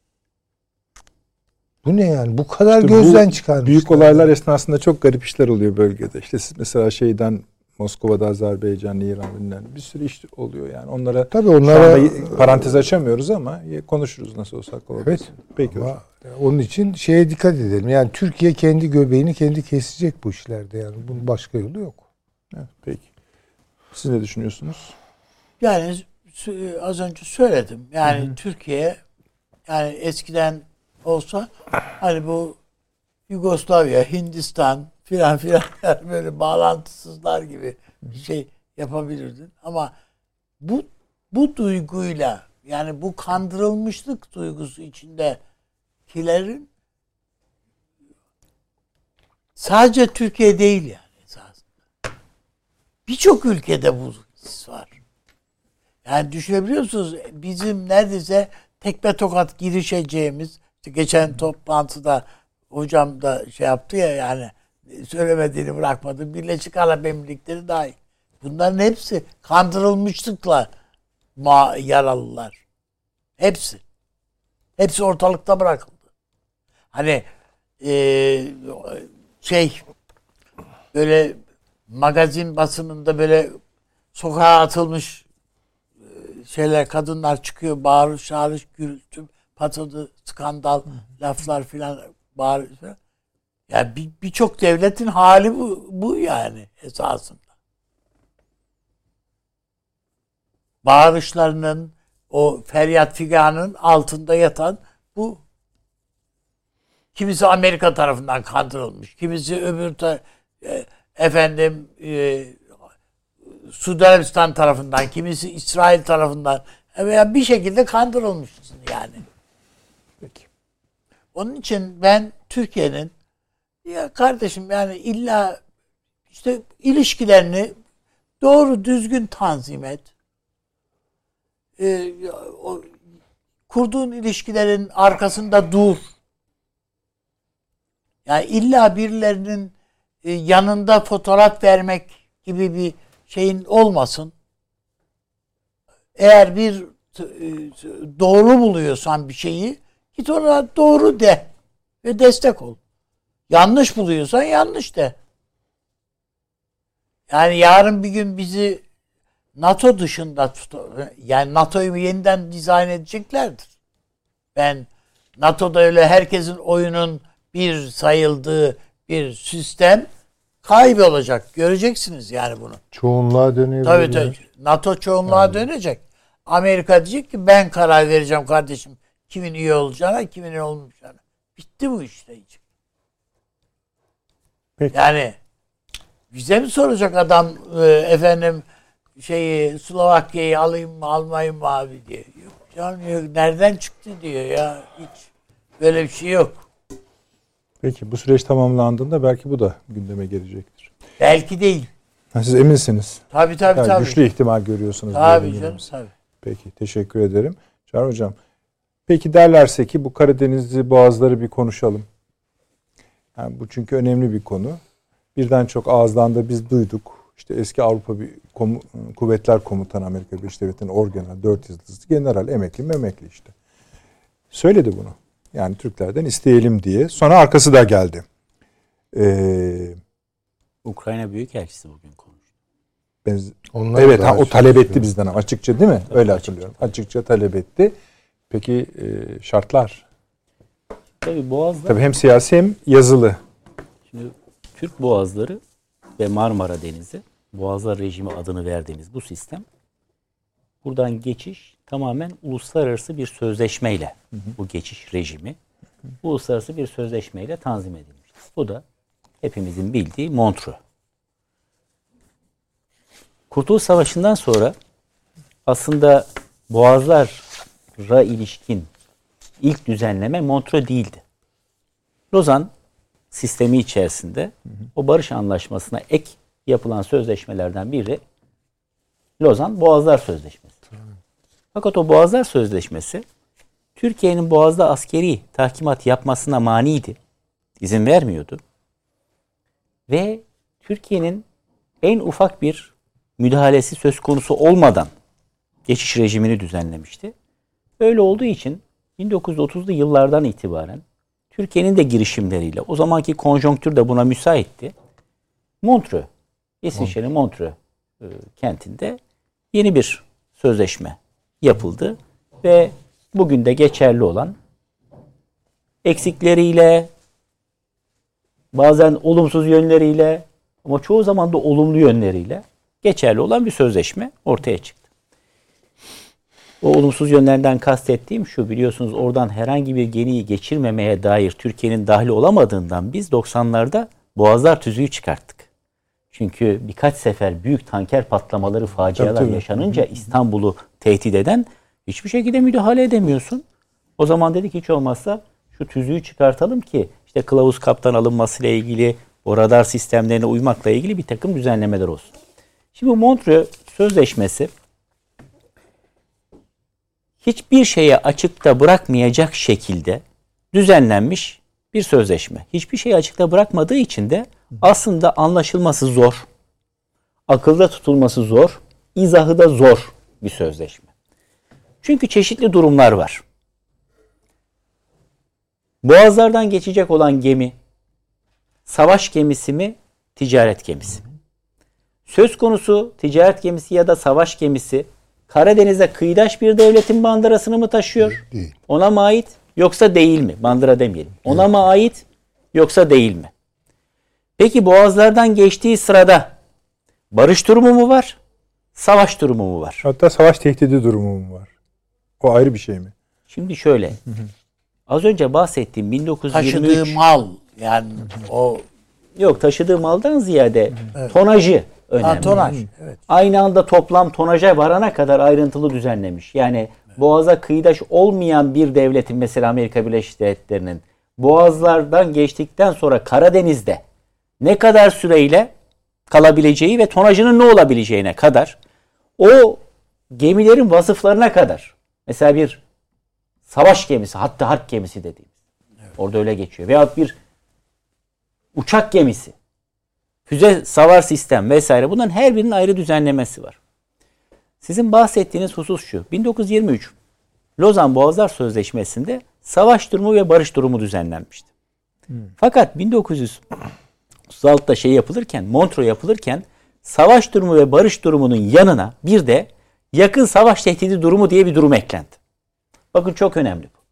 C: Bu ne yani? Bu kadar
A: İşte
C: gözden
A: bu
C: çıkarmışlar.
A: büyük olaylar esnasında çok garip işler oluyor bölgede. İşte siz mesela şeyden Moskova'da Azerbaycan, İran bilmem bir sürü iş oluyor yani. Onlara
C: tabii onlara
A: şu anda parantez açamıyoruz ama konuşuruz nasıl olsa.
C: Evet.
A: Peki.
C: Ama onun için şeye dikkat edelim. Yani Türkiye kendi göbeğini kendi kesecek bu işlerde yani. Bunun başka yolu yok.
A: Evet, peki. Siz ne düşünüyorsunuz?
B: Yani az önce söyledim. Yani
A: hı hı.
B: Türkiye yani eskiden olsa hani bu Yugoslavya, Hindistan filan filan böyle bağlantısızlar gibi bir şey yapabilirdin. Ama bu bu duyguyla yani bu kandırılmışlık duygusu içindekilerin sadece Türkiye değil yani esasında. Birçok ülkede bu his var. Yani düşünebiliyor musunuz? Bizim neredeyse tekme tokat girişeceğimiz, işte geçen toplantıda hocam da şey yaptı ya yani söylemediğini bırakmadı. Birleşik Arap Emirlikleri dahil. Bunların hepsi kandırılmışlıkla ma- yaralılar. Hepsi. Hepsi ortalıkta bırakıldı. Hani ee, şey böyle magazin basınında böyle sokağa atılmış şeyler, kadınlar çıkıyor, bağırış, çağırış, gürültü, patladı, skandal, laflar filan, bağırış filan. Yani bir, birçok devletin hali bu, bu yani esasında. Bağırışlarının, o feryat figanın altında yatan bu. Kimisi Amerika tarafından kandırılmış, kimisi öbür ta, e, efendim e, Suudi Arabistan tarafından, kimisi İsrail tarafından veya bir şekilde kandırılmışsın yani.
A: Peki.
B: Onun için ben Türkiye'nin ya kardeşim yani illa işte ilişkilerini doğru düzgün tanzim et. Ee, o, kurduğun ilişkilerin arkasında dur. Yani illa birilerinin e, yanında fotoğraf vermek gibi bir şeyin olmasın. Eğer bir doğru buluyorsan bir şeyi git ona doğru de ve destek ol. Yanlış buluyorsan yanlış de. Yani yarın bir gün bizi NATO dışında tut, yani NATO'yu yeniden dizayn edeceklerdir. Ben NATO'da öyle herkesin oyunun bir sayıldığı bir sistem kaybolacak. Göreceksiniz yani bunu.
C: Çoğunluğa dönebilir.
B: Tabii tabii. NATO çoğunluğa yani. dönecek. Amerika diyecek ki ben karar vereceğim kardeşim. Kimin üye olacağına, kimin olmayacağına. Bitti bu işte.
A: Peki.
B: Yani bize mi soracak adam e, efendim şeyi Slovakya'yı alayım mı almayayım mı abi diye. Yok canım yok. Nereden çıktı diyor ya. Hiç böyle bir şey yok.
A: Peki bu süreç tamamlandığında belki bu da gündeme gelecektir.
B: Belki değil.
A: Ha, siz eminsiniz.
B: Tabii tabii
A: yani
B: tabii.
A: Güçlü ihtimal görüyorsunuz.
B: Tabii canım tabii.
A: Peki teşekkür ederim. Çağrı Hocam. Peki derlerse ki bu Karadenizli boğazları bir konuşalım. Yani bu çünkü önemli bir konu. Birden çok ağızdan da biz duyduk. İşte eski Avrupa bir komu, Kuvvetler Komutanı Amerika Birleşik Devletleri'nin orgeneral, dört yıldızlı general, emekli memekli işte. Söyledi bunu. Yani Türklerden isteyelim diye. Sonra arkası da geldi. Ee,
D: Ukrayna Büyükelçisi bugün konuştu.
A: Benz-
C: Onlar
A: evet ha, o talep etti
C: şey.
A: bizden açıkça değil mi?
D: Tabii,
A: öyle
D: açıkça.
A: hatırlıyorum. Açıkça talep etti. Peki e, şartlar?
D: Tabii boğazlar.
A: Tabii hem siyasi hem yazılı.
D: Şimdi Türk boğazları ve Marmara Denizi, boğazlar rejimi adını verdiğimiz bu sistem, buradan geçiş tamamen uluslararası bir sözleşmeyle, hı hı. bu geçiş rejimi, hı hı. uluslararası bir sözleşmeyle tanzim edilmiştir. Bu da hepimizin bildiği Montreux. Kurtuluş Savaşı'ndan sonra aslında boğazlara ilişkin ilk düzenleme Montreux değildi. Lozan sistemi içerisinde hı hı. o barış anlaşmasına ek yapılan sözleşmelerden biri Lozan Boğazlar Sözleşmesi. Hı. Fakat o Boğazlar Sözleşmesi Türkiye'nin Boğaz'da askeri tahkimat yapmasına maniydi. İzin vermiyordu. Ve Türkiye'nin en ufak bir müdahalesi söz konusu olmadan geçiş rejimini düzenlemişti. Öyle olduğu için bin dokuz yüz otuzlu yıllardan itibaren Türkiye'nin de girişimleriyle, o zamanki konjonktür de buna müsaitti. Montreux, İsviçre'nin Montreux e, kentinde yeni bir sözleşme yapıldı ve bugün de geçerli olan, eksikleriyle, bazen olumsuz yönleriyle ama çoğu zaman da olumlu yönleriyle geçerli olan bir sözleşme ortaya çıktı. O olumsuz yönlerden kastettiğim şu, biliyorsunuz oradan herhangi bir gemiyi geçirmemeye dair Türkiye'nin dahli olamadığından biz doksanlarda Boğazlar Tüzüğü çıkarttık. Çünkü birkaç sefer büyük tanker patlamaları, facialar tabii, tabii. yaşanınca İstanbul'u tehdit eden hiçbir şekilde müdahale edemiyorsun. O zaman dedik hiç olmazsa şu tüzüğü çıkartalım ki işte kılavuz kaptan alınmasıyla ilgili, o radar sistemlerine uymakla ilgili bir takım düzenlemeler olsun. Şimdi Montreux Sözleşmesi hiçbir şeye açıkta bırakmayacak şekilde düzenlenmiş bir sözleşme. Hiçbir şeyi açıkta bırakmadığı için de aslında anlaşılması zor, akılda tutulması zor, izahı da zor bir sözleşme. Çünkü çeşitli durumlar var. Boğazlardan geçecek olan gemi, savaş gemisi mi, ticaret gemisi mi? Söz konusu ticaret gemisi ya da savaş gemisi Karadeniz'e kıyıdaş bir devletin bandırasını mı taşıyor? Değil. Ona mı ait yoksa değil mi? Bandıra demeyelim. Ona mı ait yoksa değil mi? Peki boğazlardan geçtiği sırada barış durumu mu var? Savaş durumu mu var?
A: Hatta savaş tehdidi durumu mu var? O ayrı bir şey mi?
D: Şimdi şöyle. Az önce bahsettiğim bin dokuz yüz yirmi üç...
B: Taşıdığı mal yani o...
D: Yok, taşıdığı maldan ziyade evet. tonajı önemli. Ha,
B: tonaj. Evet.
D: Aynı anda toplam tonaja varana kadar ayrıntılı düzenlemiş. Yani evet. Boğaz'a kıyıdaş olmayan bir devletin, mesela Amerika Birleşik Devletleri'nin boğazlardan geçtikten sonra Karadeniz'de ne kadar süreyle kalabileceği ve tonajının ne olabileceğine kadar, o gemilerin vasıflarına kadar, mesela bir savaş gemisi, hatta harp gemisi dediğimiz. Evet. Orada öyle geçiyor. Veyahut bir uçak gemisi, füze savar sistem vesaire, bunların her birinin ayrı düzenlemesi var. Sizin bahsettiğiniz husus şu. bin dokuz yüz yirmi üç Lozan Boğazlar Sözleşmesi'nde savaş durumu ve barış durumu düzenlenmişti. Hmm. Fakat bin dokuz yüz otuz altıda şey yapılırken, Montreux yapılırken savaş durumu ve barış durumunun yanına bir de yakın savaş tehdidi durumu diye bir durum eklendi. Bakın çok önemli bu.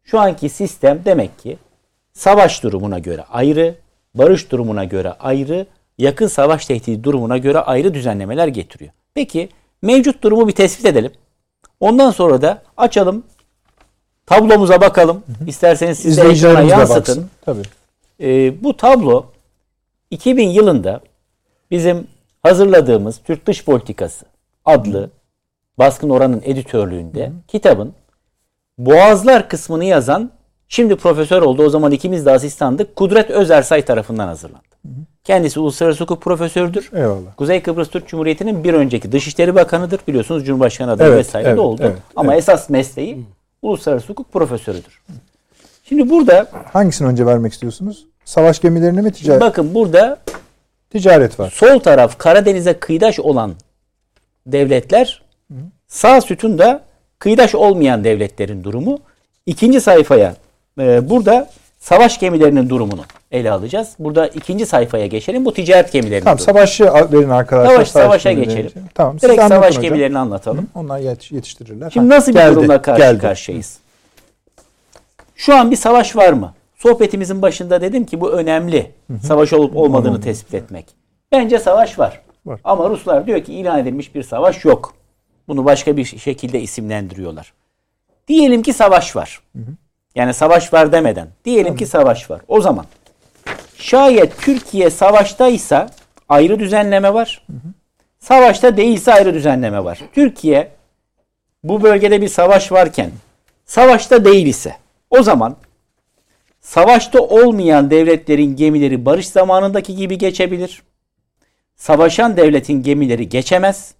D: Şu anki sistem demek ki savaş durumuna göre ayrı, barış durumuna göre ayrı, yakın savaş tehdidi durumuna göre ayrı düzenlemeler getiriyor. Peki mevcut durumu bir tespit edelim. Ondan sonra da açalım, tablomuza bakalım. Hı hı. İsterseniz siz de ekrana yansıtın.
A: Tabii.
D: Ee, bu tablo iki bin yılında bizim hazırladığımız Türk Dış Politikası adlı Baskın Oran'ın editörlüğünde hı hı. kitabın Boğazlar kısmını yazan, şimdi profesör oldu, o zaman ikimiz de asistandık, Kudret Özersay tarafından hazırlandı. Hı hı. Kendisi uluslararası hukuk profesörüdür.
A: Eyvallah.
D: Kuzey Kıbrıs Türk Cumhuriyeti'nin bir önceki Dışişleri Bakanı'dır. Biliyorsunuz Cumhurbaşkanı adayı
A: evet,
D: vesaire
A: evet,
D: de oldu.
A: Evet,
D: Ama
A: evet.
D: esas mesleği hı. uluslararası hukuk profesörüdür. Şimdi burada
A: hangisini önce vermek istiyorsunuz? Savaş gemilerini mi, ticaret?
D: Bakın burada
A: ticaret var.
D: Sol taraf Karadeniz'e kıyıdaş olan devletler, hı. sağ sütunda kıyıdaş olmayan devletlerin durumu. İkinci sayfaya e, burada savaş gemilerinin durumunu ele alacağız. Burada ikinci sayfaya geçelim. Bu ticaret gemilerinin
A: tamam,
D: durumu.
A: Savaşı verin arkadaşlar.
D: Savaş, savaşa geçelim.
A: Için. Tamam,
D: direkt savaş
A: hocam.
D: gemilerini anlatalım.
A: Hı, onlar yetiştirirler.
D: Şimdi
A: ha,
D: nasıl bir
A: geldi,
D: durumla karşı
A: geldi.
D: karşıyayız? Şu an bir savaş var mı? Sohbetimizin başında dedim ki bu önemli. Hı hı. Savaş olup olmadığını hı hı. tespit etmek. Bence savaş var. var. Ama Ruslar diyor ki ilan edilmiş bir savaş yok. Bunu başka bir şekilde isimlendiriyorlar. Diyelim ki savaş var. Hı hı. Yani savaş var demeden. Diyelim tamam. ki savaş var. O zaman şayet Türkiye savaştaysa ayrı düzenleme var. Hı hı. Savaşta değilse ayrı düzenleme var. Türkiye bu bölgede bir savaş varken savaşta değil ise o zaman savaşta olmayan devletlerin gemileri barış zamanındaki gibi geçebilir. Savaşan devletin gemileri geçemez.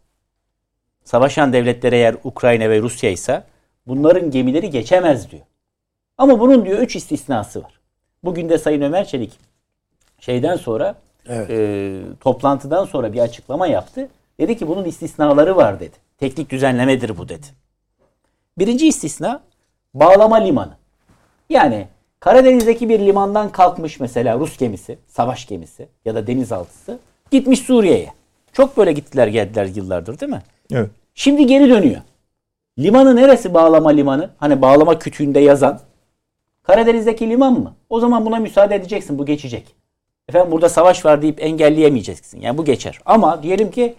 D: Savaşan devletler eğer Ukrayna ve Rusya ise bunların gemileri geçemez diyor. Ama bunun diyor üç istisnası var. Bugün de Sayın Ömer Çelik şeyden sonra evet. e, toplantıdan sonra bir açıklama yaptı. Dedi ki bunun istisnaları var dedi. Teknik düzenlemedir bu dedi. Birinci istisna bağlama limanı. Yani Karadeniz'deki bir limandan kalkmış mesela Rus gemisi, savaş gemisi ya da denizaltısı gitmiş Suriye'ye. Çok böyle gittiler geldiler yıllardır değil mi?
A: Evet.
D: Şimdi geri dönüyor. Limanı neresi bağlama limanı? Hani bağlama kütüğünde yazan. Karadeniz'deki liman mı? O zaman buna müsaade edeceksin. Bu geçecek. Efendim burada savaş var deyip engelleyemeyeceksin. Yani bu geçer. Ama diyelim ki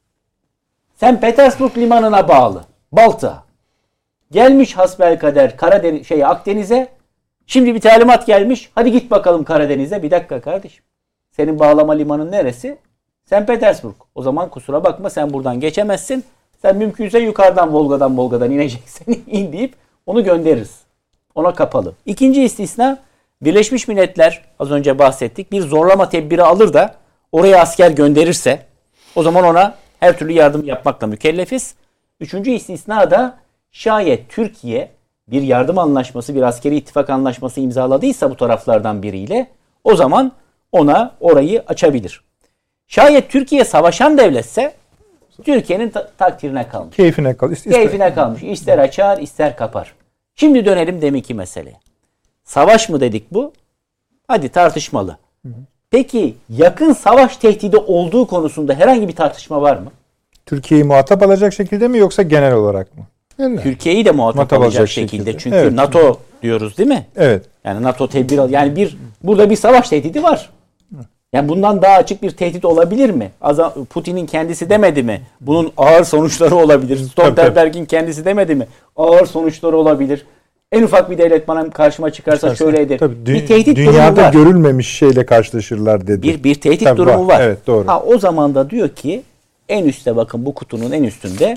D: Sankt Petersburg limanına bağlı. Balta. Gelmiş hasbelkader Karadeniz şey Akdeniz'e. Şimdi bir talimat gelmiş. Hadi git bakalım Karadeniz'e. Bir dakika kardeşim. Senin bağlama limanın neresi? Sankt Petersburg. O zaman kusura bakma sen buradan geçemezsin. Sen mümkünse yukarıdan Volga'dan Volga'dan ineceksin. İn deyip onu göndeririz. Ona kapalı. İkinci istisna Birleşmiş Milletler az önce bahsettik. Bir zorlama tedbiri alır da oraya asker gönderirse o zaman ona her türlü yardım yapmakla mükellefiz. Üçüncü istisna da şayet Türkiye bir yardım anlaşması, bir askeri ittifak anlaşması imzaladıysa bu taraflardan biriyle o zaman ona orayı açabilir. Şayet Türkiye savaşan devletse Türkiye'nin ta- takdirine kalmış.
A: Keyfine kalmış. İster,
D: Keyfine kalmış. İster açar, ister kapar. Şimdi dönelim deminki meseleye. Savaş mı dedik bu? Hadi tartışmalı. Hı hı. Peki yakın savaş tehdidi olduğu konusunda herhangi bir tartışma var mı?
A: Türkiye'yi muhatap alacak şekilde mi yoksa genel olarak mı?
D: Yani. Türkiye'yi de muhatap, muhatap alacak şekilde. şekilde. Çünkü evet. NATO diyoruz değil mi?
A: Evet.
D: Yani NATO tedbir al. Yani bir burada bir savaş tehdidi var. Yani bundan daha açık bir tehdit olabilir mi? Putin'in kendisi demedi mi? Bunun ağır sonuçları olabilir. Stoltenberg'in kendisi demedi mi? Ağır sonuçları olabilir. En ufak bir devlet bana karşıma çıkarsa Çıkarsa, şöyle eder.
A: Tabii,
D: bir tehdit durumu var.
A: Dünyada görülmemiş şeyle karşılaşırlar dedi.
D: Bir bir tehdit tabii durumu var. var. Evet, doğru. Ha o zaman da diyor ki en üstte bakın bu kutunun en üstünde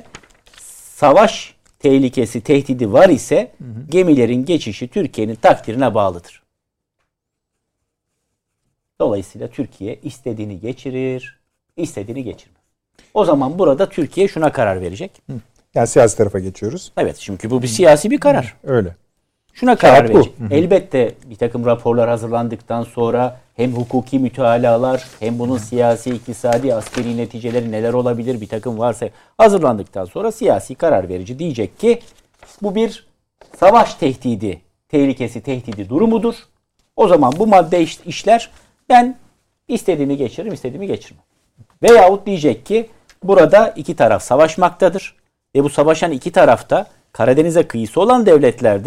D: savaş tehlikesi, tehdidi var ise hı hı. gemilerin geçişi Türkiye'nin takdirine bağlıdır. Dolayısıyla Türkiye istediğini geçirir, istediğini geçirmez. O zaman burada Türkiye şuna karar verecek. Hı.
A: Yani siyasi tarafa geçiyoruz.
D: Evet çünkü bu bir siyasi bir karar.
A: Hı, öyle.
D: Şuna karar Şart verecek. Bu. Elbette bir takım raporlar hazırlandıktan sonra hem hukuki mütealalar hem bunun siyasi, iktisadi, askeri neticeleri neler olabilir bir takım varsa hazırlandıktan sonra siyasi karar verici diyecek ki bu bir savaş tehdidi, tehlikesi, tehdidi durumudur. O zaman bu madde iş, işler ben istediğimi geçiririm, istediğimi geçirmem. Veyahut diyecek ki burada iki taraf savaşmaktadır. Ve bu savaşan iki tarafta Karadeniz'e kıyısı olan devletlerdir.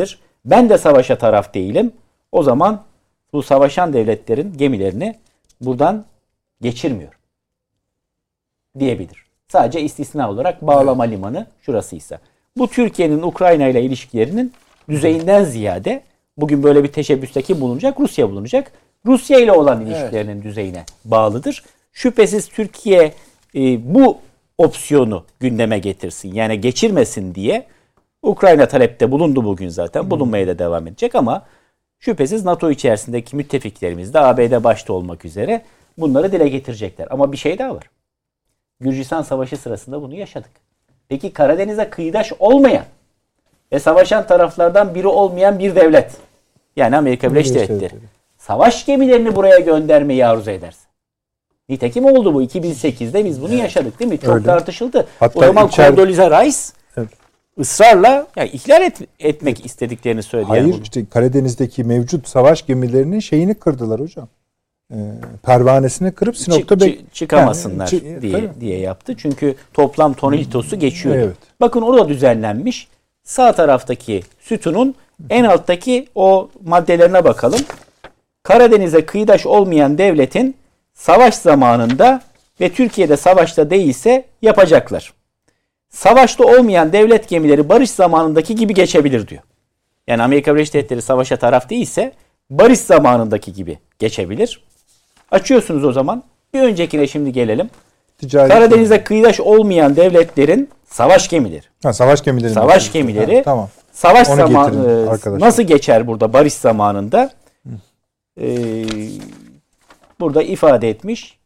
D: ben de savaşa taraf değilim. O zaman bu savaşan devletlerin gemilerini buradan geçirmiyor diyebilir. Sadece istisna olarak bağlama limanı şurasıysa. Bu Türkiye'nin Ukrayna ile ilişkilerinin düzeyinden ziyade bugün böyle bir teşebbüste kim bulunacak? Rusya bulunacak. Rusya ile olan ilişkilerinin evet. düzeyine bağlıdır. Şüphesiz Türkiye e, bu opsiyonu gündeme getirsin. Yani geçirmesin diye Ukrayna talepte bulundu bugün zaten. Bulunmaya da devam edecek ama şüphesiz NATO içerisindeki müttefiklerimiz de A B D başta olmak üzere bunları dile getirecekler. Ama bir şey daha var. Gürcistan Savaşı sırasında bunu yaşadık. Peki Karadeniz'e kıyıdaş olmayan ve savaşan taraflardan biri olmayan bir devlet, yani Amerika Birleşik Devletleri, savaş gemilerini buraya göndermeyi arzu ederse. Nitekim oldu bu. iki bin sekizde biz bunu yaşadık değil mi? Çok Öyle. tartışıldı. Hatta o zaman içer... Condoleezza Rice evet. ısrarla yani ihlal et, etmek evet. istediklerini söyledi.
A: Hayır
D: yani
A: işte Karadeniz'deki mevcut savaş gemilerinin şeyini kırdılar hocam. Ee, pervanesini kırıp Sinop'ta
D: çık, çık, çıkamasınlar yani, çık, diye tabii. diye yaptı. Çünkü toplam tonelitosu geçiyor. Evet. Bakın orada düzenlenmiş. Sağ taraftaki sütunun en alttaki o maddelerine bakalım. Karadeniz'e kıyıdaş olmayan devletin savaş zamanında ve Türkiye'de savaşta değilse yapacaklar. Savaşta olmayan devlet gemileri barış zamanındaki gibi geçebilir diyor. Yani Amerika Birleşik Devletleri savaşa taraf değilse barış zamanındaki gibi geçebilir. Açıyorsunuz o zaman. Bir öncekine şimdi gelelim. Ticari Karadeniz'e kıyıdaş olmayan devletlerin savaş gemileri.
A: Ha, savaş gemileri.
D: Savaş gemileri. Ha, tamam. Savaş zamanı nasıl geçer burada barış zamanında? Ee, burada ifade etmiş.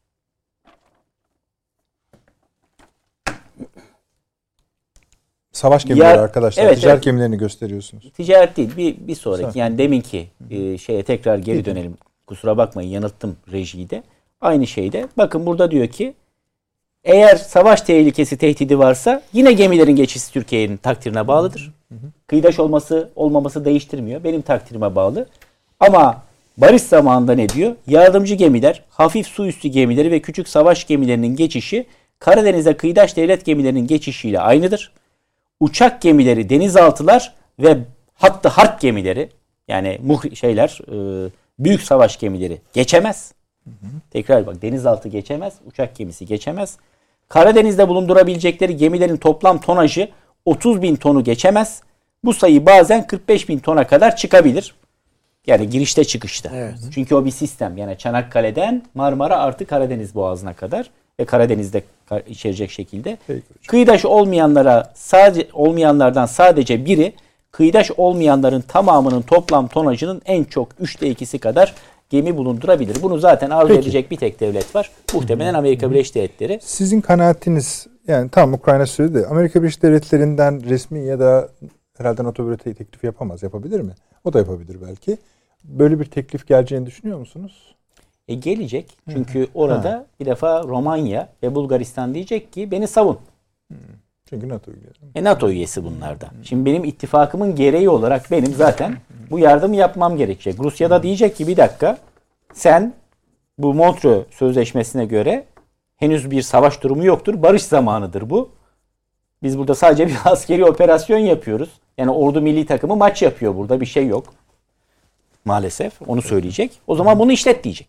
A: Savaş gemileri ya, arkadaşlar. Evet, ticaret evet. gemilerini gösteriyorsunuz.
D: Ticaret değil. Bir, bir sonraki. Yani deminki e, şeye tekrar geri dönelim. Kusura bakmayın yanılttım rejiyi de. Aynı şeyde. Bakın burada diyor ki eğer savaş tehlikesi tehdidi varsa yine gemilerin geçişi Türkiye'nin takdirine bağlıdır. Hı hı. Kıyıdaş olması olmaması değiştirmiyor. Benim takdirime bağlı. Ama barış zamanında ne diyor? Yardımcı gemiler, hafif su üstü gemileri ve küçük savaş gemilerinin geçişi Karadeniz'e kıyıdaş devlet gemilerinin geçişiyle aynıdır. Uçak gemileri, denizaltılar ve hatta harp gemileri yani muh şeyler e, büyük savaş gemileri geçemez. Hı hı. Tekrar bak denizaltı geçemez, uçak gemisi geçemez. Karadeniz'de bulundurabilecekleri gemilerin toplam tonajı otuz bin tonu geçemez. Bu sayı bazen kırk beş bin tona kadar çıkabilir. Yani girişte çıkışta. Evet. Çünkü o bir sistem. Yani Çanakkale'den Marmara artı Karadeniz Boğazı'na kadar ve Karadeniz'de içerecek şekilde. Kıyıdaş olmayanlara sadece olmayanlardan sadece biri kıyıdaş olmayanların tamamının toplam tonajının en çok üçte ikisi kadar gemi bulundurabilir. Bunu zaten arzu Peki. edecek bir tek devlet var. Muhtemelen Amerika Birleşik Devletleri.
A: Sizin kanaatiniz yani tam Ukrayna söyledi. Amerika Birleşik Devletleri'nden resmi ya da herhalde NATO böyle teklif yapamaz. Yapabilir mi? O da yapabilir belki. Böyle bir teklif geleceğini düşünüyor musunuz?
D: E gelecek. Çünkü orada ha. bir defa Romanya ve Bulgaristan diyecek ki beni savun.
A: Çünkü NATO üyesi.
D: E NATO üyesi bunlarda. Şimdi benim ittifakımın gereği olarak benim zaten bu yardımı yapmam gerekecek. Rusya da diyecek ki bir dakika sen bu Montreux Sözleşmesi'ne göre henüz bir savaş durumu yoktur. Barış zamanıdır bu. Biz burada sadece bir askeri operasyon yapıyoruz. Yani ordu milli takımı maç yapıyor burada. Bir şey yok. Maalesef. Onu söyleyecek. O zaman bunu işlet diyecek.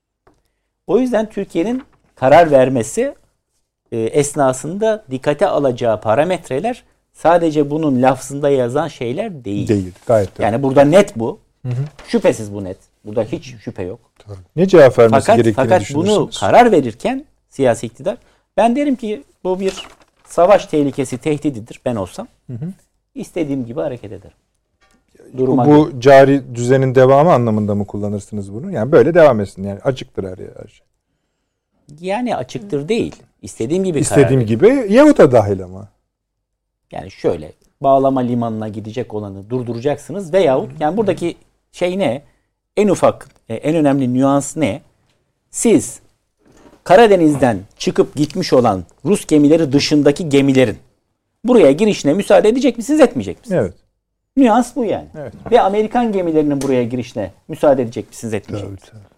D: O yüzden Türkiye'nin karar vermesi e, esnasında dikkate alacağı parametreler sadece bunun lafzında yazan şeyler değil.
A: Değil. Gayet
D: yani burada net bu. Hı hı. Şüphesiz bu net. Burada hiç şüphe yok.
A: Ne cevap vermesi
D: fakat,
A: gerektiğini
D: fakat
A: düşünüyorsunuz?
D: Fakat bunu karar verirken siyasi iktidar ben derim ki bu bir savaş tehlikesi tehdididir ben olsam. Hı hı. İstediğim gibi hareket ederim.
A: Duruma bu göre. Cari düzenin devamı anlamında mı kullanırsınız bunu? Yani böyle devam etsin. Yani açıktır her yer.
D: Yani açıktır değil. İstediğim gibi
A: İstediğim
D: karar
A: gibi Yahut da dahil ama.
D: Yani şöyle bağlama limanına gidecek olanı durduracaksınız veyahut yani buradaki şey ne? En ufak, en önemli nüans ne? Siz Karadeniz'den çıkıp gitmiş olan Rus gemileri dışındaki gemilerin buraya girişine müsaade edecek misiniz, etmeyecek misiniz? Evet. Nüans bu yani. Evet. Ve Amerikan gemilerinin buraya girişine müsaade edecek misiniz, etmeyecek misiniz? Evet.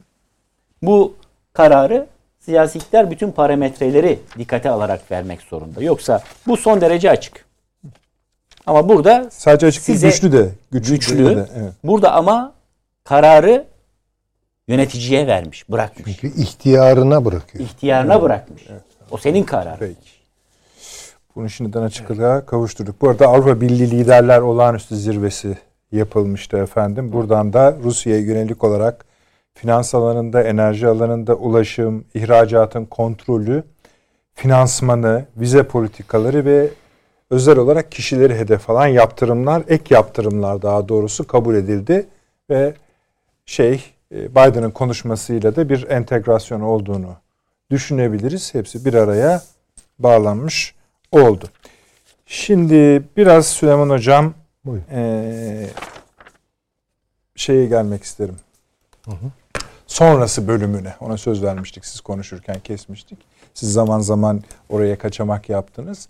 D: Bu kararı siyasi iktidar bütün parametreleri dikkate alarak vermek zorunda. Yoksa bu son derece açık. Ama burada
A: sadece açık değil,
D: size
A: güçlü de. Güçlü.
D: güçlü.
A: De, evet.
D: Burada ama kararı yöneticiye vermiş, bırakmış.
C: Çünkü ihtiyarına bırakıyor.
D: İhtiyarına evet. bırakmış. Evet. O senin kararın.
A: Peki. Bunu şimdiden açıklığa evet. kavuşturduk. Bu arada Avrupa Birliği Liderler Olağanüstü Zirvesi yapılmıştı efendim. Buradan da Rusya'ya yönelik olarak finans alanında, enerji alanında ulaşım, ihracatın kontrolü, finansmanı, vize politikaları ve özel olarak kişileri hedef alan yaptırımlar, ek yaptırımlar daha doğrusu kabul edildi ve şey Biden'ın konuşmasıyla da bir entegrasyon olduğunu düşünebiliriz. Hepsi bir araya bağlanmış oldu. Şimdi biraz Süleyman Hocam e, şeye gelmek isterim. Hı hı. Sonrası bölümüne. Ona söz vermiştik. Siz konuşurken kesmiştik. Siz zaman zaman oraya kaçamak yaptınız.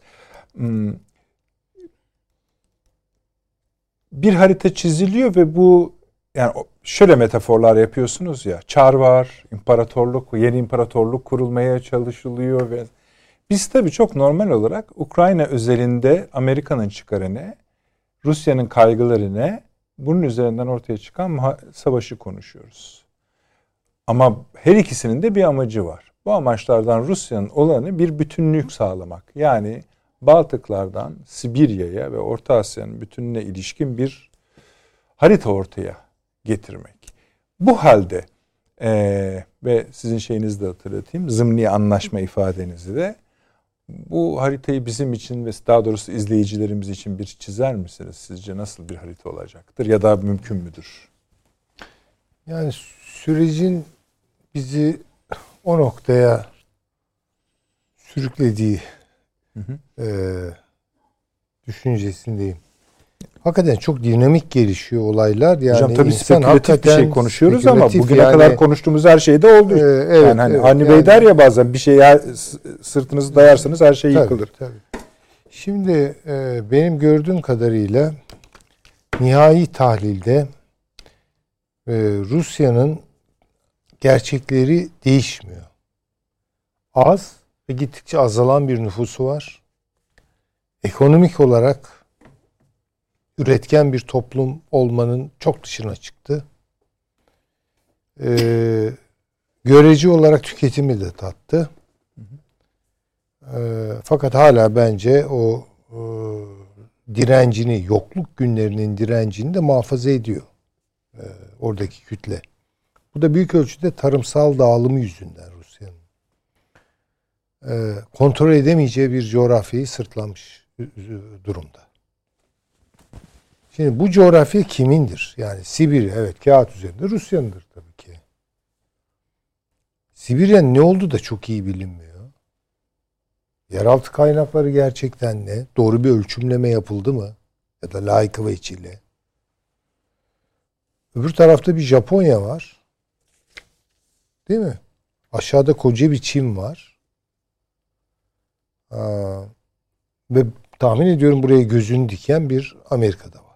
A: Bir harita çiziliyor ve bu yani şöyle metaforlar yapıyorsunuz ya. Çar var, imparatorluk, yeni imparatorluk kurulmaya çalışılıyor ve biz tabii çok normal olarak Ukrayna özelinde Amerika'nın çıkarını, Rusya'nın kaygılarını, bunun üzerinden ortaya çıkan savaşı konuşuyoruz. Ama her ikisinin de bir amacı var. Bu amaçlardan Rusya'nın olanı bir bütünlük sağlamak. Yani Baltıklardan Sibirya'ya ve Orta Asya'nın bütününe ilişkin bir harita ortaya getirmek. Bu halde e, ve sizin şeyinizi de hatırlatayım, zımni anlaşma ifadenizi de, bu haritayı bizim için ve daha doğrusu izleyicilerimiz için bir çizer misiniz? Sizce nasıl bir harita olacaktır ya da mümkün müdür?
C: Yani sürecin bizi o noktaya sürüklediği hı hı. E, düşüncesindeyim. Hakikaten çok dinamik gelişiyor olaylar. Yani
A: hocam tabii
C: insan
A: spekülatif bir şey konuşuyoruz ama bugüne
C: yani, kadar
A: konuştuğumuz her şey de oldu. E, evet, yani hani evet, Avni Bey yani, der ya bazen bir şeye sırtınızı dayarsanız her şey
C: tabii,
A: yıkılır.
C: Tabii. Şimdi e, benim gördüğüm kadarıyla nihai tahlilde e, Rusya'nın gerçekleri değişmiyor. Az ve gittikçe azalan bir nüfusu var. Ekonomik olarak üretken bir toplum olmanın çok dışına çıktı. Ee, görece olarak tüketimi de tattı. Ee, fakat hala bence o e, direncini, yokluk günlerinin direncini de muhafaza ediyor. Ee, oradaki kütle. Bu da büyük ölçüde tarımsal dağılımı yüzünden Rusya'nın. Ee, kontrol edemeyeceği bir coğrafyayı sırtlamış durumda. Şimdi bu coğrafya kimindir? Yani Sibirya, evet, kağıt üzerinde Rusya'nındır tabii ki. Sibirya'nın ne olduğu da çok iyi bilinmiyor. Yeraltı kaynakları gerçekten ne? Doğru bir ölçümleme yapıldı mı? Ya da layıkı ve içiyle. Öbür tarafta bir Japonya var. Değil mi? Aşağıda koca bir Çin var. Aa, ve tahmin ediyorum buraya gözünü diken bir Amerika'da var.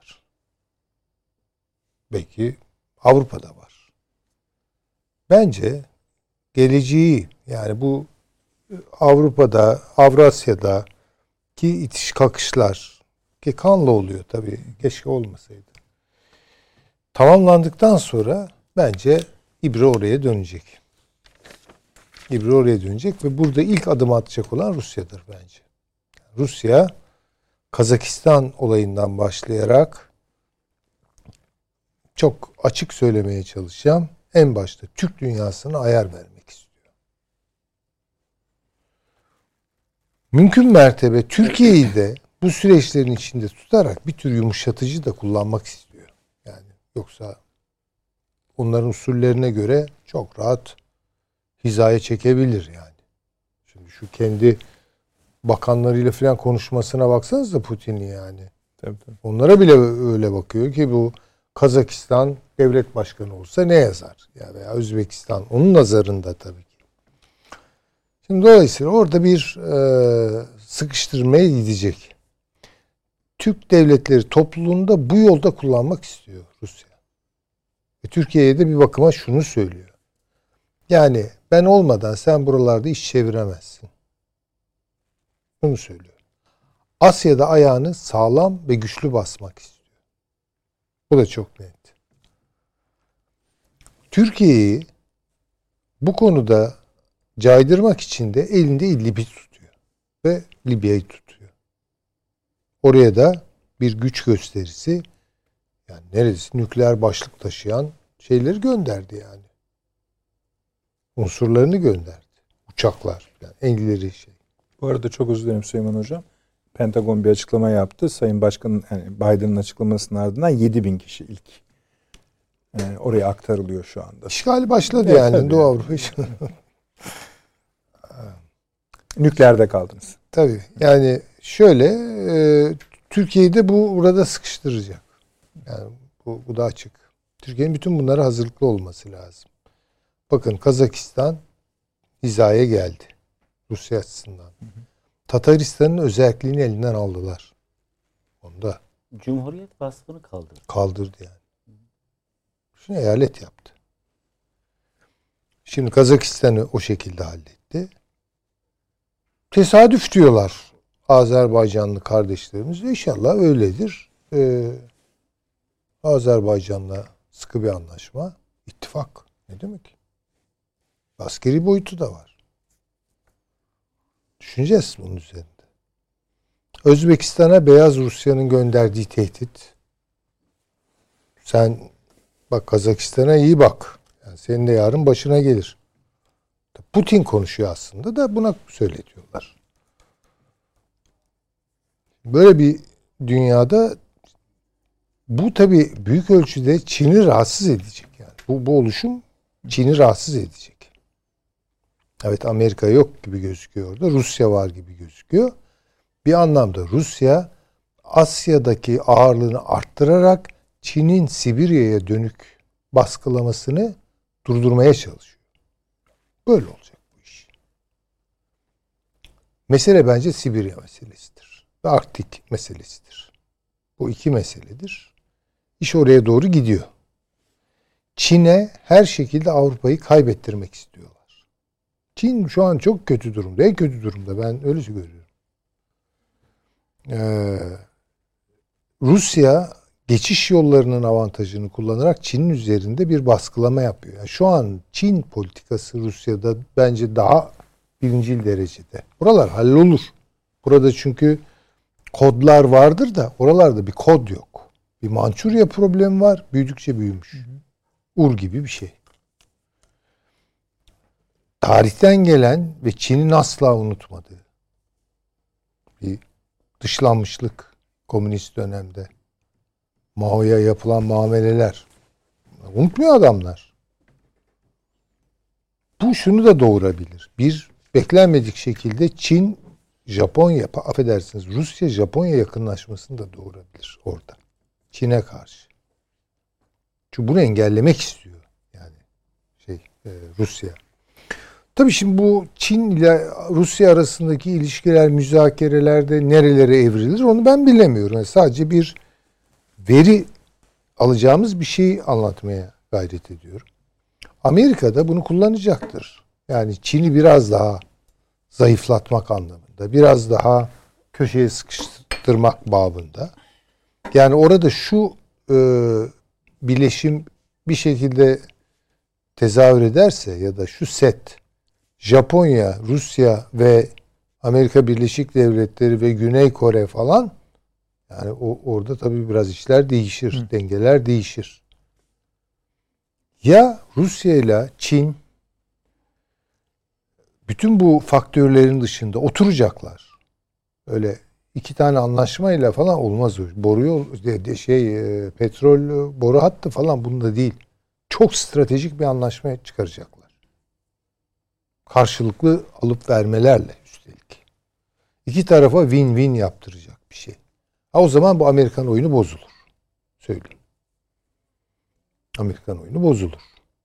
C: Belki Avrupa'da var. Bence geleceği, yani bu Avrupa'da, Avrasya'da ki itiş kakışlar ki kanlı oluyor tabii. Keşke olmasaydı. Tamamlandıktan sonra bence İbre oraya dönecek. İbre oraya dönecek ve burada ilk adım atacak olan Rusya'dır bence. Rusya, Kazakistan olayından başlayarak çok açık söylemeye çalışacağım. En başta Türk dünyasına ayar vermek istiyor. Mümkün mertebe Türkiye'yi de bu süreçlerin içinde tutarak bir tür yumuşatıcı da kullanmak istiyor. Yani yoksa onların usullerine göre çok rahat hizaya çekebilir yani. Şimdi şu kendi bakanlarıyla falan konuşmasına baksanıza Putin'i yani.
A: Tabii, tabii.
C: Onlara bile öyle bakıyor ki bu Kazakistan devlet başkanı olsa ne yazar? Ya veya Özbekistan onun nazarında tabii ki. Şimdi dolayısıyla orada bir e, sıkıştırmaya gidecek. Türk devletleri topluluğunda bu yolda kullanmak istiyor Rusya. Ve Türkiye'ye de bir bakıma şunu söylüyor. Yani ben olmadan sen buralarda iş çeviremezsin. Bunu söylüyor. Asya'da ayağını sağlam ve güçlü basmak istiyor. Bu da çok net. Türkiye'yi bu konuda caydırmak için de elinde İdlib'i tutuyor. Ve Libya'yı tutuyor. Oraya da bir güç gösterisi, yani neredeyse nükleer başlık taşıyan şeyleri gönderdi yani. Unsurlarını gönderdi. Uçaklar. Yani en ileri şey.
A: Bu arada çok özür dilerim Süleyman Hocam. Pentagon bir açıklama yaptı. Sayın Başkan'ın, yani Biden'ın açıklamasının ardından yedi bin kişi ilk e, oraya aktarılıyor şu anda.
C: İşgal başladı
A: Evet,
C: yani
A: tabii.
C: Doğu Avrupa.
A: Nükleerde kaldınız.
C: Tabii. Yani şöyle e, Türkiye'yi de bu burada sıkıştıracak. Yani bu, bu da açık. Türkiye'nin bütün bunlara hazırlıklı olması lazım. Bakın Kazakistan hizaya geldi. Rusya açısından. Hı hı. Tataristan'ın özelliğini elinden aldılar. Onda
D: Cumhuriyet vasfını kaldırdı.
C: Kaldırdı yani. Şimdi eyalet yaptı. Şimdi Kazakistan'ı o şekilde halletti. Tesadüf diyorlar Azerbaycanlı kardeşlerimiz. İnşallah öyledir. Ee, Azerbaycan'la sıkı bir anlaşma. İttifak. Ne demek? Askeri boyutu da var. Düşüneceğiz bunun üzerinde. Özbekistan'a Beyaz Rusya'nın gönderdiği tehdit. Sen bak Kazakistan'a iyi bak. Yani senin de yarın başına gelir. Putin konuşuyor aslında da buna söyletiyorlar. Böyle bir dünyada bu tabii büyük ölçüde Çin'i rahatsız edecek. Yani bu, bu oluşum Çin'i rahatsız edecek. Evet, Amerika yok gibi gözüküyor orada. Rusya var gibi gözüküyor. Bir anlamda Rusya Asya'daki ağırlığını arttırarak Çin'in Sibirya'ya dönük baskılamasını durdurmaya çalışıyor. Böyle olacak bu iş. Mesele bence Sibirya meselesidir. Ve Arktik meselesidir. Bu iki meseledir. İş oraya doğru gidiyor. Çin'e her şekilde Avrupa'yı kaybettirmek istiyorlar. Çin şu an çok kötü durumda. En kötü durumda. Ben öyle görüyorum. Ee, Rusya geçiş yollarının avantajını kullanarak Çin'in üzerinde bir baskılama yapıyor. Yani şu an Çin politikası Rusya'da bence daha birincil derecede. Buralar hallolur. Burada çünkü kodlar vardır da oralarda bir kod yok. Bir Mançurya problemi var. Büyüdükçe büyümüş. Hı hı. Ur gibi bir şey. Tarihten gelen ve Çin'in asla unutmadığı bir dışlanmışlık komünist dönemde. Mao'ya yapılan muameleler. Unutmuyor adamlar. Bu şunu da doğurabilir. Bir, beklenmedik şekilde Çin, Japonya, affedersiniz Rusya, Japonya yakınlaşmasını da doğurabilir orada. Çin'e karşı. Çünkü bunu engellemek istiyor. Yani şey e, Rusya. Tabii şimdi bu Çin ile Rusya arasındaki ilişkiler, müzakerelerde nerelere evrilir onu ben bilemiyorum. Yani sadece bir veri alacağımız bir şeyi anlatmaya gayret ediyorum. Amerika da bunu kullanacaktır. Yani Çin'i biraz daha zayıflatmak anlamında, biraz daha köşeye sıkıştırmak babında. Yani orada şu e, bileşim bir şekilde tezahür ederse ya da şu set Japonya, Rusya ve Amerika Birleşik Devletleri ve Güney Kore falan, yani o, orada tabii biraz işler değişir, Hı. dengeler değişir. Ya Rusya ile Çin bütün bu faktörlerin dışında oturacaklar. Öyle iki tane anlaşmayla falan olmaz o. Boru yol, şey, petrol boru hattı falan bunda değil. Çok stratejik bir anlaşma çıkaracaklar. Karşılıklı alıp vermelerle üstelik. İki tarafa win-win yaptıracak bir şey. Ha, o zaman bu Amerikan oyunu bozulur. Söyleyeyim. Amerikan oyunu bozulur.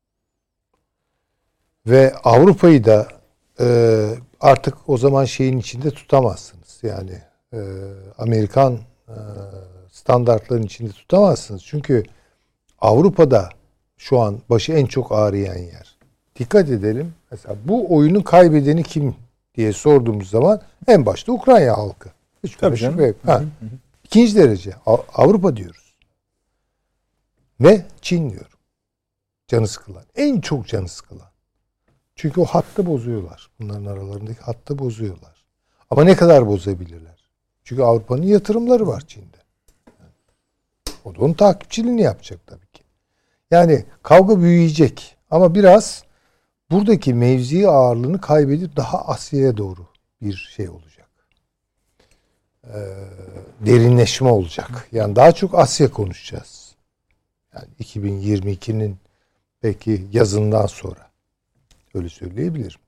C: Ve Avrupa'yı da e, artık o zaman şeyin içinde tutamazsınız. Yani e, Amerikan e, standartların içinde tutamazsınız. Çünkü Avrupa'da şu an başı en çok ağrıyan yer. Dikkat edelim. Mesela bu oyunun kaybedeni kim diye sorduğumuz zaman en başta Ukrayna halkı. Hiç
A: Tabii
C: şüphe
A: canım.
C: yok. Ha. İkinci derece Av- Avrupa diyoruz. Ve Çin diyorum. Canı sıkılan. En çok canı sıkılan. Çünkü o hattı bozuyorlar. Bunların aralarındaki hattı bozuyorlar. Ama ne kadar bozabilirler? Çünkü Avrupa'nın yatırımları var Çin'de. O da onun takipçiliğini yapacak tabii ki. Yani kavga büyüyecek. Ama biraz buradaki mevzi ağırlığını kaybedip daha Asya'ya doğru bir şey olacak. Ee, derinleşme olacak. Yani daha çok Asya konuşacağız. Yani iki bin yirmi ikinin belki yazından sonra. Öyle söyleyebilirim.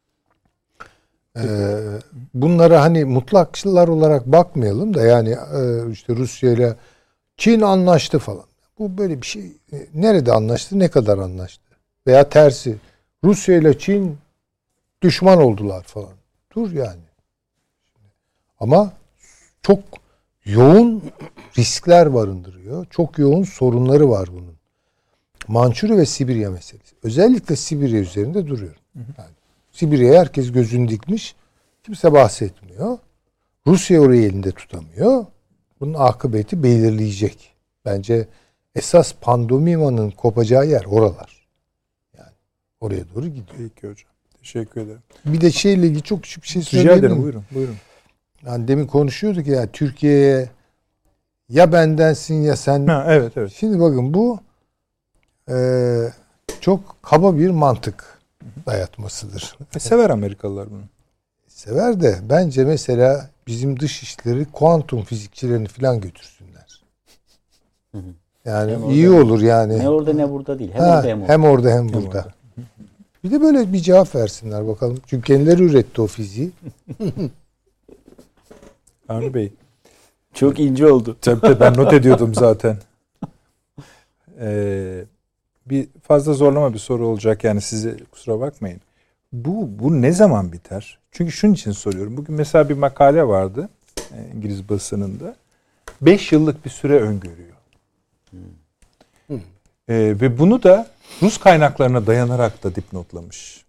C: Ee, bunlara hani mutlakçılar olarak bakmayalım da yani e, işte Rusya ile Çin anlaştı falan. Bu böyle bir şey. Nerede anlaştı? Ne kadar anlaştı? Veya tersi. Rusya ile Çin düşman oldular falan. Dur yani. Ama çok yoğun riskler barındırıyor. Çok yoğun sorunları var bunun. Mançurya ve Sibirya meselesi. Özellikle Sibirya üzerinde duruyorum. Yani Sibirya'ya herkes gözünü dikmiş. Kimse bahsetmiyor. Rusya orayı elinde tutamıyor. Bunun akıbeti belirleyecek. Bence esas pandomimanın kopacağı yer oralar. Yani oraya doğru gidiyor.
A: Peki hocam. Teşekkür ederim.
C: Bir de şeyle ilgili çok küçük bir şey
A: Rica
C: söyleyebilir
A: ederim.
C: miyim?
A: Buyurun. Buyurun.
C: Yani demin konuşuyorduk ya Türkiye'ye ya bendensin ya sen.
A: Ha, evet evet.
C: Şimdi bakın bu e, çok kaba bir mantık dayatmasıdır.
A: E, sever Amerikalılar bunu.
C: Sever de bence mesela bizim dış işleri kuantum fizikçilerini falan götürsünler. Yani
D: Hem
C: iyi
D: orada-
C: olur yani.
D: Ne orada ne burada değil. Hem
C: Ha,
D: orada hem orada.
C: hem orada hem burada.
A: orada.
C: Bir de böyle bir cevap versinler bakalım. Çünkü kendileri üretti o fiziği.
A: Avni Bey.
D: Çok ince oldu.
A: Tabii tabii ben not ediyordum zaten. Ee, bir fazla zorlama bir soru olacak yani size kusura bakmayın. Bu bu ne zaman biter? Çünkü şunun için soruyorum. Bugün mesela bir makale vardı e, İngiliz basınında. Beş yıllık bir süre öngörüyor.
C: Hmm.
A: Ee, ve bunu da Rus kaynaklarına dayanarak da dipnotlamış.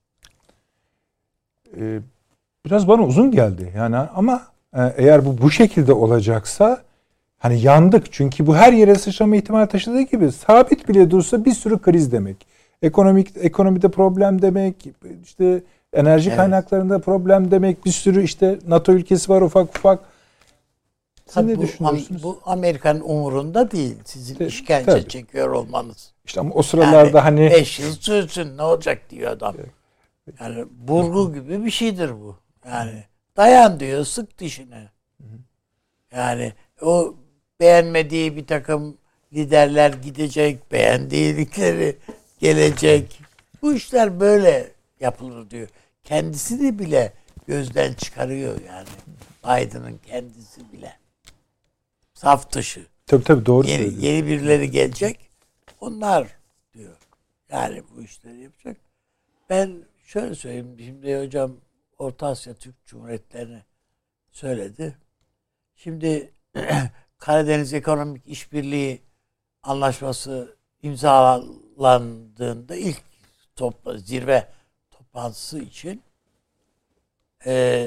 A: Ee, biraz bana uzun geldi yani ama e, eğer bu bu şekilde olacaksa hani yandık çünkü bu her yere sıçrama ihtimali taşıdığı gibi sabit bile dursa bir sürü kriz demek. Ekonomik ekonomide problem demek, işte enerji
B: Evet.
A: kaynaklarında problem demek, bir sürü işte NATO ülkesi var ufak ufak. Siz
B: Tabii
A: ne
B: bu,
A: düşünüyorsunuz?
B: bu Amerika'nın umurunda değil. Sizin
A: Tabii,
B: işkence
A: tabii.
B: çekiyor olmanız.
A: İşte ama o sıralarda
B: Yani
A: hani
B: beş yıl sürsün ne olacak diyor adam. Yani burgu gibi bir şeydir bu. Yani dayan diyor, sık dişine. Yani o beğenmediği bir takım liderler gidecek, beğendikleri gelecek. Bu işler böyle yapılır diyor. Kendisini bile gözden çıkarıyor yani. Biden'ın kendisi bile. Saf dışı.
A: tabii tabii doğru
B: Yeni,
A: söylüyorsun.
B: yeni birileri gelecek. Onlar diyor. Yani bu işleri yapacak. Ben şöyle söyleyeyim. Şimdi hocam Orta Asya Türk Cumhuriyetlerini söyledi. Şimdi Karadeniz Ekonomik İşbirliği Anlaşması imzalandığında ilk topla, zirve toplantısı için e,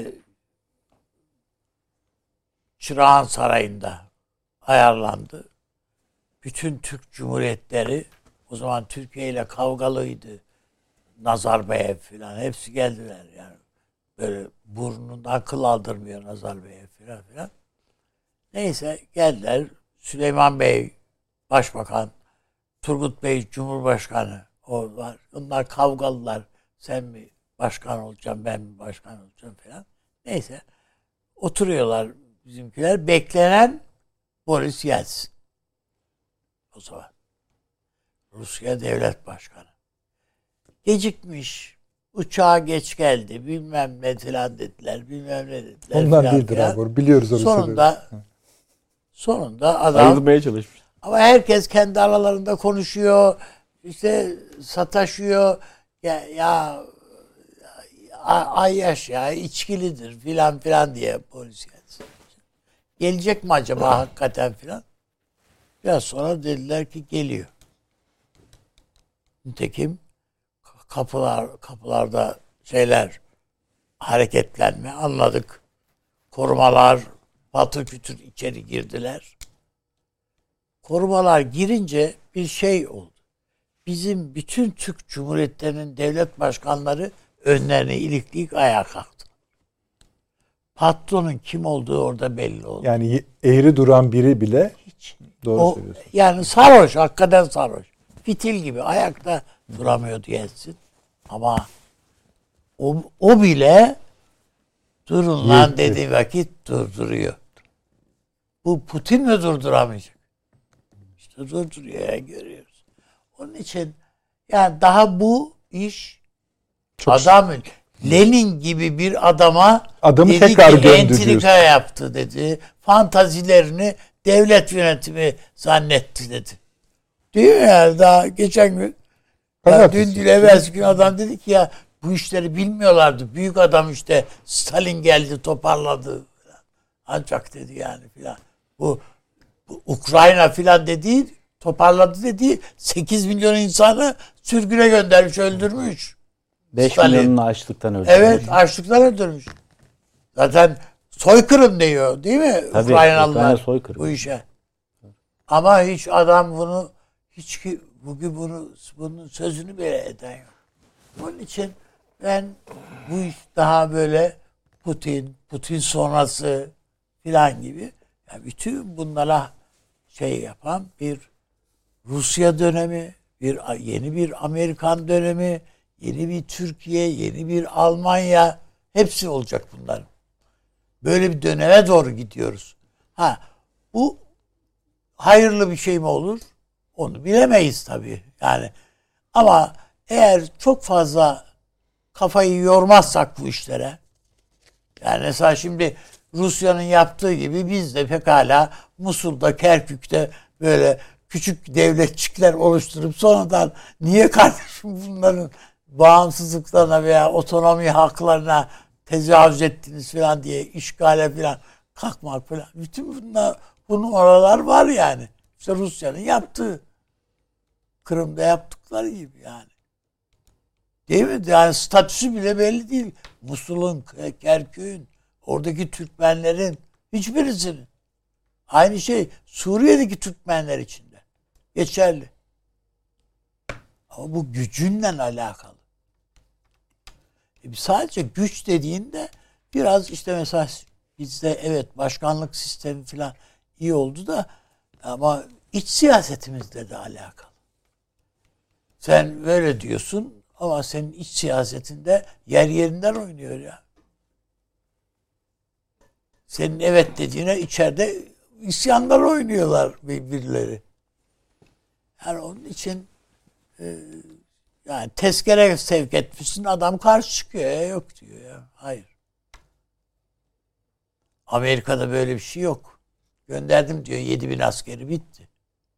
B: Çırağan Sarayı'nda ayarlandı. Bütün Türk Cumhuriyetleri o zaman Türkiye ile kavgalıydı. Nazarbayev filan hepsi geldiler yani. Böyle burnundan kıl aldırmıyor Nazarbayev filan filan. Neyse geldiler. Süleyman Bey Başbakan, Turgut Bey Cumhurbaşkanı o var. Onlar kavgalılar. Sen mi başkan olacaksın, ben mi başkan olacağım filan. Neyse oturuyorlar bizimkiler. Beklenen Boris Yeltsin. O zaman. Rusya Devlet Başkanı. Gecikmiş. Uçağa geç geldi. Bilmem ne filan dediler. Bilmem ne dediler.
A: Ondan
B: filan
A: değildir
B: filan.
A: abi. Biliyoruz orası.
B: Sonunda sonunda adam
D: Ayrılmaya çalışmış.
B: ama herkes kendi aralarında konuşuyor. İşte sataşıyor. Ya, ya ay yaş ya içkilidir filan filan diye polis geldi. Gelecek mi acaba hakikaten filan? Biraz sonra dediler ki geliyor. Nitekim kapılar kapılarda şeyler hareketlenme anladık. korumalar patır kütür içeri girdiler. Korumalar girince bir şey oldu. Bizim bütün Türk Cumhuriyetlerinin devlet başkanları önlerine ilikleyip ayağa kalktı. Patronun kim olduğu orada belli oldu.
A: Yani eğri duran biri bile
B: Hiç.
A: doğru
B: O,
A: söylüyorsun.
B: yani sarhoş, hakikaten sarhoş. Fitil gibi ayakta duramıyordu Yeltsin. Ama o, o bile durun lan
A: Yetti.
B: dediği vakit durduruyor. Bu Putin mi durduramayacak? İşte durduruyor ya, görüyoruz. Onun için yani daha bu iş
A: Çok
B: adam Lenin gibi bir adama
A: Adamı
B: dedi
A: tekrar
B: ki
A: gömdü
B: entrika
A: diyorsun.
B: yaptı dedi. Fantazilerini devlet yönetimi zannetti dedi. Değil mi yani? Daha geçen gün ya
A: Pazartesi.
B: dün değil evvelsi gün adam dedi ki ya bu işleri bilmiyorlardı. Büyük adam işte Stalin geldi toparladı. Ancak dedi yani filan. Bu, bu Ukrayna filan dediği toparladı dediği sekiz milyon insanı sürgüne göndermiş, öldürmüş.
D: beş
B: Stalin.
D: milyonunu açlıktan öldürmüş.
B: Evet, açlıktan öldürmüş. Zaten soykırım diyor değil mi?
D: Tabii,
B: Ukraynalılar
D: Ukrayna soykırım.
B: bu işe. Ama hiç adam bunu hiç ki bugün bunu bunun sözünü bile eden yok. Onun için ben bu iş daha böyle Putin, Putin sonrası filan gibi yani bütün bunlara şey yapan bir Rusya dönemi, bir yeni bir Amerikan dönemi, yeni bir Türkiye, yeni bir Almanya, hepsi olacak bunların. Böyle bir döneme doğru gidiyoruz. Ha, bu hayırlı bir şey mi olur? Onu bilemeyiz tabii. Yani ama eğer çok fazla kafayı yormazsak bu işlere, yani mesela şimdi Rusya'nın yaptığı gibi biz de pekala Musul'da, Kerkük'te böyle küçük devletçikler oluşturup sonradan niye kardeşim bunların bağımsızlıklarına veya otonomi haklarına tecavüz ettiniz falan diye işgale falan kalkmak falan. Bütün bunlar, bunun oralar var yani. İşte Rusya'nın yaptığı. Kırım'da yaptıkları gibi yani. Değil mi? Yani statüsü bile belli değil. Musul'un, Kerkük'ün, oradaki Türkmenlerin hiçbirisinin. Aynı şey Suriye'deki Türkmenler için de geçerli. Ama bu gücünle alakalı. E sadece güç dediğinde biraz işte mesela bizde evet başkanlık sistemi falan iyi oldu da ama iç siyasetimizle de alakalı. Sen böyle diyorsun ama senin iç siyasetinde yer yerinden oynuyor ya. Senin evet dediğine içeride isyanlar oynuyorlar birbirleri. Yani onun için e, yani tezkere sevk etmişsin, adam karşı çıkıyor ya, yok diyor ya. Hayır. Amerika'da böyle bir şey yok. Gönderdim diyor, yedi bin askeri, bitti.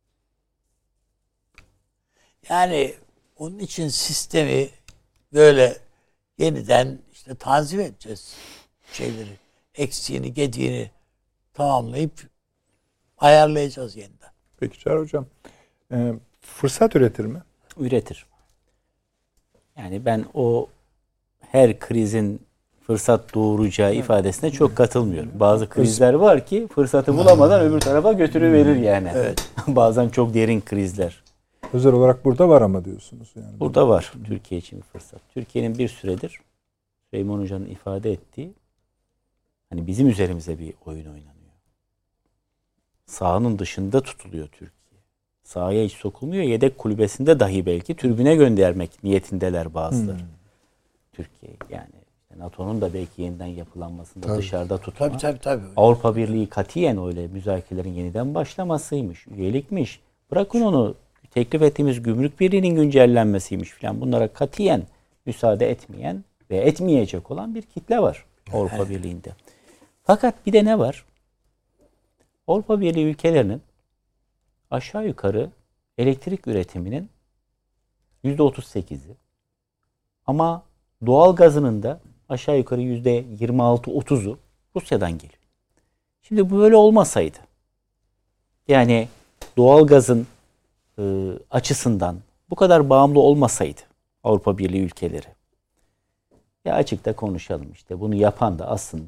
B: Yani onun için sistemi böyle yeniden işte tanzim edeceğiz şeyleri. Eksiğini, gediğini tamamlayıp ayarlayacağız yeniden.
A: Peki Çağrı Hocam. E, fırsat üretir mi?
D: Üretir. Yani ben o her krizin fırsat doğuracağı ifadesine çok katılmıyorum. Bazı krizler var ki fırsatı bulamadan öbür tarafa götürüverir yani.
B: Evet.
D: Bazen çok derin krizler.
A: Özel olarak burada var ama diyorsunuz. Yani.
D: Burada var Türkiye için bir fırsat. Türkiye'nin bir süredir Süleyman Hoca'nın ifade ettiği hani bizim üzerimize bir oyun oynanıyor. Sahanın dışında tutuluyor Türkiye. Sahaya hiç sokulmuyor. Yedek kulübesinde dahi belki tribüne göndermek niyetindeler bazıları. Hmm. Türkiye yani NATO'nun da belki yeniden yapılanmasında tabii. Dışarıda tutma.
B: Tabii tabii tabii.
D: Avrupa Birliği katiyen öyle müzakerelerin yeniden başlamasıymış, üyelikmiş. Bırakın onu teklif ettiğimiz Gümrük Birliği'nin güncellenmesiymiş falan. Bunlara katiyen müsaade etmeyen ve etmeyecek olan bir kitle var Avrupa evet. Birliği'nde. Fakat bir de ne var? Avrupa Birliği ülkelerinin aşağı yukarı elektrik üretiminin yüzde otuz sekizi ama doğal gazının da aşağı yukarı yüzde yirmi altı otuzu Rusya'dan geliyor. Şimdi bu böyle olmasaydı yani doğal gazın e, açısından bu kadar bağımlı olmasaydı Avrupa Birliği ülkeleri ya açıkta konuşalım işte bunu yapan da aslında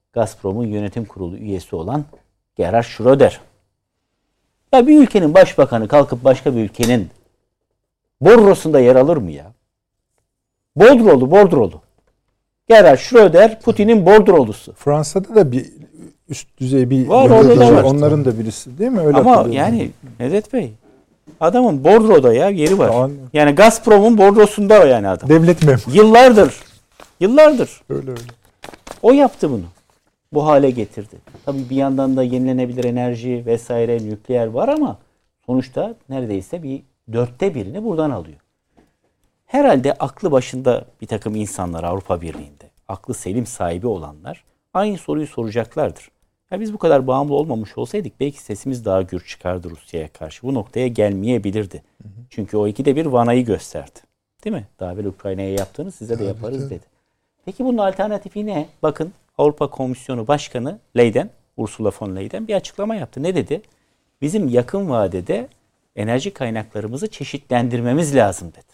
D: Gazprom'un yönetim kurulu üyesi olan Gerhard Schröder. Ya bir ülkenin başbakanı kalkıp başka bir ülkenin bordrosunda yer alır mı ya? Bordrolu, bordrolu. Gerhard Schröder Putin'in bordrolusu.
A: Fransa'da da bir üst düzey bir
D: var, orada da var.
A: Onların da birisi değil mi? Öyle
D: ama yani Nedet Bey, adamın bordroda ya yeri var.
A: Tamam.
D: Yani Gazprom'un bordrosunda o yani adam.
A: Devlet memuru.
D: Yıllardır. Yıllardır.
A: Öyle öyle.
D: O yaptı bunu. Bu hale getirdi. Tabii bir yandan da yenilenebilir enerji vesaire, nükleer var ama sonuçta neredeyse bir dörtte birini buradan alıyor. Herhalde aklı başında bir takım insanlar Avrupa Birliği'nde, aklı selim sahibi olanlar aynı soruyu soracaklardır. Ya biz bu kadar bağımlı olmamış olsaydık belki sesimiz daha gür çıkardı Rusya'ya karşı. Bu noktaya gelmeyebilirdi. Hı hı. Çünkü o ikide bir vanayı gösterdi. Değil mi? Daha evvel Ukrayna'ya yaptığını size de yaparız evet, dedi. Peki bunun alternatifi ne? Bakın Avrupa Komisyonu Başkanı Leyen, Ursula von Leyen bir açıklama yaptı. Ne dedi? Bizim yakın vadede enerji kaynaklarımızı çeşitlendirmemiz lazım dedi.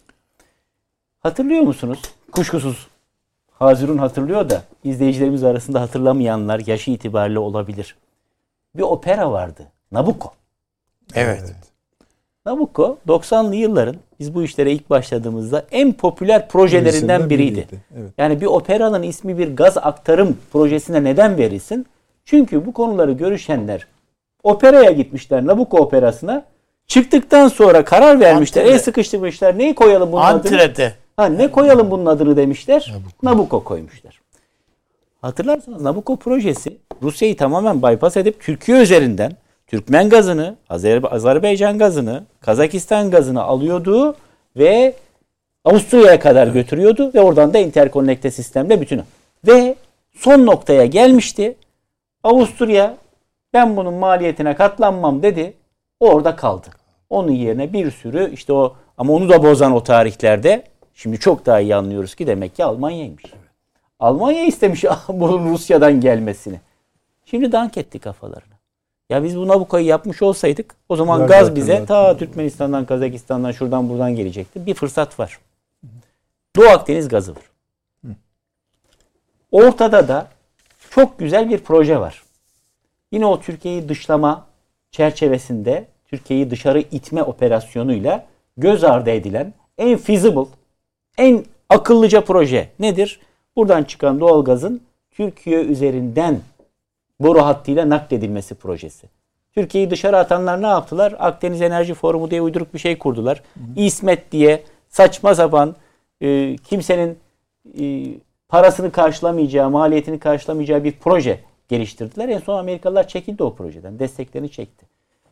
D: Hatırlıyor musunuz? Kuşkusuz Hazirun hatırlıyor da izleyicilerimiz arasında hatırlamayanlar yaşı itibariyle olabilir. Bir opera vardı. Nabucco.
B: Evet.
A: evet.
D: Nabucco doksanlı yılların biz bu işlere ilk başladığımızda en popüler projelerinden biriydi. biriydi. Evet. Yani bir operanın ismi bir gaz aktarım projesine neden verilsin? Çünkü bu konuları görüşenler operaya gitmişler, Nabucco operasına. Çıktıktan sonra karar vermişler. El sıkıştırmışlar. Neyi koyalım bunun
B: Antrede.
D: adını? Ha, ne koyalım bunun adını demişler. Nabucco. Nabucco koymuşlar. Hatırlarsanız Nabucco projesi Rusya'yı tamamen bypass edip Türkiye üzerinden Türkmen gazını, Azer- Azerbaycan gazını, Kazakistan gazını alıyordu ve Avusturya'ya kadar evet. götürüyordu ve oradan da interkonnekte sistemle bütünü. Ve son noktaya gelmişti. Avusturya ben bunun maliyetine katlanmam dedi. Orada kaldı. Onun yerine bir sürü işte o ama onu da bozan o tarihlerde şimdi çok daha iyi anlıyoruz ki demek ki Almanya'ymış. Evet. Almanya istemiş bunun Rusya'dan gelmesini. Şimdi dank etti kafalarına. Ya biz bu Nabucco'yu yapmış olsaydık o zaman Güzel gaz bize ta Türkmenistan'dan, Kazakistan'dan şuradan buradan gelecekti. Bir fırsat var. Hı. Doğu Akdeniz gazı var. Hı. Ortada da çok güzel bir proje var. Yine o Türkiye'yi dışlama çerçevesinde Türkiye'yi dışarı itme operasyonuyla göz ardı edilen en feasible, en akıllıca proje nedir? Buradan çıkan doğalgazın Türkiye üzerinden boru hattıyla nakledilmesi projesi. Türkiye'yi dışarı atanlar ne yaptılar? Akdeniz Enerji Forumu diye uyduruk bir şey kurdular. Hı hı. İsmet diye saçma sapan e, kimsenin e, parasını karşılamayacağı, maliyetini karşılamayacağı bir proje geliştirdiler. En son Amerikalılar çekildi o projeden. Desteklerini çekti.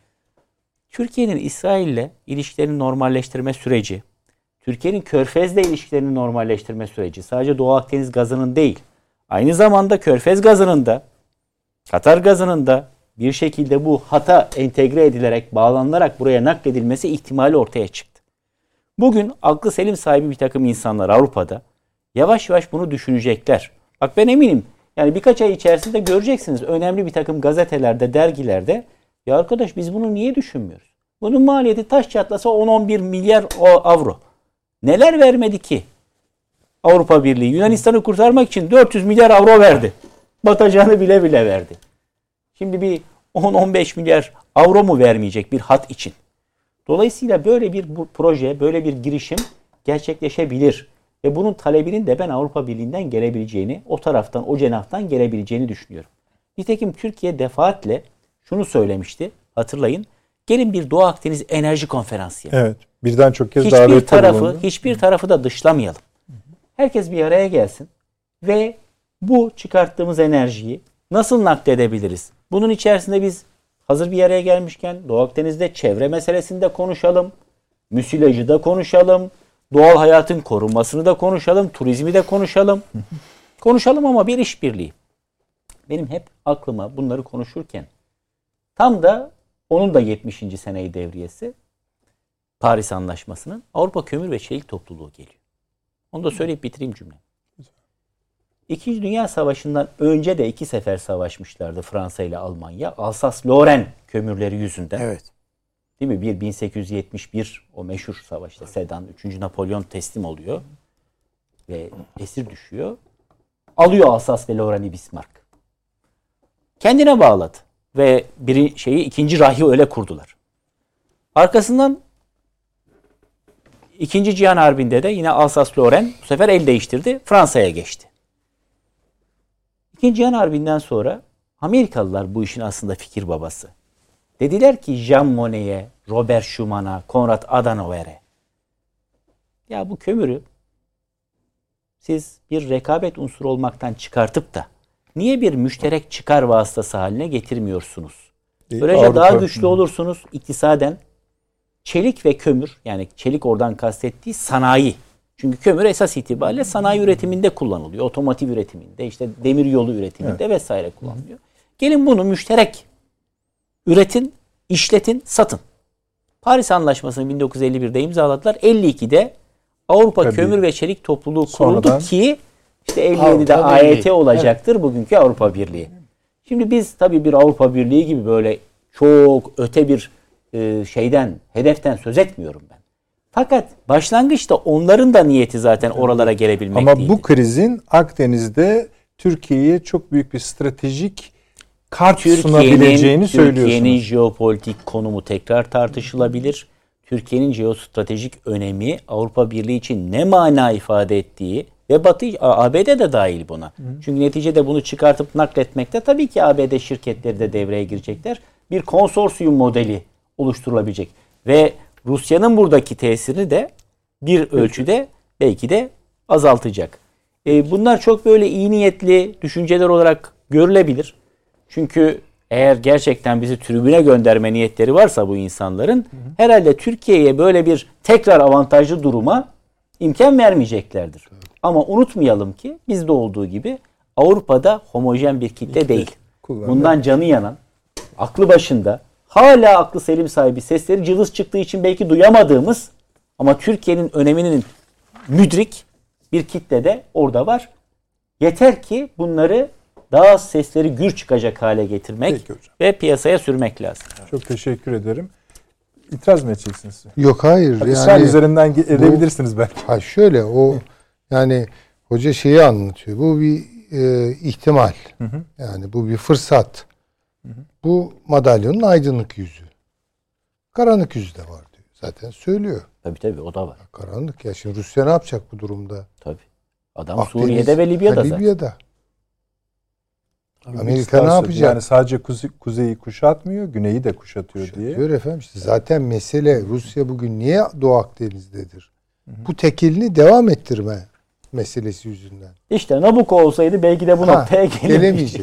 D: Türkiye'nin İsrail'le ilişkilerini normalleştirme süreci, Türkiye'nin Körfez'le ilişkilerini normalleştirme süreci sadece Doğu Akdeniz gazının değil, aynı zamanda Körfez gazının da, Katar gazının da bir şekilde bu hata entegre edilerek, bağlanılarak buraya nakledilmesi ihtimali ortaya çıktı. Bugün aklı selim sahibi bir takım insanlar Avrupa'da yavaş yavaş bunu düşünecekler. Bak ben eminim yani birkaç ay içerisinde göreceksiniz önemli bir takım gazetelerde, dergilerde ya arkadaş biz bunu niye düşünmüyoruz? Bunun maliyeti taş çatlasa on on bir milyar avro. Neler vermedi ki? Avrupa Birliği Yunanistan'ı kurtarmak için dört yüz milyar avro verdi. Batacağını bile bile verdi. Şimdi bir on on beş milyar avro mu vermeyecek bir hat için? Dolayısıyla böyle bir bu proje, böyle bir girişim gerçekleşebilir. Ve bunun talebinin de ben Avrupa Birliği'nden gelebileceğini, o taraftan, o cenahtan gelebileceğini düşünüyorum. Nitekim Türkiye defaatle şunu söylemişti, hatırlayın. Gelin bir Doğu Akdeniz Enerji Konferansı yapalım. Evet,
A: birden çok kez
D: hiçbir davet tarafı, bulundu. Hiçbir tarafı da dışlamayalım. Herkes bir araya gelsin ve bu çıkarttığımız enerjiyi nasıl nakledebiliriz? Bunun içerisinde biz hazır bir araya gelmişken Doğu Akdeniz'de çevre meselesini de konuşalım, müsilajı da konuşalım, doğal hayatın korunmasını da konuşalım, turizmi de konuşalım. Konuşalım ama bir işbirliği. Benim hep aklıma bunları konuşurken tam da onun da yetmişinci seneyi devriyesi Paris Anlaşması'nın Avrupa Kömür ve Çelik Topluluğu geliyor. Onu da söyleyip bitireyim cümlemi. İkinci Dünya Savaşı'ndan önce de iki sefer savaşmışlardı Fransa ile Almanya. Alsas-Lorraine kömürleri yüzünden.
B: Evet.
D: Değil mi? Bir bin sekiz yüz yetmiş bir o meşhur savaşta Sedan üçüncü Napolyon teslim oluyor ve esir düşüyor. Alıyor Alsas ve Lorraine'i Bismarck. kendine bağladı. Ve bir şeyi ikinci Reich'i öyle kurdular. Arkasından İkinci Cihan Harbi'nde de yine Alsas-Lorraine bu sefer el değiştirdi. Fransa'ya geçti. İkinci Cihan Harbi'nden sonra Amerikalılar bu işin aslında fikir babası. Dediler ki Jean Monnet'e, Robert Schumann'a, Konrad Adenauer'e, ya bu kömürü siz bir rekabet unsuru olmaktan çıkartıp da niye bir müşterek çıkar vasıtası haline getirmiyorsunuz? Böylece Avrupa, daha güçlü olursunuz iktisaden. Çelik ve kömür, yani çelik oradan kastettiği sanayi. Çünkü kömür esas itibariyle sanayi üretiminde kullanılıyor. Otomotiv üretiminde, işte demir yolu üretiminde evet. vesaire kullanılıyor. Gelin bunu müşterek üretin, işletin, satın. Paris Anlaşması'nı bin dokuz yüz elli birde imzaladılar. elli ikide Avrupa Tabii. Kömür ve Çelik Topluluğu kuruldu Sonradan, ki işte elli yedide Avrupa A Y T olacaktır evet. bugünkü Avrupa Birliği. Şimdi biz tabii bir Avrupa Birliği gibi böyle çok öte bir e, şeyden, hedeften söz etmiyorum ben. Fakat başlangıçta onların da niyeti zaten oralara gelebilmek
A: Ama
D: değildi.
A: bu krizin Akdeniz'de Türkiye'ye çok büyük bir stratejik kart
D: Türkiye'nin,
A: sunabileceğini söylüyorsunuz.
D: Türkiye'nin jeopolitik konumu tekrar tartışılabilir. Türkiye'nin jeostratejik önemi, Avrupa Birliği için ne mana ifade ettiği ve Batı, A B D de dahil buna. Hı. Çünkü neticede bunu çıkartıp nakletmekte tabii ki A B D şirketleri de devreye girecekler. Bir konsorsiyum modeli oluşturulabilecek. Ve Rusya'nın buradaki tesirini de bir ölçüde belki de azaltacak. E, bunlar çok böyle iyi niyetli düşünceler olarak görülebilir. Çünkü eğer gerçekten bizi tribüne gönderme niyetleri varsa bu insanların hı hı. herhalde Türkiye'ye böyle bir tekrar avantajlı duruma imkan vermeyeceklerdir. Evet. Ama unutmayalım ki bizde olduğu gibi Avrupa'da homojen bir kitle İlk değil. Kullanıyor. Bundan canı yanan, aklı başında, hala aklı selim sahibi, sesleri cılız çıktığı için belki duyamadığımız ama Türkiye'nin öneminin müdrik bir kitle de orada var. Yeter ki bunları daha az sesleri gür çıkacak hale getirmek ve piyasaya sürmek lazım.
A: Çok teşekkür ederim. İtiraz mı edeceksiniz?
C: Yok hayır.
A: Hadi yani üzerinden edebilirsiniz belki.
C: Ha şöyle o yani hoca şeyi anlatıyor. Bu bir e, ihtimal. Hı hı. Yani bu bir fırsat. Hı hı. Bu madalyonun aydınlık yüzü. Karanlık yüzü de var diyor. Zaten söylüyor.
D: Tabii tabii o da var.
C: Karanlık ya. Şimdi Rusya ne yapacak bu durumda?
D: Tabii. Adam Akdeniz, Suriye'de ve Libya'da zaten.
C: Libya'da. Amerika ne yapacak?
A: Yani sadece kuze- kuzeyi kuşatmıyor, güneyi de kuşatıyor, kuşatıyor diye.
C: Efendim işte zaten mesele Rusya bugün niye Doğu Akdeniz'dedir? Hı hı. Bu tekilini devam ettirme meselesi yüzünden.
D: İşte Nabucco olsaydı belki de bu ha, noktaya gelemeyecek.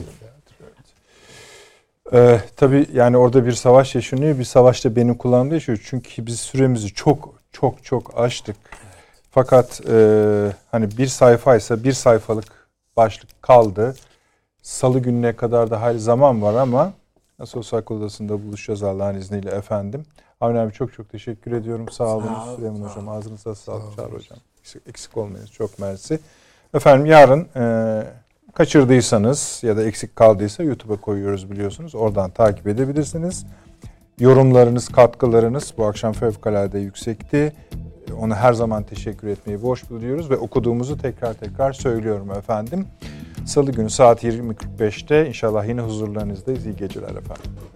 A: Ee, tabii yani orada bir savaş yaşanıyor. Bir savaşta benim kulağımda yaşıyor. Çünkü biz süremizi çok çok çok aştık. Fakat e, hani bir sayfaysa bir sayfalık başlık kaldı. Salı gününe kadar da hali zaman var ama nasıl olsa akıl odasında buluşacağız Allah'ın izniyle efendim. Avni abi çok çok teşekkür ediyorum. Sağ olun Sağ Süleyman sağ Hocam. Ağzınıza sağlık Çağrı Hocam. Eksik, eksik olmayınız. Çok mersi. Efendim yarın e, kaçırdıysanız ya da eksik kaldıysa YouTube'a koyuyoruz biliyorsunuz. Oradan takip edebilirsiniz. Yorumlarınız, katkılarınız bu akşam fevkalade yüksekti. Ona her zaman teşekkür etmeyi borç buluyoruz ve okuduğumuzu tekrar tekrar söylüyorum efendim. Salı günü saat yirmi kırk beşte inşallah yine huzurlarınızdayız. İyi geceler efendim.